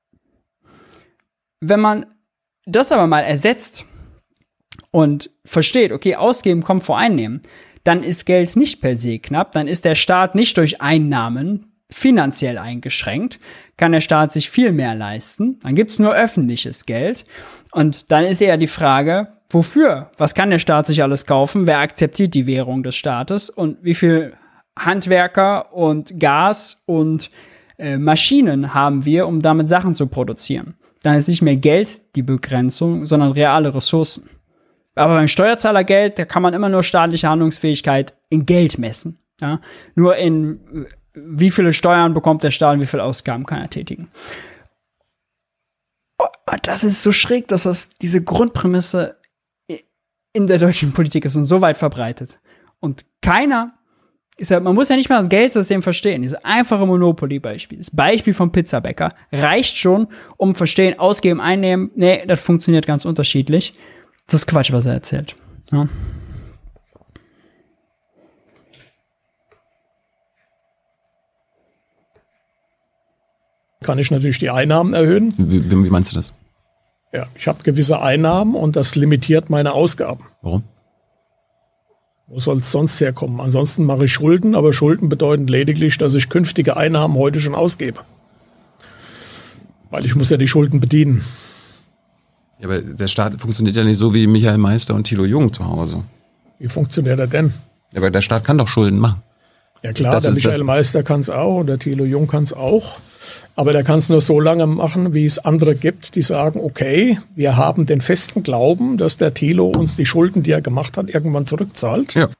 Wenn man das aber mal ersetzt und versteht, okay, Ausgeben kommt vor Einnehmen, dann ist Geld nicht per se knapp, dann ist der Staat nicht durch Einnahmen finanziell eingeschränkt, kann der Staat sich viel mehr leisten, dann gibt's nur öffentliches Geld und dann ist eher die Frage, wofür? Was kann der Staat sich alles kaufen? Wer akzeptiert die Währung des Staates? Und wie viel Handwerker und Gas und Maschinen haben wir, um damit Sachen zu produzieren? Dann ist nicht mehr Geld die Begrenzung, sondern reale Ressourcen. Aber beim Steuerzahlergeld, da kann man immer nur staatliche Handlungsfähigkeit in Geld messen. Ja? Nur in wie viele Steuern bekommt der Staat und wie viele Ausgaben kann er tätigen. Und das ist so schräg, dass diese Grundprämisse in der deutschen Politik ist und so weit verbreitet. Und keiner man muss ja nicht mal das Geldsystem verstehen. Dieses einfache Monopoly-Beispiel, das Beispiel vom Pizzabäcker reicht schon, um verstehen, ausgeben, einnehmen. Nee, das funktioniert ganz unterschiedlich. Das ist Quatsch, was er erzählt. Ja. Kann ich natürlich die Einnahmen erhöhen. Wie meinst du das? Ja, ich habe gewisse Einnahmen und das limitiert meine Ausgaben. Warum? Wo soll es sonst herkommen? Ansonsten mache ich Schulden, aber Schulden bedeuten lediglich, dass ich künftige Einnahmen heute schon ausgebe. Weil ich muss ja die Schulden bedienen. Ja, aber der Staat funktioniert ja nicht so wie Michael Meister und Thilo Jung zu Hause. Wie funktioniert er denn? Ja, aber der Staat kann doch Schulden machen. Ja klar, der Michael Meister kann es auch und der Thilo Jung kann es auch. Aber der kann es nur so lange machen, wie es andere gibt, die sagen, okay, wir haben den festen Glauben, dass der Thilo uns die Schulden, die er gemacht hat, irgendwann zurückzahlt. Ja.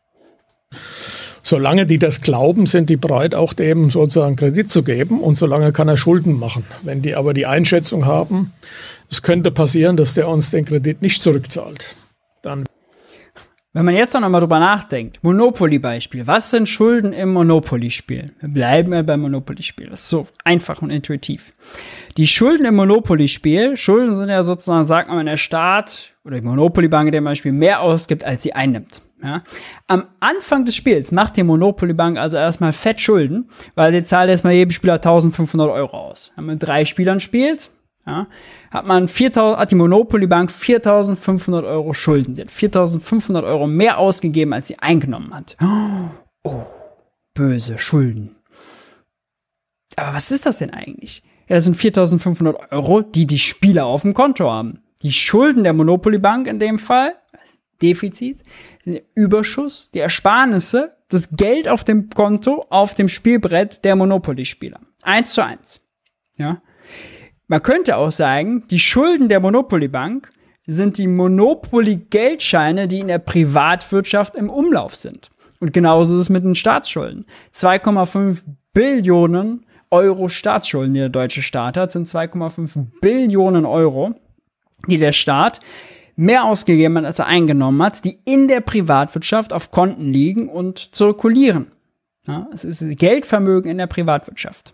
Solange die das glauben, sind die bereit, auch dem sozusagen Kredit zu geben und solange kann er Schulden machen. Wenn die aber die Einschätzung haben, es könnte passieren, dass der uns den Kredit nicht zurückzahlt, dann... Wenn man jetzt noch mal drüber nachdenkt, Monopoly-Beispiel, was sind Schulden im Monopoly-Spiel? Wir bleiben ja beim Monopoly-Spiel, das ist so einfach und intuitiv. Die Schulden im Monopoly-Spiel, Schulden sind ja sozusagen, sagt man, wenn der Staat oder die Monopoly-Bank in dem Beispiel mehr ausgibt, als sie einnimmt. Ja? Am Anfang des Spiels macht die Monopoly-Bank also erstmal fett Schulden, weil sie zahlt erstmal jedem Spieler 1.500 € aus. Wenn man mit 3 Spielern spielt, ja, hat die Monopoly-Bank 4.500 € Schulden. Sie hat 4.500 € mehr ausgegeben, als sie eingenommen hat. Oh, böse Schulden. Aber was ist das denn eigentlich? Ja, das sind 4.500 €, die die Spieler auf dem Konto haben. Die Schulden der Monopoly-Bank in dem Fall, Defizit, der Überschuss, die Ersparnisse, das Geld auf dem Konto, auf dem Spielbrett der Monopoly-Spieler. 1:1. Ja. Man könnte auch sagen, die Schulden der Monopoly-Bank sind die Monopoly-Geldscheine, die in der Privatwirtschaft im Umlauf sind. Und genauso ist es mit den Staatsschulden. 2,5 Billionen € Staatsschulden, die der deutsche Staat hat, sind 2,5 Billionen €, die der Staat mehr ausgegeben hat, als er eingenommen hat, die in der Privatwirtschaft auf Konten liegen und zirkulieren. Ja, es ist Geldvermögen in der Privatwirtschaft.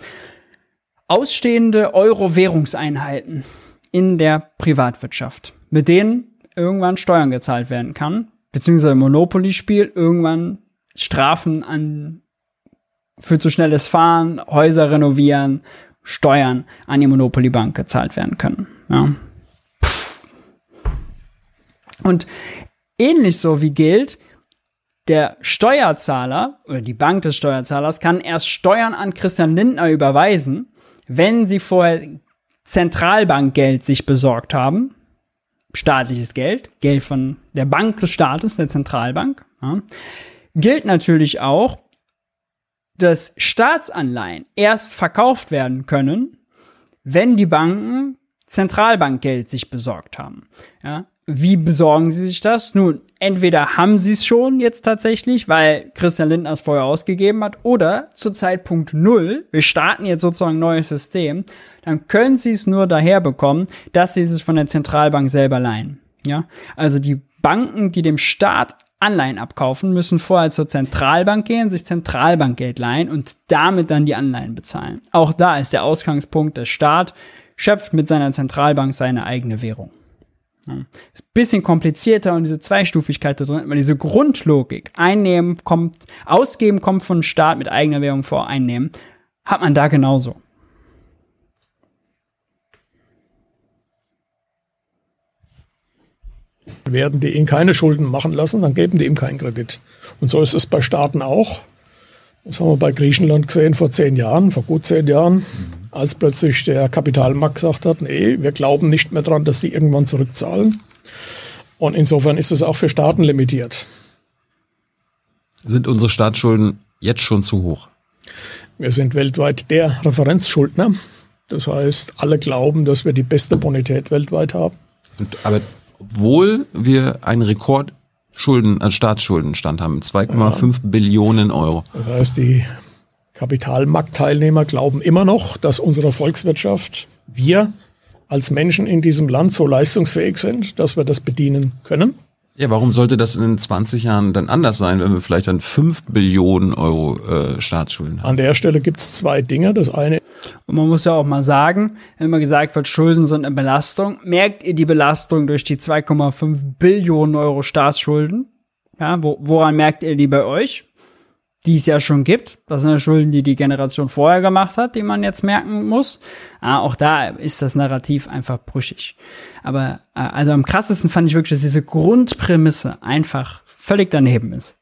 Ausstehende Euro-Währungseinheiten in der Privatwirtschaft, mit denen irgendwann Steuern gezahlt werden kann, beziehungsweise im Monopoly-Spiel irgendwann Strafen für zu schnelles Fahren, Häuser renovieren, Steuern an die Monopoly-Bank gezahlt werden können. Ja. Und ähnlich so wie gilt, der Steuerzahler oder die Bank des Steuerzahlers kann erst Steuern an Christian Lindner überweisen, wenn sie vorher Zentralbankgeld sich besorgt haben, staatliches Geld, Geld von der Bank des Staates, der Zentralbank, ja, gilt natürlich auch, dass Staatsanleihen erst verkauft werden können, wenn die Banken Zentralbankgeld sich besorgt haben. Ja, wie besorgen sie sich das? Nun, entweder haben sie es schon jetzt tatsächlich, weil Christian Lindner es vorher ausgegeben hat, oder zu Zeitpunkt 0, wir starten jetzt sozusagen ein neues System, dann können sie es nur daher bekommen, dass sie es von der Zentralbank selber leihen. Ja? Also die Banken, die dem Staat Anleihen abkaufen, müssen vorher zur Zentralbank gehen, sich Zentralbankgeld leihen und damit dann die Anleihen bezahlen. Auch da ist der Ausgangspunkt, der Staat schöpft mit seiner Zentralbank seine eigene Währung. Ja. Ist ein bisschen komplizierter und diese Zweistufigkeit da drin, weil diese Grundlogik, Ausgeben kommt von Staat mit eigener Währung vor Einnehmen, hat man da genauso. Werden die ihn keine Schulden machen lassen, dann geben die ihm keinen Kredit. Und so ist es bei Staaten auch. Das haben wir bei Griechenland gesehen vor gut 10 Jahren, als plötzlich der Kapitalmarkt gesagt hat, nee, wir glauben nicht mehr dran, dass die irgendwann zurückzahlen. Und insofern ist es auch für Staaten limitiert. Sind unsere Staatsschulden jetzt schon zu hoch? Wir sind weltweit der Referenzschuldner. Das heißt, alle glauben, dass wir die beste Bonität weltweit haben. Aber obwohl wir einen Staatsschuldenstand haben, 2,5 Billionen Euro. Das heißt, die Kapitalmarktteilnehmer glauben immer noch, dass unsere Volkswirtschaft, wir als Menschen in diesem Land so leistungsfähig sind, dass wir das bedienen können. Ja, warum sollte das in 20 Jahren dann anders sein, wenn wir vielleicht dann 5 Billionen Euro Staatsschulden haben? An der Stelle gibt es zwei Dinge. Das eine. Und man muss ja auch mal sagen, wenn immer gesagt wird, Schulden sind eine Belastung, merkt ihr die Belastung durch die 2,5 Billionen Euro Staatsschulden? Ja, woran merkt ihr die bei euch? Die es ja schon gibt. Das sind ja Schulden, die die Generation vorher gemacht hat, die man jetzt merken muss. Auch da ist das Narrativ einfach brüchig. Aber also am krassesten fand ich wirklich, dass diese Grundprämisse einfach völlig daneben ist.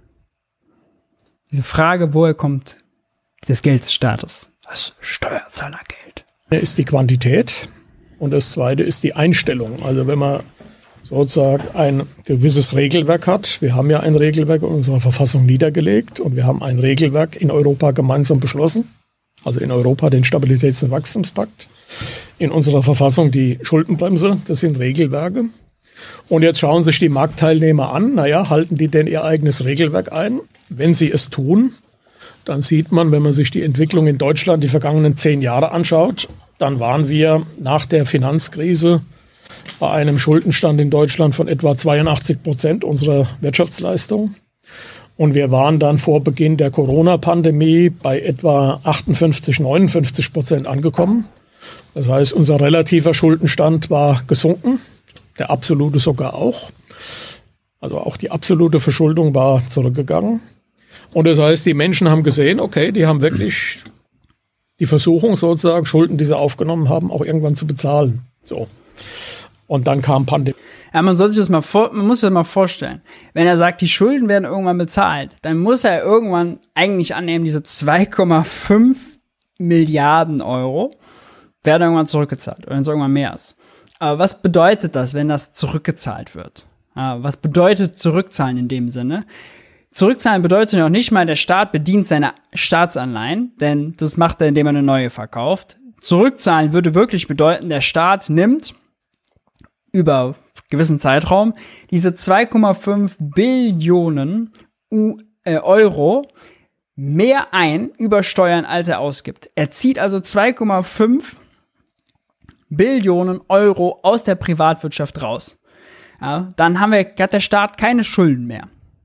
Diese Frage, woher kommt das Geld des Staates? Das Steuerzahlergeld. Ist die Quantität und das zweite ist die Einstellung. Also wenn man sozusagen ein gewisses Regelwerk hat. Wir haben ja ein Regelwerk in unserer Verfassung niedergelegt und wir haben ein Regelwerk in Europa gemeinsam beschlossen. Also in Europa den Stabilitäts- und Wachstumspakt. In unserer Verfassung die Schuldenbremse. Das sind Regelwerke. Und jetzt schauen sich die Marktteilnehmer an. Naja, halten die denn ihr eigenes Regelwerk ein? Wenn sie es tun, dann sieht man, wenn man sich die Entwicklung in Deutschland die vergangenen 10 Jahre anschaut, dann waren wir nach der Finanzkrise bei einem Schuldenstand in Deutschland von etwa 82% unserer Wirtschaftsleistung. Und wir waren dann vor Beginn der Corona-Pandemie bei etwa 58-59% angekommen. Das heißt, unser relativer Schuldenstand war gesunken, der absolute sogar auch. Also auch die absolute Verschuldung war zurückgegangen. Und das heißt, die Menschen haben gesehen, okay, die haben wirklich die Versuchung sozusagen, Schulden, die sie aufgenommen haben, auch irgendwann zu bezahlen. So. Und dann kam Pandemie. Ja, man muss sich das mal vorstellen. Wenn er sagt, die Schulden werden irgendwann bezahlt, dann muss er irgendwann eigentlich annehmen, diese 2,5 Milliarden Euro werden irgendwann zurückgezahlt, oder wenn es irgendwann mehr ist. Aber was bedeutet das, wenn das zurückgezahlt wird? Was bedeutet zurückzahlen in dem Sinne? Zurückzahlen bedeutet noch nicht mal, der Staat bedient seine Staatsanleihen, denn das macht er, indem er eine neue verkauft. Zurückzahlen würde wirklich bedeuten, der Staat nimmt über einen gewissen Zeitraum diese 2,5 Billionen Euro mehr ein über Steuern, als er ausgibt. Er zieht also 2,5 Billionen Euro aus der Privatwirtschaft raus. Ja, dann hat der Staat keine Schulden mehr.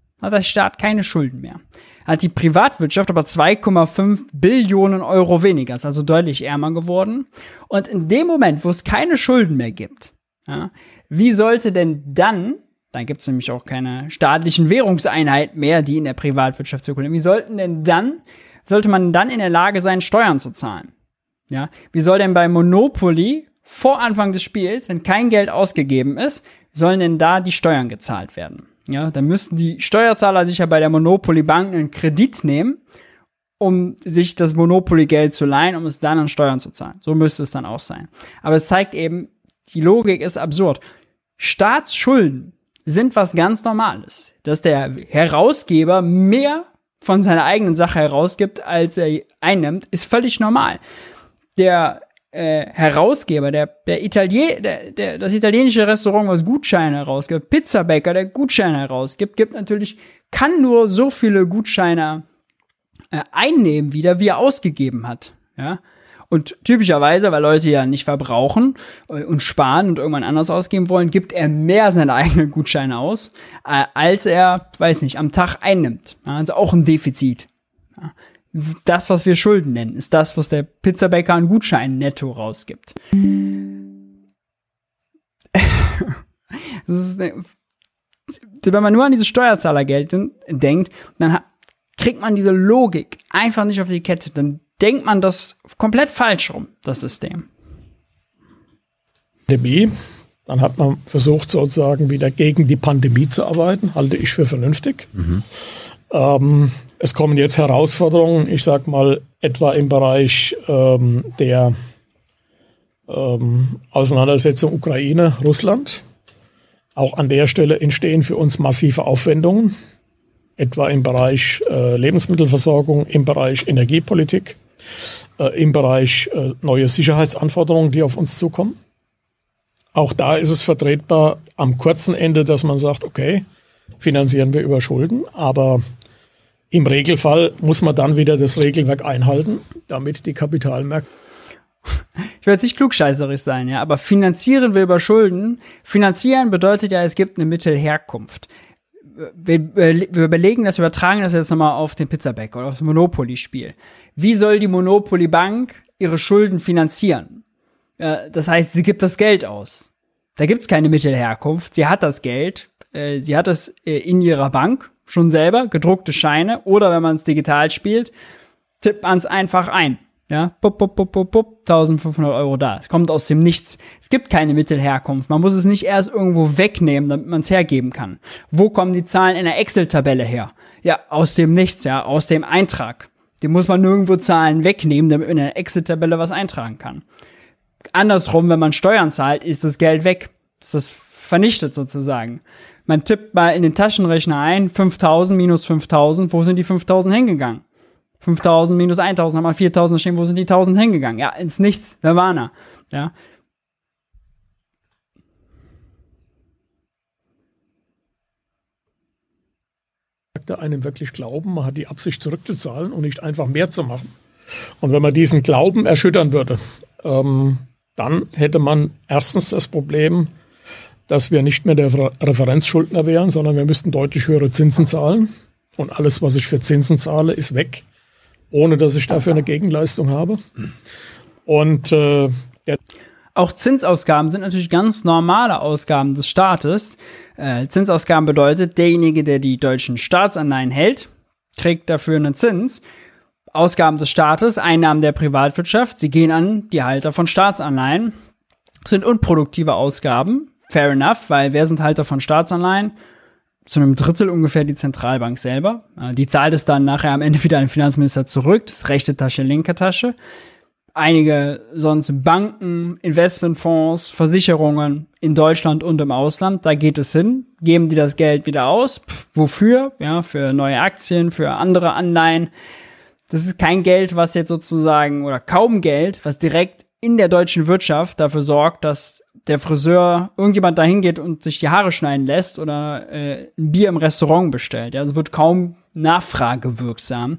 Hat die Privatwirtschaft aber 2,5 Billionen Euro weniger, ist also deutlich ärmer geworden. Und in dem Moment, wo es keine Schulden mehr gibt, ja, wie sollte denn dann gibt es nämlich auch keine staatlichen Währungseinheiten mehr, die in der Privatwirtschaft zirkulieren, sollte man dann in der Lage sein, Steuern zu zahlen? Ja, wie soll denn bei Monopoly vor Anfang des Spiels, wenn kein Geld ausgegeben ist, sollen denn da die Steuern gezahlt werden? Ja, dann müssten die Steuerzahler sich ja bei der Monopoly Bank einen Kredit nehmen, um sich das Monopoly-Geld zu leihen, um es dann an Steuern zu zahlen. So müsste es dann auch sein. Aber es zeigt eben, die Logik ist absurd. Staatsschulden sind was ganz Normales. Dass der Herausgeber mehr von seiner eigenen Sache herausgibt, als er einnimmt, ist völlig normal. Der Herausgeber, das italienische Restaurant, was Gutscheine herausgibt, Pizzabäcker, der Gutscheine herausgibt, kann nur so viele Gutscheine einnehmen wieder, wie er ausgegeben hat. Ja? Und typischerweise, weil Leute ja nicht verbrauchen und sparen und irgendwann anders ausgeben wollen, gibt er mehr seine eigenen Gutscheine aus, als er, am Tag einnimmt. Also auch ein Defizit. Ja. Das, was wir Schulden nennen, ist das, was der Pizzabäcker an Gutscheinen netto rausgibt. Wenn man nur an dieses Steuerzahlergeld denkt, dann kriegt man diese Logik einfach nicht auf die Kette. Dann denkt man das komplett falsch rum, das System. Dann hat man versucht, sozusagen wieder gegen die Pandemie zu arbeiten, halte ich für vernünftig. Es kommen jetzt Herausforderungen, ich sag mal, etwa im Bereich der Auseinandersetzung Ukraine-Russland. Auch an der Stelle entstehen für uns massive Aufwendungen, etwa im Bereich Lebensmittelversorgung, im Bereich Energiepolitik, im Bereich neue Sicherheitsanforderungen, die auf uns zukommen. Auch da ist es vertretbar am kurzen Ende, dass man sagt, okay, finanzieren wir über Schulden, aber im Regelfall muss man dann wieder das Regelwerk einhalten, damit die Kapitalmärkte. ich will jetzt nicht klugscheißerisch sein, ja, aber finanzieren wir über Schulden. Finanzieren bedeutet ja, es gibt eine Mittelherkunft. Wir überlegen das, übertragen das jetzt nochmal auf den Pizzabäcker oder auf das Monopoly-Spiel. Wie soll die Monopoly-Bank ihre Schulden finanzieren? Das heißt, sie gibt das Geld aus. Da gibt's keine Mittelherkunft. Sie hat das Geld. Sie hat es in ihrer Bank schon selber, gedruckte Scheine. Oder wenn man es digital spielt, tippt man es einfach ein. Ja, 1500 Euro da. Es kommt aus dem Nichts. Es gibt keine Mittelherkunft. Man muss es nicht erst irgendwo wegnehmen, damit man es hergeben kann. Wo kommen die Zahlen in der Excel-Tabelle her? Ja, aus dem Nichts, ja, aus dem Eintrag. Die muss man nirgendwo Zahlen wegnehmen, damit man in der Excel-Tabelle was eintragen kann. Andersrum, wenn man Steuern zahlt, ist das Geld weg. Ist das vernichtet sozusagen. Man tippt mal in den Taschenrechner ein, 5.000 minus 5.000, wo sind die 5.000 hingegangen? 5.000 minus 1.000, haben wir 4.000 stehen, wo sind die 1.000 hingegangen? Ja, ins Nichts, Nirvana. Ja. Einem wirklich glauben, man hat die Absicht zurückzuzahlen und nicht einfach mehr zu machen. Und wenn man diesen Glauben erschüttern würde, dann hätte man erstens das Problem, dass wir nicht mehr der Referenzschuldner wären, sondern wir müssten deutlich höhere Zinsen zahlen. Und alles, was ich für Zinsen zahle, ist weg, ohne dass ich dafür eine Gegenleistung habe. Und auch Zinsausgaben sind natürlich ganz normale Ausgaben des Staates. Zinsausgaben bedeutet, derjenige, der die deutschen Staatsanleihen hält, kriegt dafür einen Zins. Ausgaben des Staates, Einnahmen der Privatwirtschaft, sie gehen an die Halter von Staatsanleihen, sind unproduktive Ausgaben. Fair enough, weil wer sind Halter von Staatsanleihen? Zu einem Drittel ungefähr die Zentralbank selber. Die zahlt es dann nachher am Ende wieder an den Finanzminister zurück. Das ist rechte Tasche, linke Tasche. Einige sonst Banken, Investmentfonds, Versicherungen in Deutschland und im Ausland, da geht es hin. Geben die das Geld wieder aus. Wofür? Ja, für neue Aktien, für andere Anleihen. Das ist kein Geld, was jetzt sozusagen, oder kaum Geld, was direkt in der deutschen Wirtschaft dafür sorgt, dass der Friseur, irgendjemand dahin geht und sich die Haare schneiden lässt oder ein Bier im Restaurant bestellt. Ja, es wird kaum nachfragewirksam.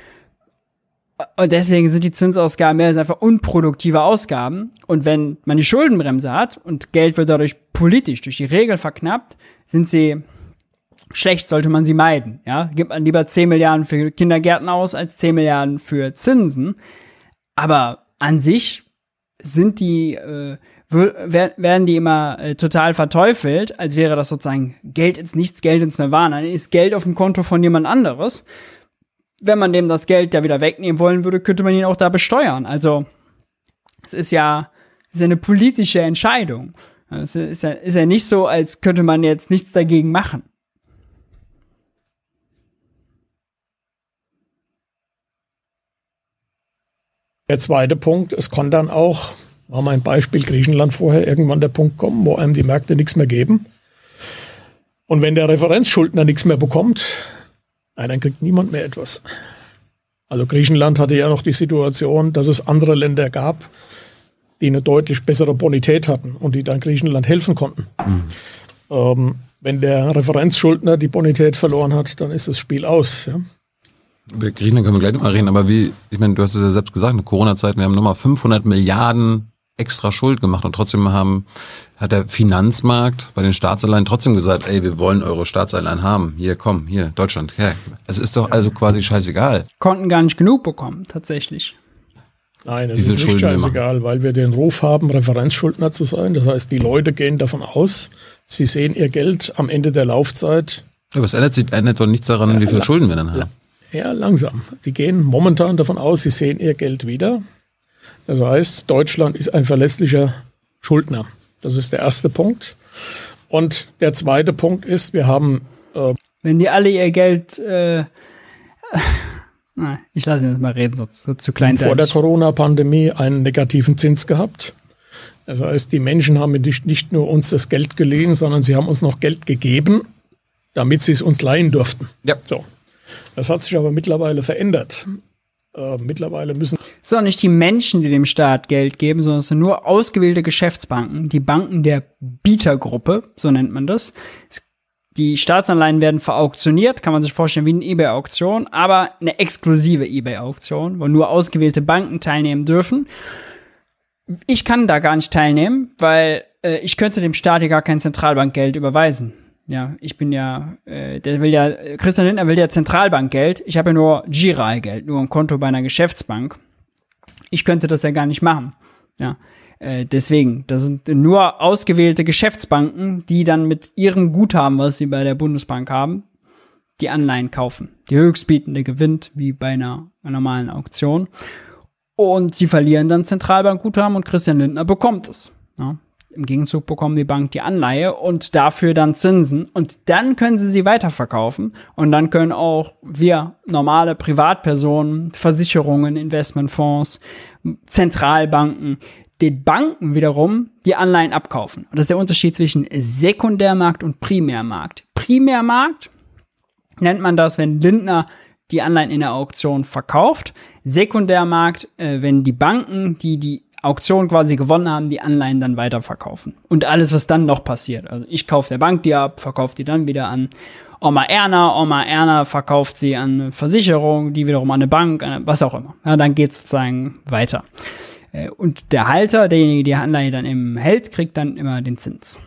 Und deswegen sind die Zinsausgaben mehr als einfach unproduktive Ausgaben. Und wenn man die Schuldenbremse hat und Geld wird dadurch politisch durch die Regel verknappt, sind sie schlecht, sollte man sie meiden. Ja, gibt man lieber 10 Milliarden für Kindergärten aus als 10 Milliarden für Zinsen. Aber an sich sind die werden die immer total verteufelt, als wäre das sozusagen Geld ins Nichts, Geld ins Nirvana. Dann ist Geld auf dem Konto von jemand anderes. Wenn man dem das Geld da wieder wegnehmen wollen würde, könnte man ihn auch da besteuern. Also es ist ja eine politische Entscheidung. Es ist ja nicht so, als könnte man jetzt nichts dagegen machen. Der zweite Punkt, es kann dann auch, war mein Beispiel Griechenland vorher, irgendwann der Punkt kommen, wo einem die Märkte nichts mehr geben. Und wenn der Referenzschuldner nichts mehr bekommt, dann kriegt niemand mehr etwas. Also Griechenland hatte ja noch die Situation, dass es andere Länder gab, die eine deutlich bessere Bonität hatten und die dann Griechenland helfen konnten. Wenn der Referenzschuldner die Bonität verloren hat, dann ist das Spiel aus. Ja? Über Griechenland können wir gleich nochmal reden, aber ich meine, du hast es ja selbst gesagt, in der Corona-Zeit, wir haben nochmal 500 Milliarden extra Schuld gemacht und trotzdem hat der Finanzmarkt bei den Staatsanleihen trotzdem gesagt, ey, wir wollen eure Staatsanleihen haben. Hier, komm, hier, Deutschland. Ja. Es ist doch also quasi scheißegal. Konnten gar nicht genug bekommen, tatsächlich. Nein, es ist nicht scheißegal, weil wir den Ruf haben, Referenzschuldner zu sein. Das heißt, die Leute gehen davon aus, sie sehen ihr Geld am Ende der Laufzeit. Aber es ändert doch nichts daran, wie viel Schulden wir dann haben. Ja, langsam. Die gehen momentan davon aus, sie sehen ihr Geld wieder. Das heißt, Deutschland ist ein verlässlicher Schuldner. Das ist der erste Punkt. Und der zweite Punkt ist, wir haben... Wenn die alle ihr Geld... Nein, ich lasse ihn jetzt mal reden, sonst ist es zu kleinteilig. Vor der Corona-Pandemie einen negativen Zins gehabt. Das heißt, die Menschen haben nicht nur uns das Geld geliehen, sondern sie haben uns noch Geld gegeben, damit sie es uns leihen durften. Ja. So. Das hat sich aber mittlerweile verändert. Mittlerweile müssen... Es sind auch nicht die Menschen, die dem Staat Geld geben, sondern es sind nur ausgewählte Geschäftsbanken, die Banken der Bietergruppe, so nennt man das. Die Staatsanleihen werden verauktioniert, kann man sich vorstellen wie eine eBay-Auktion, aber eine exklusive eBay-Auktion, wo nur ausgewählte Banken teilnehmen dürfen. Ich kann da gar nicht teilnehmen, weil ich könnte dem Staat ja gar kein Zentralbankgeld überweisen. Ja, ich bin ja, Christian Lindner will ja Zentralbankgeld. Ich habe ja nur Giralgeld, nur ein Konto bei einer Geschäftsbank. Ich könnte das ja gar nicht machen. Ja, deswegen, das sind nur ausgewählte Geschäftsbanken, die dann mit ihrem Guthaben, was sie bei der Bundesbank haben, die Anleihen kaufen. Die Höchstbietende gewinnt, wie bei einer normalen Auktion. Und die verlieren dann Zentralbankguthaben und Christian Lindner bekommt es. Ja. Im Gegenzug bekommen die Bank die Anleihe und dafür dann Zinsen. Und dann können sie weiterverkaufen. Und dann können auch wir, normale Privatpersonen, Versicherungen, Investmentfonds, Zentralbanken, den Banken wiederum die Anleihen abkaufen. Und das ist der Unterschied zwischen Sekundärmarkt und Primärmarkt. Primärmarkt nennt man das, wenn Lindner die Anleihen in der Auktion verkauft. Sekundärmarkt, wenn die Banken, die die Auktion quasi gewonnen haben, die Anleihen dann weiterverkaufen. Und alles, was dann noch passiert. Also ich kaufe der Bank die ab, verkaufe die dann wieder an Oma Erna verkauft sie an eine Versicherung, die wiederum an eine Bank, was auch immer. Ja, dann geht es sozusagen weiter. Und der Halter, derjenige, der die Anleihe dann eben hält, kriegt dann immer den Zins.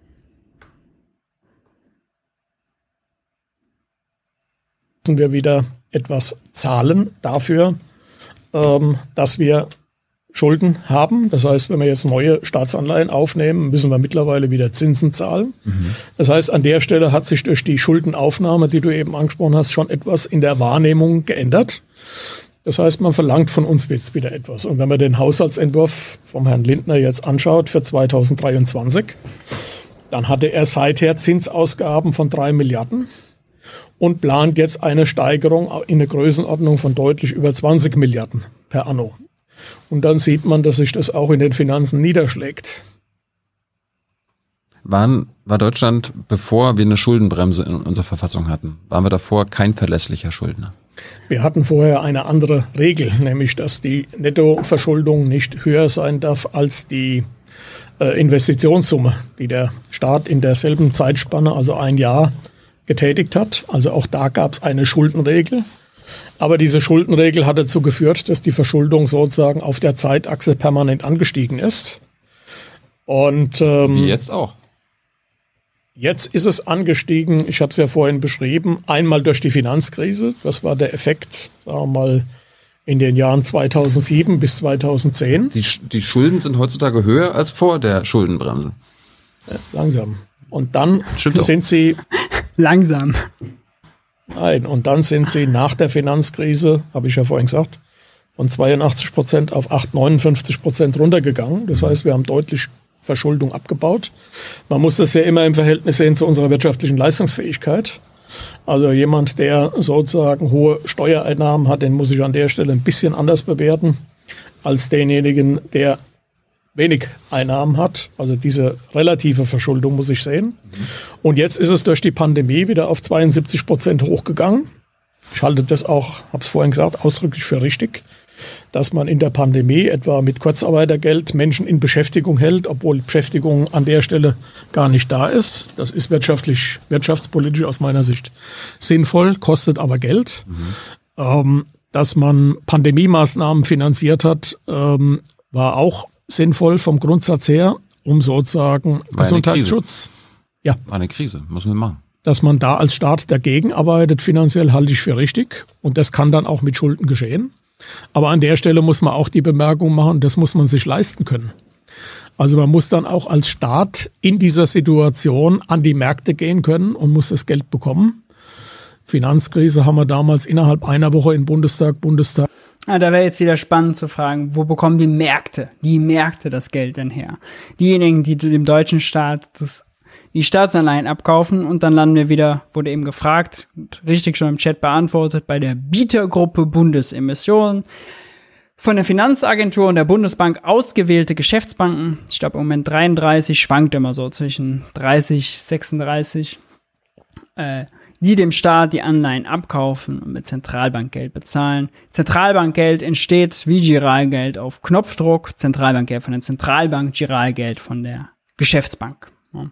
Wir wieder etwas zahlen dafür, dass wir Schulden haben. Das heißt, wenn wir jetzt neue Staatsanleihen aufnehmen, müssen wir mittlerweile wieder Zinsen zahlen. Das heißt, an der Stelle hat sich durch die Schuldenaufnahme, die du eben angesprochen hast, schon etwas in der Wahrnehmung geändert. Das heißt, man verlangt von uns jetzt wieder etwas. Und wenn man den Haushaltsentwurf vom Herrn Lindner jetzt anschaut für 2023, dann hatte er seither Zinsausgaben von 3 Milliarden. Und plant jetzt eine Steigerung in der Größenordnung von deutlich über 20 Milliarden per anno. Und dann sieht man, dass sich das auch in den Finanzen niederschlägt. War Deutschland, bevor wir eine Schuldenbremse in unserer Verfassung hatten, waren wir davor kein verlässlicher Schuldner? Wir hatten vorher eine andere Regel, nämlich dass die Nettoverschuldung nicht höher sein darf als die Investitionssumme, die der Staat in derselben Zeitspanne, also ein Jahr, getätigt hat. Also auch da gab es eine Schuldenregel. Aber diese Schuldenregel hat dazu geführt, dass die Verschuldung sozusagen auf der Zeitachse permanent angestiegen ist. Und wie jetzt auch. Jetzt ist es angestiegen, ich habe es ja vorhin beschrieben, einmal durch die Finanzkrise. Das war der Effekt, sagen wir mal, in den Jahren 2007 bis 2010. Die Schulden sind heutzutage höher als vor der Schuldenbremse. Ja, langsam. Und dann sind sie... Langsam. Nein, und dann sind sie nach der Finanzkrise, habe ich ja vorhin gesagt, von 82% auf 59% runtergegangen. Das heißt, wir haben deutlich Verschuldung abgebaut. Man muss das ja immer im Verhältnis sehen zu unserer wirtschaftlichen Leistungsfähigkeit. Also jemand, der sozusagen hohe Steuereinnahmen hat, den muss ich an der Stelle ein bisschen anders bewerten als denjenigen, der wenig Einnahmen hat. Also diese relative Verschuldung muss ich sehen. Und jetzt ist es durch die Pandemie wieder auf 72% hochgegangen. Ich halte das auch, habe es vorhin gesagt, ausdrücklich für richtig, dass man in der Pandemie etwa mit Kurzarbeitergeld Menschen in Beschäftigung hält, obwohl Beschäftigung an der Stelle gar nicht da ist. Das ist wirtschaftspolitisch aus meiner Sicht sinnvoll, kostet aber Geld. Dass man Pandemiemaßnahmen finanziert hat, war auch sinnvoll vom Grundsatz her, um sozusagen Gesundheitsschutz. Ja. War eine Krise, muss man machen. Dass man da als Staat dagegen arbeitet, finanziell halte ich für richtig. Und das kann dann auch mit Schulden geschehen. Aber an der Stelle muss man auch die Bemerkung machen, das muss man sich leisten können. Also man muss dann auch als Staat in dieser Situation an die Märkte gehen können und muss das Geld bekommen. Finanzkrise haben wir damals innerhalb einer Woche im Bundestag. Da wäre jetzt wieder spannend zu fragen, wo bekommen die Märkte das Geld denn her? Diejenigen, die dem deutschen Staat die Staatsanleihen abkaufen und dann landen wir wieder, wurde eben gefragt, richtig schon im Chat beantwortet, bei der Bietergruppe Bundesemission. Von der Finanzagentur und der Bundesbank ausgewählte Geschäftsbanken, ich glaube im Moment 33, schwankt immer so zwischen 30, 36, die dem Staat die Anleihen abkaufen und mit Zentralbankgeld bezahlen. Zentralbankgeld entsteht wie Giralgeld auf Knopfdruck, Zentralbankgeld von der Zentralbank, Giralgeld von der Geschäftsbank. Ja.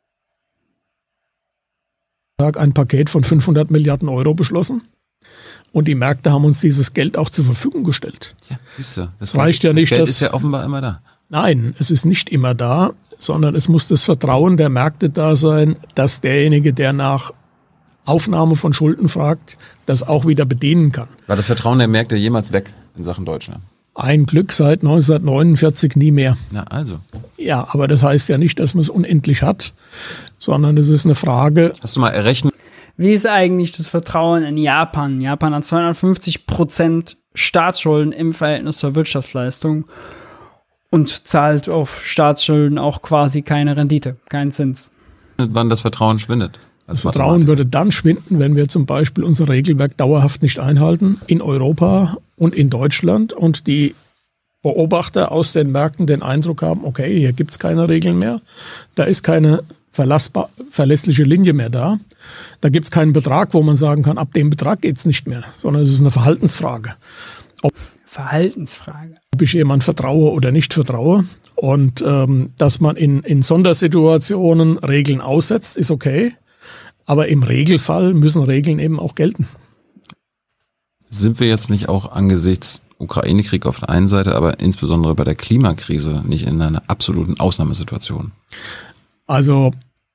Ein Paket von 500 Milliarden Euro beschlossen. Und die Märkte haben uns dieses Geld auch zur Verfügung gestellt. Ja, siehst du. Das reicht ja nicht, das Geld ist ja offenbar immer da. Nein, es ist nicht immer da, sondern es muss das Vertrauen der Märkte da sein, dass derjenige, der nach Aufnahme von Schulden fragt, das auch wieder bedienen kann. War das Vertrauen der Märkte jemals weg in Sachen Deutschland? Ein Glück seit 1949 nie mehr. Na also. Ja, aber das heißt ja nicht, dass man es unendlich hat, sondern es ist eine Frage. Hast du mal errechnet? Wie ist eigentlich das Vertrauen in Japan? Japan hat 250% Staatsschulden im Verhältnis zur Wirtschaftsleistung und zahlt auf Staatsschulden auch quasi keine Rendite, keinen Zins. Wann das Vertrauen schwindet? Das Vertrauen würde dann schwinden, wenn wir zum Beispiel unser Regelwerk dauerhaft nicht einhalten, in Europa und in Deutschland, und die Beobachter aus den Märkten den Eindruck haben, okay, hier gibt's keine Regeln mehr, da ist keine verlässliche Linie mehr da. Da gibt's keinen Betrag, wo man sagen kann, ab dem Betrag geht's nicht mehr, sondern es ist eine Verhaltensfrage. Verhaltensfrage. Ob ich jemand vertraue oder nicht vertraue. Und dass man in Sondersituationen Regeln aussetzt, ist okay. Aber im Regelfall müssen Regeln eben auch gelten. Sind wir jetzt nicht auch angesichts Ukraine-Krieg auf der einen Seite, aber insbesondere bei der Klimakrise nicht in einer absoluten Ausnahmesituation? Also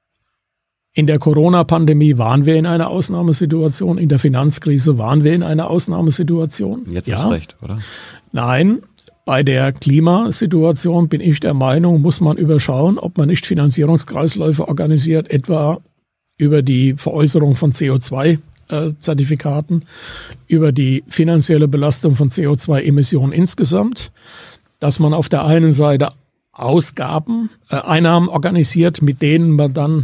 in der Corona-Pandemie waren wir in einer Ausnahmesituation, in der Finanzkrise waren wir in einer Ausnahmesituation. Jetzt ist recht, oder? Nein, bei der Klimasituation bin ich der Meinung, muss man überschauen, ob man nicht Finanzierungskreisläufe organisiert, etwa über die Veräußerung von CO2-Zertifikaten, über die finanzielle Belastung von CO2-Emissionen insgesamt, dass man auf der einen Seite Einnahmen organisiert, mit denen man dann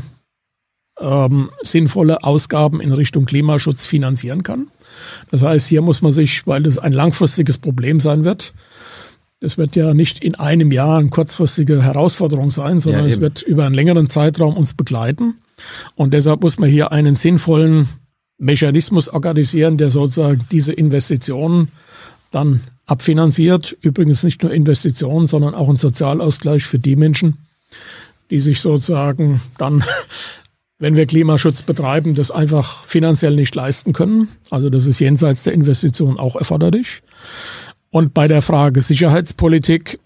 sinnvolle Ausgaben in Richtung Klimaschutz finanzieren kann. Das heißt, hier muss man sich, weil das ein langfristiges Problem sein wird, es wird ja nicht in einem Jahr eine kurzfristige Herausforderung sein, sondern es wird über einen längeren Zeitraum uns begleiten. Und deshalb muss man hier einen sinnvollen Mechanismus organisieren, der sozusagen diese Investitionen dann abfinanziert. Übrigens nicht nur Investitionen, sondern auch ein Sozialausgleich für die Menschen, die sich sozusagen dann, wenn wir Klimaschutz betreiben, das einfach finanziell nicht leisten können. Also das ist jenseits der Investition auch erforderlich. Und bei der Frage Sicherheitspolitik,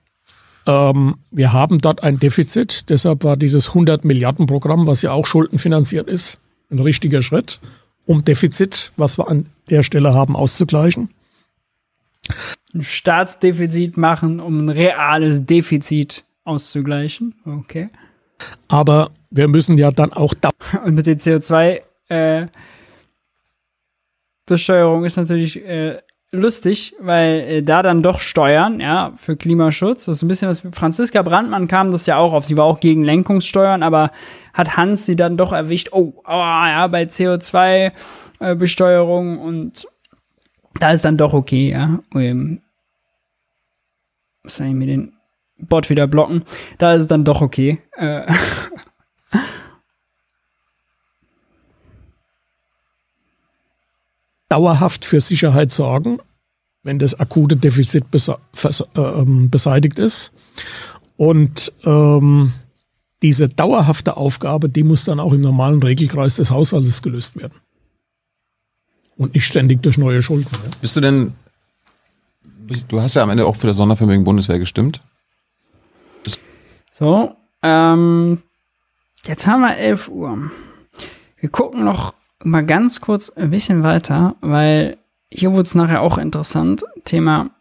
wir haben dort ein Defizit. Deshalb war dieses 100-Milliarden-Programm, was ja auch schuldenfinanziert ist, ein richtiger Schritt, um Defizit, was wir an der Stelle haben, auszugleichen. Ein Staatsdefizit machen, um ein reales Defizit auszugleichen. Okay. Aber wir müssen ja dann auch und mit den CO2-Besteuerung ist natürlich lustig, weil da dann doch Steuern, ja, für Klimaschutz, das ist ein bisschen was, Franziska Brandmann kam das ja auch auf, sie war auch gegen Lenkungssteuern, aber hat Hans sie dann doch erwischt, ja, bei CO2-Besteuerung und da ist dann doch okay, ja. Muss ich mir den Bot wieder blocken, da ist es dann doch okay. Dauerhaft für Sicherheit sorgen, wenn das akute Defizit beseitigt ist. Und diese dauerhafte Aufgabe, die muss dann auch im normalen Regelkreis des Haushaltes gelöst werden. Und nicht ständig durch neue Schulden. Ja. Bist du denn, du hast ja am Ende auch für das Sondervermögen Bundeswehr gestimmt? So, jetzt haben wir 11 Uhr. Wir gucken noch mal ganz kurz ein bisschen weiter, weil hier wurde es nachher auch interessant. Thema.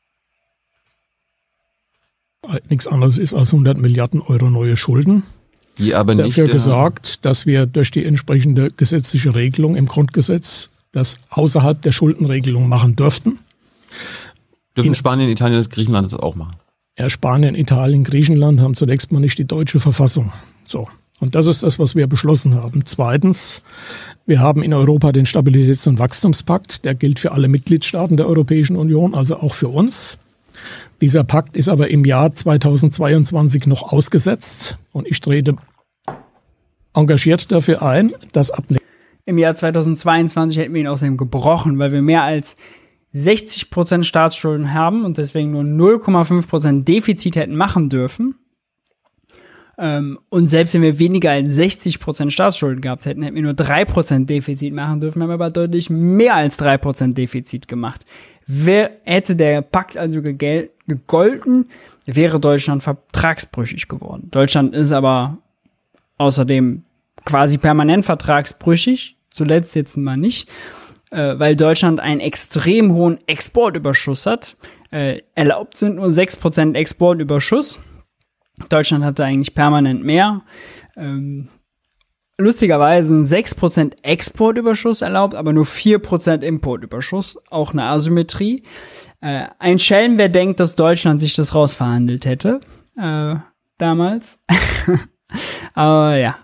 Nichts anderes ist als 100 Milliarden Euro neue Schulden. Die aber nicht dafür gesorgt, dass wir durch die entsprechende gesetzliche Regelung im Grundgesetz das außerhalb der Schuldenregelung machen dürften. Dürfen Spanien, Italien und Griechenland das auch machen? Ja, Spanien, Italien, Griechenland haben zunächst mal nicht die deutsche Verfassung. So. Und das ist das, was wir beschlossen haben. Zweitens, wir haben in Europa den Stabilitäts- und Wachstumspakt. Der gilt für alle Mitgliedstaaten der Europäischen Union, also auch für uns. Dieser Pakt ist aber im Jahr 2022 noch ausgesetzt. Und ich trete engagiert dafür ein, dass im Jahr 2022 hätten wir ihn außerdem gebrochen, weil wir mehr als 60% Staatsschulden haben und deswegen nur 0,5% Defizit hätten machen dürfen. Und selbst wenn wir weniger als 60% Staatsschulden gehabt hätten, hätten wir nur 3% Defizit machen dürfen, haben wir aber deutlich mehr als 3% Defizit gemacht. Hätte der Pakt also gegolten, wäre Deutschland vertragsbrüchig geworden. Deutschland ist aber außerdem quasi permanent vertragsbrüchig, zuletzt jetzt mal nicht, weil Deutschland einen extrem hohen Exportüberschuss hat. Erlaubt sind nur 6% Exportüberschuss. Deutschland hatte eigentlich permanent mehr. Lustigerweise sind 6% Exportüberschuss erlaubt, aber nur 4% Importüberschuss. Auch eine Asymmetrie. Ein Schelm, wer denkt, dass Deutschland sich das rausverhandelt hätte. Damals. Aber ja.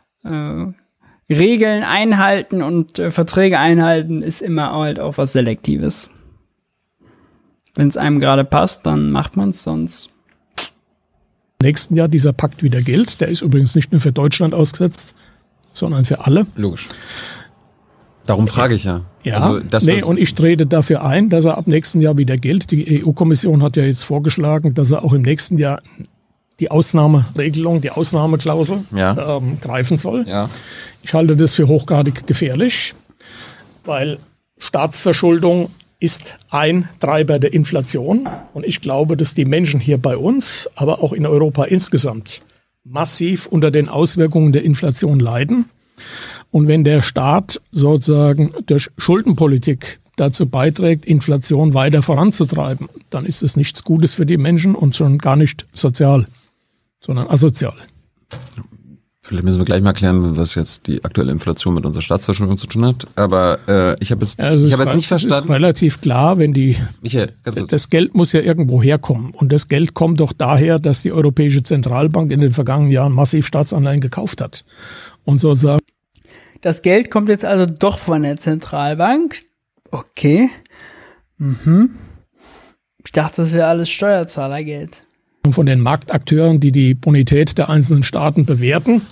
Regeln einhalten und Verträge einhalten ist immer halt auch was Selektives. Wenn es einem gerade passt, dann macht man es, sonst nächsten Jahr dieser Pakt wieder gilt. Der ist übrigens nicht nur für Deutschland ausgesetzt, sondern für alle. Logisch. Darum frage ich ja. Ja, also und ich trete dafür ein, dass er ab nächsten Jahr wieder gilt. Die EU-Kommission hat ja jetzt vorgeschlagen, dass er auch im nächsten Jahr die Ausnahmeregelung, die Ausnahmeklausel greifen soll. Ja. Ich halte das für hochgradig gefährlich, weil Staatsverschuldung ist ein Treiber der Inflation. Und ich glaube, dass die Menschen hier bei uns, aber auch in Europa insgesamt, massiv unter den Auswirkungen der Inflation leiden. Und wenn der Staat sozusagen durch Schuldenpolitik dazu beiträgt, Inflation weiter voranzutreiben, dann ist es nichts Gutes für die Menschen und schon gar nicht sozial, sondern asozial. Vielleicht müssen wir gleich mal klären, was jetzt die aktuelle Inflation mit unserer Staatsverschuldung zu tun hat. Aber ich habe jetzt nicht verstanden. Es ist relativ klar, wenn das Geld muss ja irgendwo herkommen. Und das Geld kommt doch daher, dass die Europäische Zentralbank in den vergangenen Jahren massiv Staatsanleihen gekauft hat. Und sozusagen. Das Geld kommt jetzt also doch von der Zentralbank. Okay. Ich dachte, das wäre alles Steuerzahlergeld. Von den Marktakteuren, die die Bonität der einzelnen Staaten bewerten,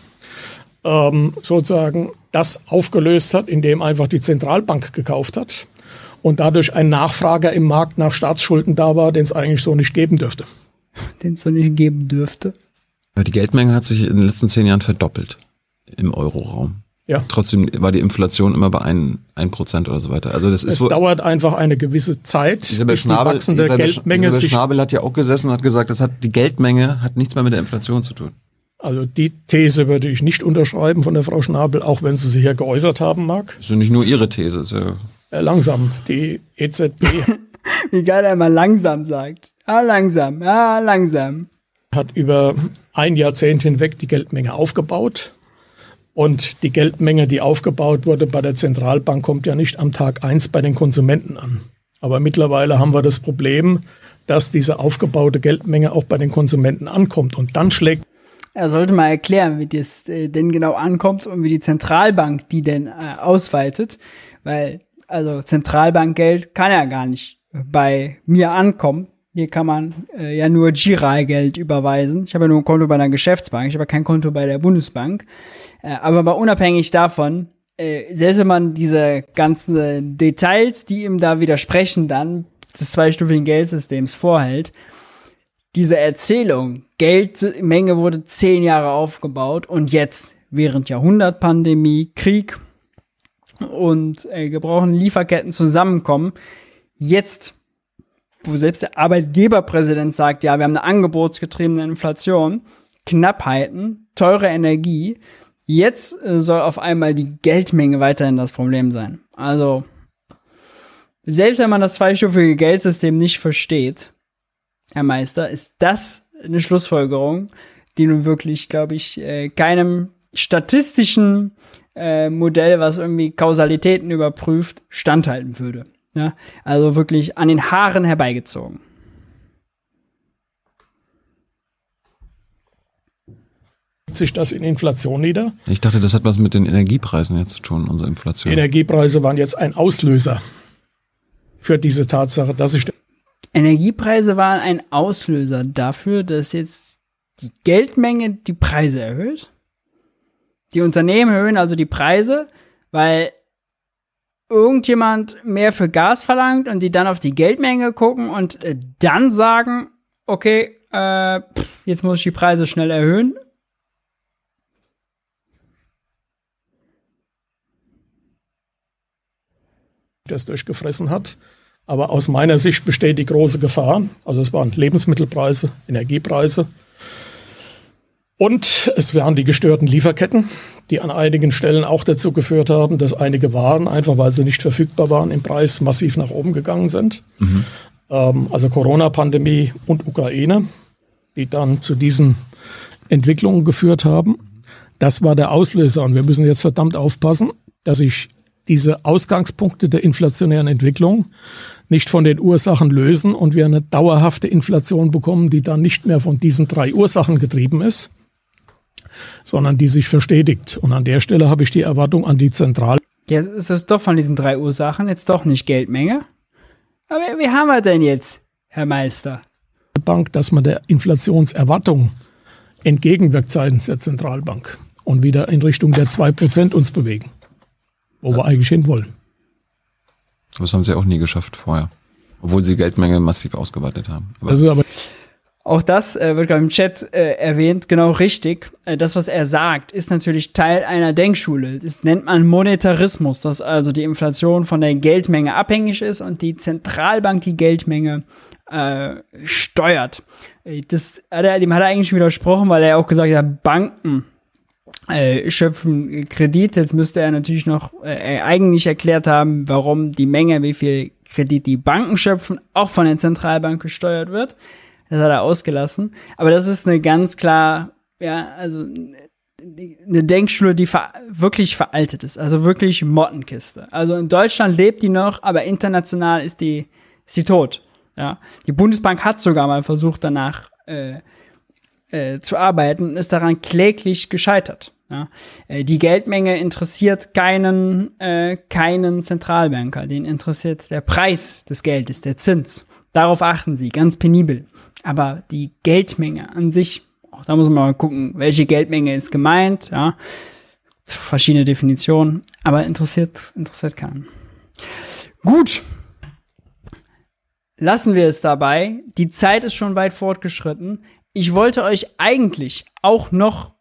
sozusagen das aufgelöst hat, indem einfach die Zentralbank gekauft hat und dadurch ein Nachfrager im Markt nach Staatsschulden da war, den es eigentlich so nicht geben dürfte. Den es so nicht geben dürfte. Die Geldmenge hat sich in den letzten 10 Jahren verdoppelt im Euroraum. Ja. Trotzdem war die Inflation immer bei 1% oder so weiter. Also das ist dauert einfach eine gewisse Zeit, bis die wachsende Geldmenge Isabel Schnabel hat ja auch gesessen und hat gesagt, die Geldmenge hat nichts mehr mit der Inflation zu tun. Also die These würde ich nicht unterschreiben von der Frau Schnabel, auch wenn sie sich ja geäußert haben mag. Das ist ja nicht nur ihre These. Ist ja langsam, die EZB. Wie geil er immer langsam sagt. Langsam. Hat über ein Jahrzehnt hinweg die Geldmenge aufgebaut. Und die Geldmenge, die aufgebaut wurde bei der Zentralbank, kommt ja nicht am Tag 1 bei den Konsumenten an. Aber mittlerweile haben wir das Problem, dass diese aufgebaute Geldmenge auch bei den Konsumenten ankommt. Und dann schlägt. Er sollte mal erklären, wie das denn genau ankommt und wie die Zentralbank die denn ausweitet. Weil, also Zentralbankgeld kann ja gar nicht bei mir ankommen. Hier kann man ja nur Giralgeld überweisen. Ich habe ja nur ein Konto bei einer Geschäftsbank, ich habe kein Konto bei der Bundesbank. Aber mal unabhängig davon, selbst wenn man diese ganzen Details, die ihm da widersprechen, dann des zweistufigen Geldsystems vorhält, diese Erzählung, Geldmenge wurde 10 Jahre aufgebaut und jetzt, während Jahrhundertpandemie, Krieg und gebrochene Lieferketten zusammenkommen, jetzt, wo selbst der Arbeitgeberpräsident sagt, ja, wir haben eine angebotsgetriebene Inflation, Knappheiten, teure Energie, jetzt soll auf einmal die Geldmenge weiterhin das Problem sein. Also, selbst wenn man das zweistufige Geldsystem nicht versteht, Herr Meister, ist das eine Schlussfolgerung, die nun wirklich, glaube ich, keinem statistischen Modell, was irgendwie Kausalitäten überprüft, standhalten würde. Ja? Also wirklich an den Haaren herbeigezogen. Sich das in Inflation nieder? Ich dachte, das hat was mit den Energiepreisen jetzt zu tun, unsere Inflation. Energiepreise waren jetzt ein Auslöser für diese Tatsache, dass sich Energiepreise waren ein Auslöser dafür, dass jetzt die Geldmenge die Preise erhöht. Die Unternehmen erhöhen also die Preise, weil irgendjemand mehr für Gas verlangt und die dann auf die Geldmenge gucken und dann sagen, okay, jetzt muss ich die Preise schnell erhöhen. das durchgefressen hat. Aber aus meiner Sicht besteht die große Gefahr. Also es waren Lebensmittelpreise, Energiepreise. Und es waren die gestörten Lieferketten, die an einigen Stellen auch dazu geführt haben, dass einige Waren, einfach weil sie nicht verfügbar waren, im Preis massiv nach oben gegangen sind. Also Corona-Pandemie und Ukraine, die dann zu diesen Entwicklungen geführt haben. Das war der Auslöser. Und wir müssen jetzt verdammt aufpassen, dass sich diese Ausgangspunkte der inflationären Entwicklung nicht von den Ursachen lösen und wir eine dauerhafte Inflation bekommen, die dann nicht mehr von diesen 3 Ursachen getrieben ist, sondern die sich verstetigt. Und an der Stelle habe ich die Erwartung an die Zentralbank. Jetzt ist es doch von diesen 3 Ursachen jetzt doch nicht Geldmenge. Aber wie haben wir denn jetzt, Herr Meister? Dass man der Inflationserwartung entgegenwirkt seitens der Zentralbank und wieder in Richtung der 2% uns bewegen, wo wir eigentlich hinwollen. Das haben sie auch nie geschafft vorher, obwohl sie Geldmenge massiv ausgeweitet haben. Auch das wird gerade im Chat erwähnt, genau richtig. Das, was er sagt, ist natürlich Teil einer Denkschule. Das nennt man Monetarismus, dass also die Inflation von der Geldmenge abhängig ist und die Zentralbank die Geldmenge steuert. Dem hat er eigentlich schon widersprochen, weil er auch gesagt hat, Banken schöpfen Kredit. Jetzt müsste er natürlich noch eigentlich erklärt haben, warum die Menge, wie viel Kredit die Banken schöpfen, auch von der Zentralbank gesteuert wird. Das hat er ausgelassen. Aber das ist eine ganz klar, also eine Denkschule, die wirklich veraltet ist. Also wirklich Mottenkiste. Also in Deutschland lebt die noch, aber international ist die tot. Ja. Die Bundesbank hat sogar mal versucht, danach zu arbeiten und ist daran kläglich gescheitert. Ja. Die Geldmenge interessiert keinen Zentralbanker. Den interessiert der Preis des Geldes, der Zins. Darauf achten sie, ganz penibel. Aber die Geldmenge an sich, auch da muss man mal gucken, welche Geldmenge ist gemeint, ja. Verschiedene Definitionen, aber interessiert keinen. Gut. Lassen wir es dabei. Die Zeit ist schon weit fortgeschritten. Ich wollte euch eigentlich auch noch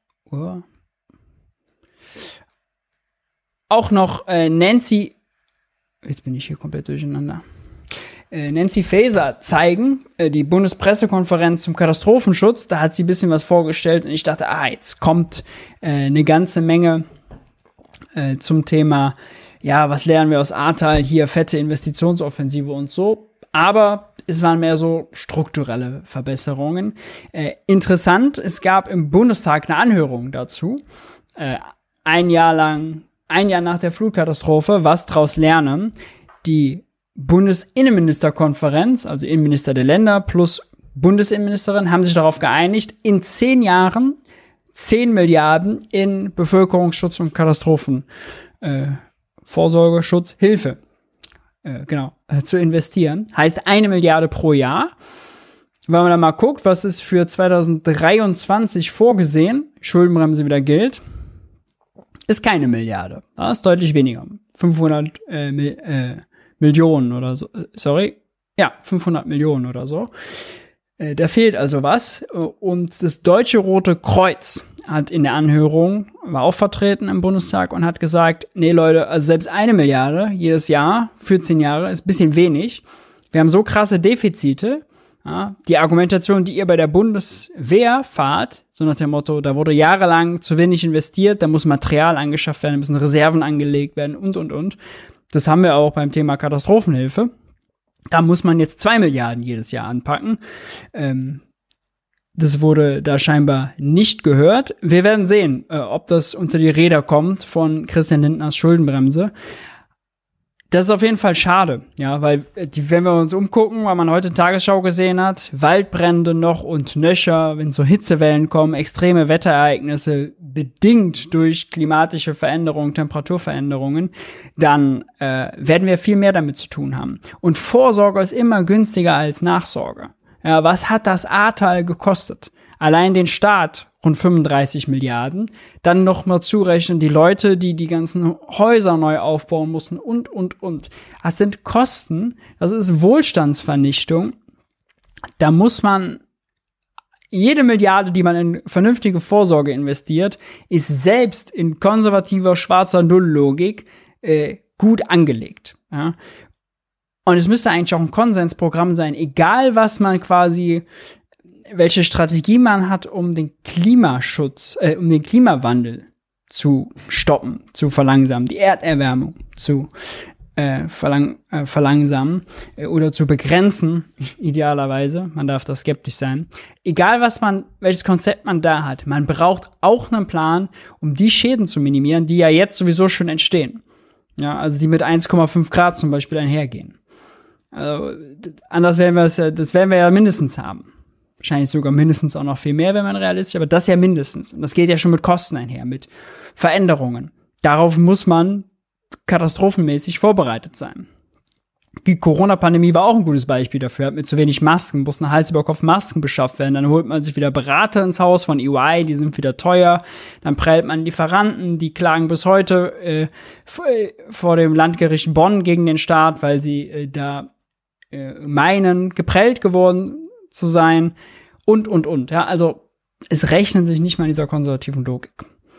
Nancy, jetzt bin ich hier komplett durcheinander. Nancy Faeser zeigen, die Bundespressekonferenz zum Katastrophenschutz, da hat sie ein bisschen was vorgestellt und ich dachte, jetzt kommt eine ganze Menge zum Thema, was lernen wir aus Ahrtal, hier fette Investitionsoffensive und so, aber es waren mehr so strukturelle Verbesserungen. Interessant, es gab im Bundestag eine Anhörung dazu, ein Jahr nach der Flutkatastrophe, was daraus lernen, die Bundesinnenministerkonferenz, also Innenminister der Länder plus Bundesinnenministerin, haben sich darauf geeinigt, in 10 Jahren 10 Milliarden in Bevölkerungsschutz und Katastrophenvorsorge, Schutz, Hilfe zu investieren. Heißt 1 Milliarde pro Jahr. Wenn man dann mal guckt, was ist für 2023 vorgesehen, Schuldenbremse wieder gilt, ist keine Milliarde. Das ist deutlich weniger. 500 Millionen oder so, 500 Millionen oder so. Da fehlt also was. Und das Deutsche Rote Kreuz hat in der Anhörung, war auch vertreten im Bundestag und hat gesagt, nee Leute, also selbst 1 Milliarde jedes Jahr für 10 Jahre ist ein bisschen wenig. Wir haben so krasse Defizite. Ja, die Argumentation, die ihr bei der Bundeswehr fahrt, so nach dem Motto, da wurde jahrelang zu wenig investiert, da muss Material angeschafft werden, müssen Reserven angelegt werden und. Das haben wir auch beim Thema Katastrophenhilfe. Da muss man jetzt 2 Milliarden jedes Jahr anpacken. Das wurde da scheinbar nicht gehört. Wir werden sehen, ob das unter die Räder kommt von Christian Lindners Schuldenbremse. Das ist auf jeden Fall schade, ja, weil wenn wir uns umgucken, weil man heute Tagesschau gesehen hat, Waldbrände noch und nöcher, wenn so Hitzewellen kommen, extreme Wetterereignisse, bedingt durch klimatische Veränderungen, Temperaturveränderungen, dann werden wir viel mehr damit zu tun haben. Und Vorsorge ist immer günstiger als Nachsorge. Ja, was hat das Ahrtal gekostet? Allein den Staat rund 35 Milliarden, dann noch mal zurechnen die Leute, die ganzen Häuser neu aufbauen mussten und. Das sind Kosten, das ist Wohlstandsvernichtung. Da muss man, jede Milliarde, die man in vernünftige Vorsorge investiert, ist selbst in konservativer schwarzer Null-Logik gut angelegt. Ja? Und es müsste eigentlich auch ein Konsensprogramm sein, egal was man quasi, welche Strategie man hat, um den Klimaschutz, um den Klimawandel zu stoppen, zu verlangsamen, die Erderwärmung zu verlangsamen oder zu begrenzen, idealerweise. Man darf da skeptisch sein. Egal welches Konzept man da hat, man braucht auch einen Plan, um die Schäden zu minimieren, die ja jetzt sowieso schon entstehen. Ja, also die mit 1,5 Grad zum Beispiel einhergehen. Also, anders werden wir das werden wir ja mindestens haben. Wahrscheinlich sogar mindestens auch noch viel mehr, wenn man realistisch, aber das ja mindestens. Und das geht ja schon mit Kosten einher, mit Veränderungen. Darauf muss man katastrophenmäßig vorbereitet sein. Die Corona-Pandemie war auch ein gutes Beispiel dafür. Mit zu wenig Masken mussten Hals über Kopf Masken beschafft werden. Dann holt man sich wieder Berater ins Haus von EY, die sind wieder teuer. Dann prellt man Lieferanten, die klagen bis heute vor dem Landgericht Bonn gegen den Staat, weil sie meinen, geprellt geworden zu sein und. Ja, also es rechnet sich nicht mal in dieser konservativen Logik.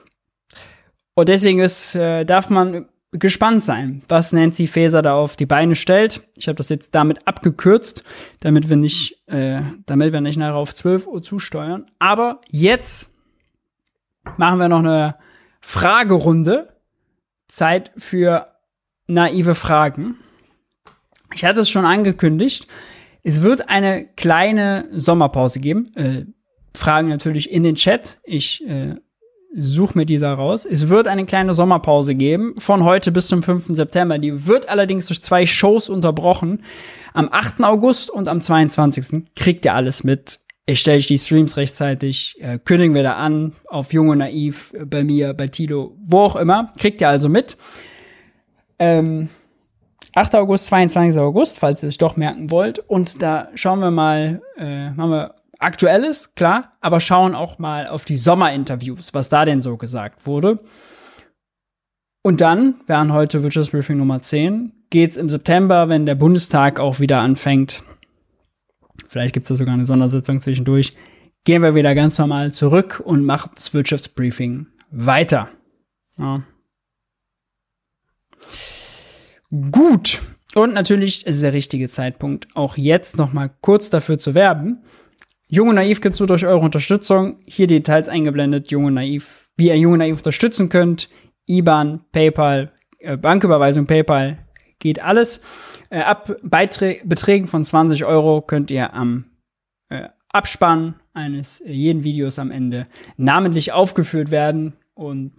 Und deswegen darf man gespannt sein, was Nancy Faeser da auf die Beine stellt. Ich habe das jetzt damit abgekürzt, damit wir nicht nachher auf 12 Uhr zusteuern. Aber jetzt machen wir noch eine Fragerunde. Zeit für naive Fragen. Ich hatte es schon angekündigt. Es wird eine kleine Sommerpause geben. Fragen natürlich in den Chat. Ich suche mir diese raus. Es wird eine kleine Sommerpause geben, von heute bis zum 5. September. Die wird allerdings durch 2 Shows unterbrochen. Am 8. August und am 22. kriegt ihr alles mit. Ich stelle die Streams rechtzeitig, kündigen wir da an, auf Jung und Naiv, bei mir, bei Tilo, wo auch immer. Kriegt ihr also mit. 8. August, 22. August, falls ihr es doch merken wollt. Und da schauen wir mal, machen wir Aktuelles, klar, aber schauen auch mal auf die Sommerinterviews, was da denn so gesagt wurde. Und dann, wir haben heute Wirtschaftsbriefing Nummer 10, geht's im September, wenn der Bundestag auch wieder anfängt. Vielleicht gibt's da sogar eine Sondersitzung zwischendurch. Gehen wir wieder ganz normal zurück und machen das Wirtschaftsbriefing weiter. Ja. Gut. Und natürlich ist es der richtige Zeitpunkt, auch jetzt noch mal kurz dafür zu werben. Jung und Naiv gibt's nur durch eure Unterstützung. Hier die Details eingeblendet, Jung und Naiv, wie ihr Jung und Naiv unterstützen könnt. IBAN, PayPal, Banküberweisung, PayPal, geht alles. Ab Beträgen von 20 € könnt ihr am Abspann eines jeden Videos am Ende namentlich aufgeführt werden und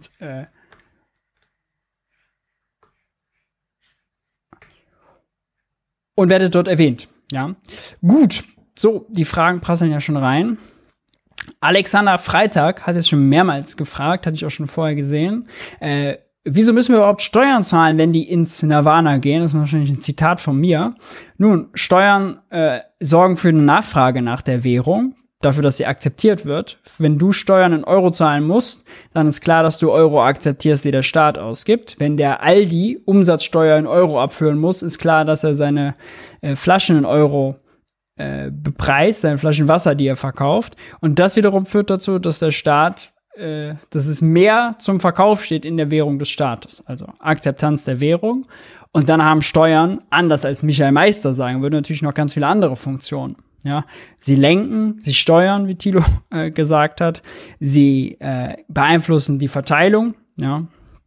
werdet dort erwähnt. Ja, gut. So, die Fragen prasseln ja schon rein. Alexander Freitag hat jetzt schon mehrmals gefragt, hatte ich auch schon vorher gesehen. Wieso müssen wir überhaupt Steuern zahlen, wenn die ins Nirvana gehen? Das ist wahrscheinlich ein Zitat von mir. Nun, Steuern sorgen für eine Nachfrage nach der Währung, dafür, dass sie akzeptiert wird. Wenn du Steuern in Euro zahlen musst, dann ist klar, dass du Euro akzeptierst, die der Staat ausgibt. Wenn der Aldi Umsatzsteuer in Euro abführen muss, ist klar, dass er seine Flaschen in Euro bepreist, seine Flaschen Wasser, die er verkauft. Und das wiederum führt dazu, dass der Staat, dass es mehr zum Verkauf steht in der Währung des Staates. Also Akzeptanz der Währung. Und dann haben Steuern, anders als Michael Meister sagen würde, natürlich noch ganz viele andere Funktionen. Ja, sie lenken, sie steuern, wie Thilo gesagt hat. Sie beeinflussen die Verteilung. Ja,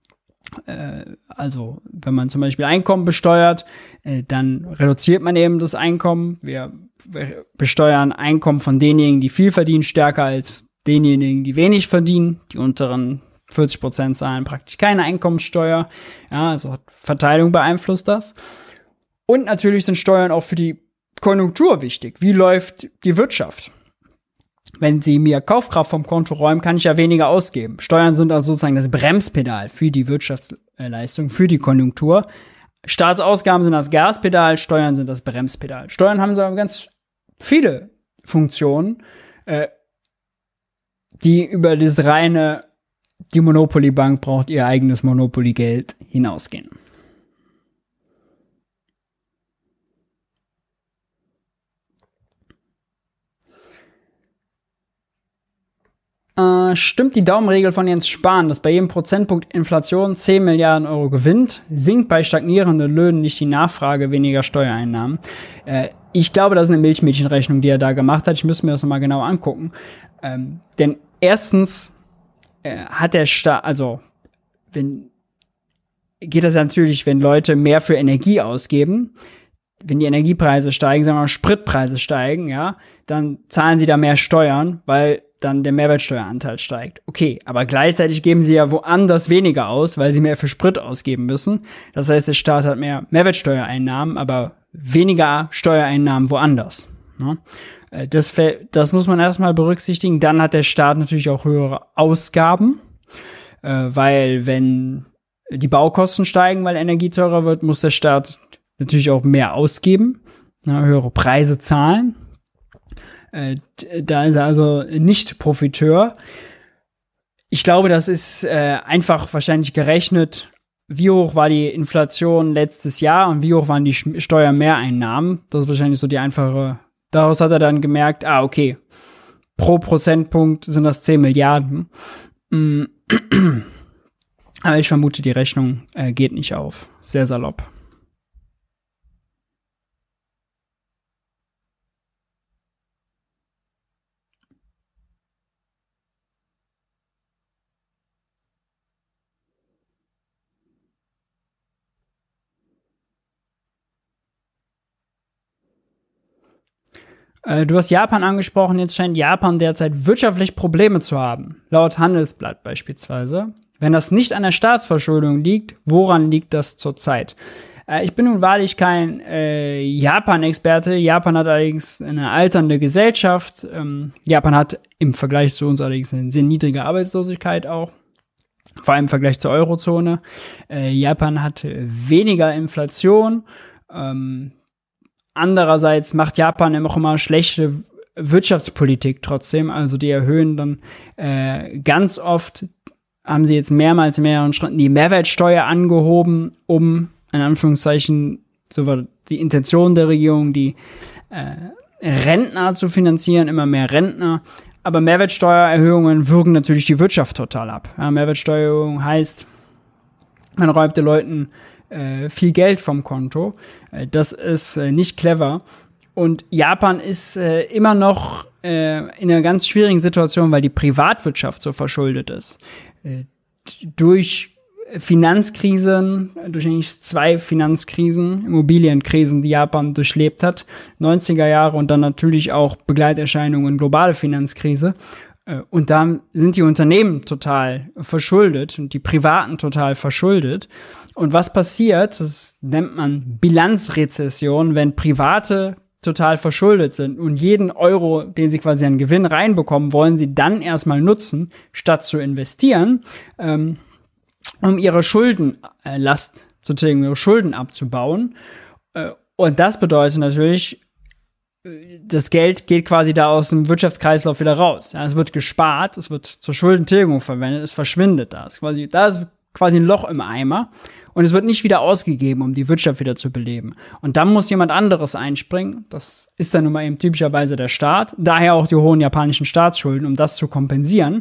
also wenn man zum Beispiel Einkommen besteuert, dann reduziert man eben das Einkommen. Wir besteuern Einkommen von denjenigen, die viel verdienen, stärker als denjenigen, die wenig verdienen. Die unteren 40% zahlen praktisch keine Einkommenssteuer. Ja, also Verteilung beeinflusst das. Und natürlich sind Steuern auch für die Konjunktur wichtig. Wie läuft die Wirtschaft? Wenn sie mir Kaufkraft vom Konto räumen, kann ich ja weniger ausgeben. Steuern sind also sozusagen das Bremspedal für die Wirtschaftsleistung, für die Konjunktur. Staatsausgaben sind das Gaspedal, Steuern sind das Bremspedal. Steuern haben so ganz viele Funktionen, die über das reine, die Monopoly-Bank braucht ihr eigenes Monopoly-Geld hinausgehen. Stimmt die Daumenregel von Jens Spahn, dass bei jedem Prozentpunkt Inflation 10 Milliarden Euro gewinnt, sinkt bei stagnierenden Löhnen nicht die Nachfrage, weniger Steuereinnahmen? Ich glaube, das ist eine Milchmädchenrechnung, die er da gemacht hat. Ich müsste mir das nochmal genau angucken. Denn erstens hat der Staat, also geht das natürlich, wenn Leute mehr für Energie ausgeben, wenn die Energiepreise steigen, sagen wir mal Spritpreise steigen, ja, dann zahlen sie da mehr Steuern, weil dann der Mehrwertsteueranteil steigt. Okay, aber gleichzeitig geben sie ja woanders weniger aus, weil sie mehr für Sprit ausgeben müssen. Das heißt, der Staat hat mehr Mehrwertsteuereinnahmen, aber weniger Steuereinnahmen woanders. Ne? Das muss man erstmal berücksichtigen. Dann hat der Staat natürlich auch höhere Ausgaben, weil wenn die Baukosten steigen, weil Energie teurer wird, muss der Staat natürlich auch mehr ausgeben, höhere Preise zahlen. Da ist er also nicht Profiteur. Ich glaube, das ist einfach wahrscheinlich gerechnet, wie hoch war die Inflation letztes Jahr und wie hoch waren die Steuermehreinnahmen. Das ist wahrscheinlich so die einfache. Daraus hat er dann gemerkt, okay, pro Prozentpunkt sind das 10 Milliarden. Aber ich vermute, die Rechnung geht nicht auf. Sehr salopp. Du hast Japan angesprochen, jetzt scheint Japan derzeit wirtschaftlich Probleme zu haben, laut Handelsblatt beispielsweise. Wenn das nicht an der Staatsverschuldung liegt, woran liegt das zurzeit? Ich bin nun wahrlich kein Japan-Experte. Japan hat allerdings eine alternde Gesellschaft. Japan hat im Vergleich zu uns allerdings eine sehr niedrige Arbeitslosigkeit auch, vor allem im Vergleich zur Eurozone. Japan hat weniger Inflation. Andererseits macht Japan auch immer schlechte Wirtschaftspolitik trotzdem. Also die erhöhen dann ganz oft, haben sie jetzt mehrmals in mehreren Schritten die Mehrwertsteuer angehoben, um, in Anführungszeichen, so war die Intention der Regierung, die Rentner zu finanzieren, immer mehr Rentner. Aber Mehrwertsteuererhöhungen würgen natürlich die Wirtschaft total ab. Ja, Mehrwertsteuererhöhung heißt, man räumt den Leuten viel Geld vom Konto. Das ist nicht clever. Und Japan ist immer noch in einer ganz schwierigen Situation, weil die Privatwirtschaft so verschuldet ist. Durch Finanzkrisen, durch eigentlich 2 Finanzkrisen, Immobilienkrisen, die Japan durchlebt hat, 90er Jahre und dann natürlich auch Begleiterscheinungen, globale Finanzkrise. Und da sind die Unternehmen total verschuldet und die Privaten total verschuldet. Und was passiert, das nennt man Bilanzrezession, wenn Private total verschuldet sind und jeden Euro, den sie quasi an Gewinn reinbekommen, wollen sie dann erstmal nutzen, statt zu investieren, um ihre Schuldenlast zu tilgen, ihre Schulden abzubauen. Und das bedeutet natürlich, das Geld geht quasi da aus dem Wirtschaftskreislauf wieder raus. Ja, es wird gespart, es wird zur Schuldentilgung verwendet, es verschwindet da. Da ist quasi ein Loch im Eimer und es wird nicht wieder ausgegeben, um die Wirtschaft wieder zu beleben. Und dann muss jemand anderes einspringen. Das ist dann nun mal eben typischerweise der Staat. Daher auch die hohen japanischen Staatsschulden, um das zu kompensieren.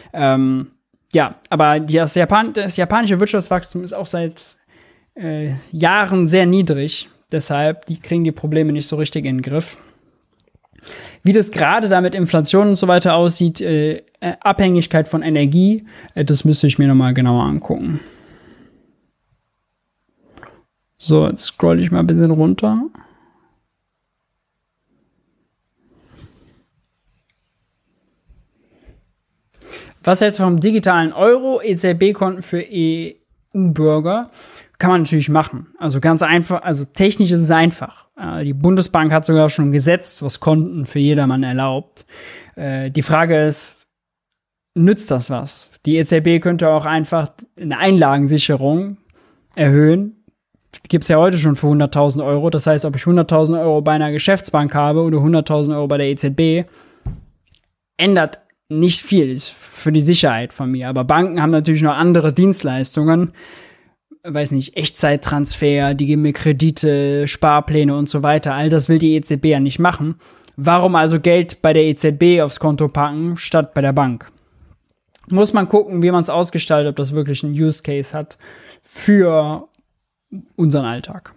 Aber das japanische Wirtschaftswachstum ist auch seit Jahren sehr niedrig. Deshalb, die kriegen die Probleme nicht so richtig in den Griff. Wie das gerade da mit Inflation und so weiter aussieht, Abhängigkeit von Energie, das müsste ich mir nochmal genauer angucken. So, jetzt scroll ich mal ein bisschen runter. Was hältst du vom digitalen Euro, EZB-Konten für EU-Bürger? Kann man natürlich machen. Also ganz einfach, also technisch ist es einfach. Die Bundesbank hat sogar schon ein Gesetz, was Konten für jedermann erlaubt. Die Frage ist, nützt das was? Die EZB könnte auch einfach eine Einlagensicherung erhöhen. Die gibt es ja heute schon für 100.000 Euro. Das heißt, ob ich 100.000 Euro bei einer Geschäftsbank habe oder 100.000 Euro bei der EZB, ändert nicht viel. Ist für die Sicherheit von mir. Aber Banken haben natürlich noch andere Dienstleistungen. Weiß nicht, Echtzeittransfer, die geben mir Kredite, Sparpläne und so weiter. All das will die EZB ja nicht machen. Warum also Geld bei der EZB aufs Konto packen, statt bei der Bank? Muss man gucken, wie man es ausgestaltet, ob das wirklich einen Use Case hat für unseren Alltag.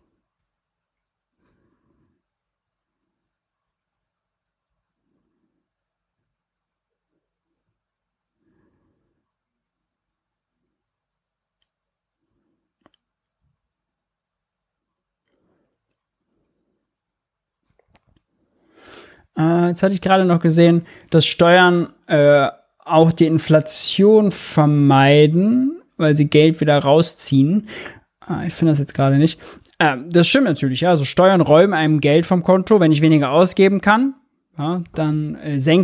Jetzt hatte ich gerade noch gesehen, dass Steuern auch die Inflation vermeiden, weil sie Geld wieder rausziehen. Ich finde das jetzt gerade nicht. Das stimmt natürlich, ja. Also Steuern räumen einem Geld vom Konto. Wenn ich weniger ausgeben kann, ja, dann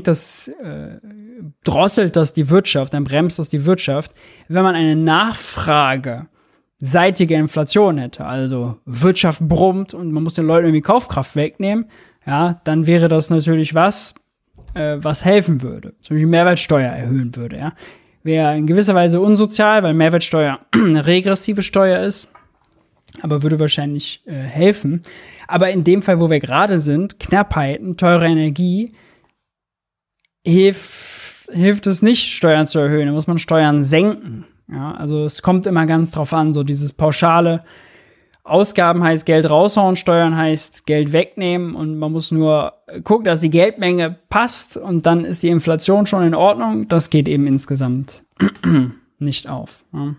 drosselt das die Wirtschaft, dann bremst das die Wirtschaft. Wenn man eine nachfrageseitige Inflation hätte, also Wirtschaft brummt und man muss den Leuten irgendwie Kaufkraft wegnehmen, ja, dann wäre das natürlich was helfen würde. Zum Beispiel Mehrwertsteuer erhöhen würde, ja. Wäre in gewisser Weise unsozial, weil Mehrwertsteuer eine regressive Steuer ist, aber würde wahrscheinlich helfen. Aber in dem Fall, wo wir gerade sind, Knappheiten, teure Energie, hilft es nicht, Steuern zu erhöhen. Da muss man Steuern senken. Ja, also es kommt immer ganz drauf an, so dieses pauschale Ausgaben heißt Geld raushauen, Steuern heißt Geld wegnehmen und man muss nur gucken, dass die Geldmenge passt und dann ist die Inflation schon in Ordnung. Das geht eben insgesamt nicht auf. Ja.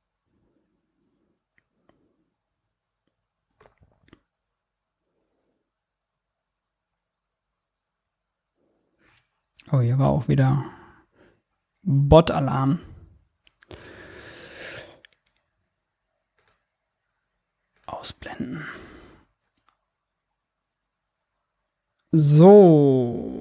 Oh, hier war auch wieder Bot-Alarm. Ausblenden. So.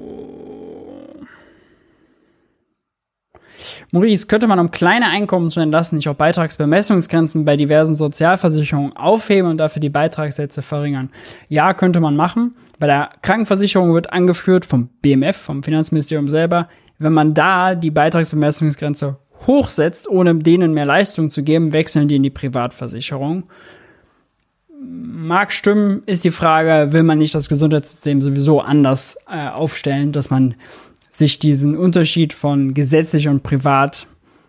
Maurice, könnte man, um kleine Einkommen zu entlasten, nicht auch Beitragsbemessungsgrenzen bei diversen Sozialversicherungen aufheben und dafür die Beitragssätze verringern? Ja, könnte man machen. Bei der Krankenversicherung wird angeführt vom BMF, vom Finanzministerium selber, wenn man da die Beitragsbemessungsgrenze hochsetzt, ohne denen mehr Leistung zu geben, wechseln die in die Privatversicherung. Mag stimmen, ist die Frage, will man nicht das Gesundheitssystem sowieso anders aufstellen, dass man sich diesen Unterschied von gesetzlich und privat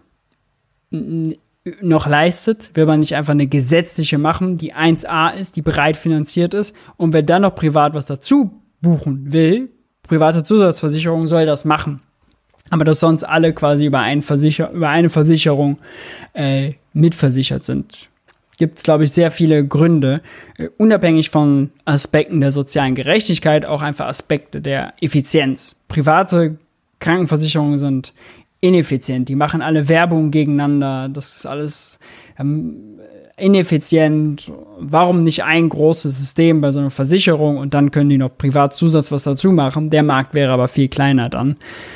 noch leistet? Will man nicht einfach eine gesetzliche machen, die 1A ist, die breit finanziert ist, und wer dann noch privat was dazu buchen will, private Zusatzversicherung, soll das machen. Aber dass sonst alle quasi über eine Versicherung mitversichert sind. Gibt es, glaube ich, sehr viele Gründe, unabhängig von Aspekten der sozialen Gerechtigkeit, auch einfach Aspekte der Effizienz. Private Krankenversicherungen sind ineffizient, die machen alle Werbung gegeneinander, das ist alles ineffizient. Warum nicht ein großes System bei so einer Versicherung und dann können die noch Privatzusatz was dazu machen? Der Markt wäre aber viel kleiner dann.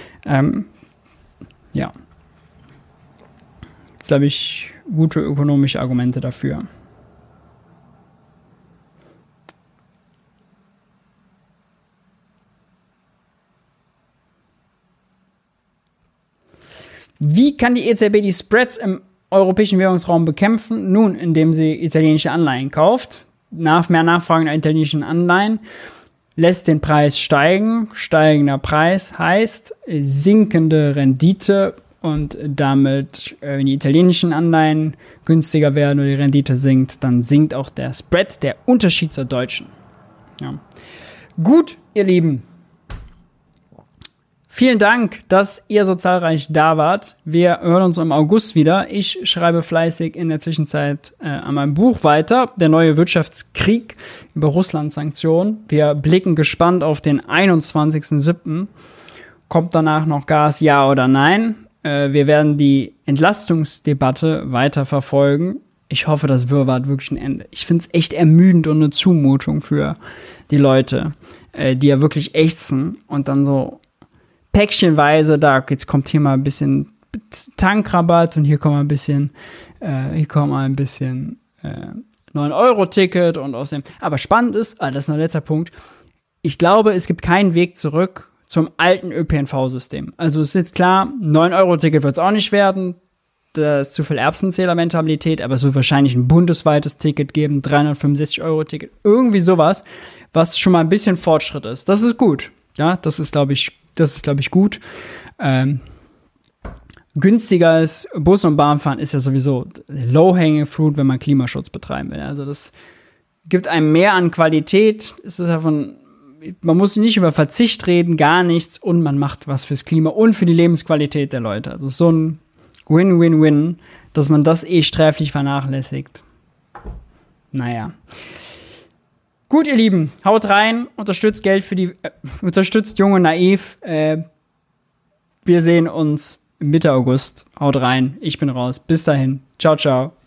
Ja. Jetzt glaube ich gute ökonomische Argumente dafür. Wie kann die EZB die Spreads im europäischen Währungsraum bekämpfen? Nun, indem sie italienische Anleihen kauft. Mehr Nachfragen nach italienischen Anleihen lässt den Preis steigen. Steigender Preis heißt sinkende Rendite. Und damit, wenn die italienischen Anleihen günstiger werden oder die Rendite sinkt, dann sinkt auch der Spread, der Unterschied zur deutschen. Ja. Gut, ihr Lieben. Vielen Dank, dass ihr so zahlreich da wart. Wir hören uns im August wieder. Ich schreibe fleißig in der Zwischenzeit an meinem Buch weiter. Der neue Wirtschaftskrieg über Russland-Sanktionen. Wir blicken gespannt auf den 21.07. Kommt danach noch Gas, ja oder nein? Wir werden die Entlastungsdebatte weiter verfolgen. Ich hoffe, das Wirrwarr hat wirklich ein Ende. Ich finde es echt ermüdend und eine Zumutung für die Leute, die ja wirklich ächzen und dann so päckchenweise, jetzt kommt hier mal ein bisschen Tankrabatt und hier kommt mal ein bisschen 9-Euro-Ticket und außerdem. Aber spannend ist, das ist noch letzter Punkt, ich glaube, es gibt keinen Weg zurück zum alten ÖPNV-System. Also es ist jetzt klar, 9-Euro-Ticket wird es auch nicht werden. Das ist zu viel Erbsenzähler-Mentalität, aber es wird wahrscheinlich ein bundesweites Ticket geben, 365-Euro-Ticket, irgendwie sowas, was schon mal ein bisschen Fortschritt ist. Das ist gut. Ja, das ist, glaube ich, gut. günstiger ist. Bus- und Bahnfahren ist ja sowieso low-hanging fruit, wenn man Klimaschutz betreiben will. Also das gibt einem mehr an Qualität. Es ist davon, man muss nicht über Verzicht reden, gar nichts. Und man macht was fürs Klima und für die Lebensqualität der Leute. Also so ein Win-Win-Win, dass man das sträflich vernachlässigt. Naja. Gut, ihr Lieben, haut rein, unterstützt unterstützt Jung und Naiv. Wir sehen uns Mitte August. Haut rein, ich bin raus. Bis dahin. Ciao, ciao.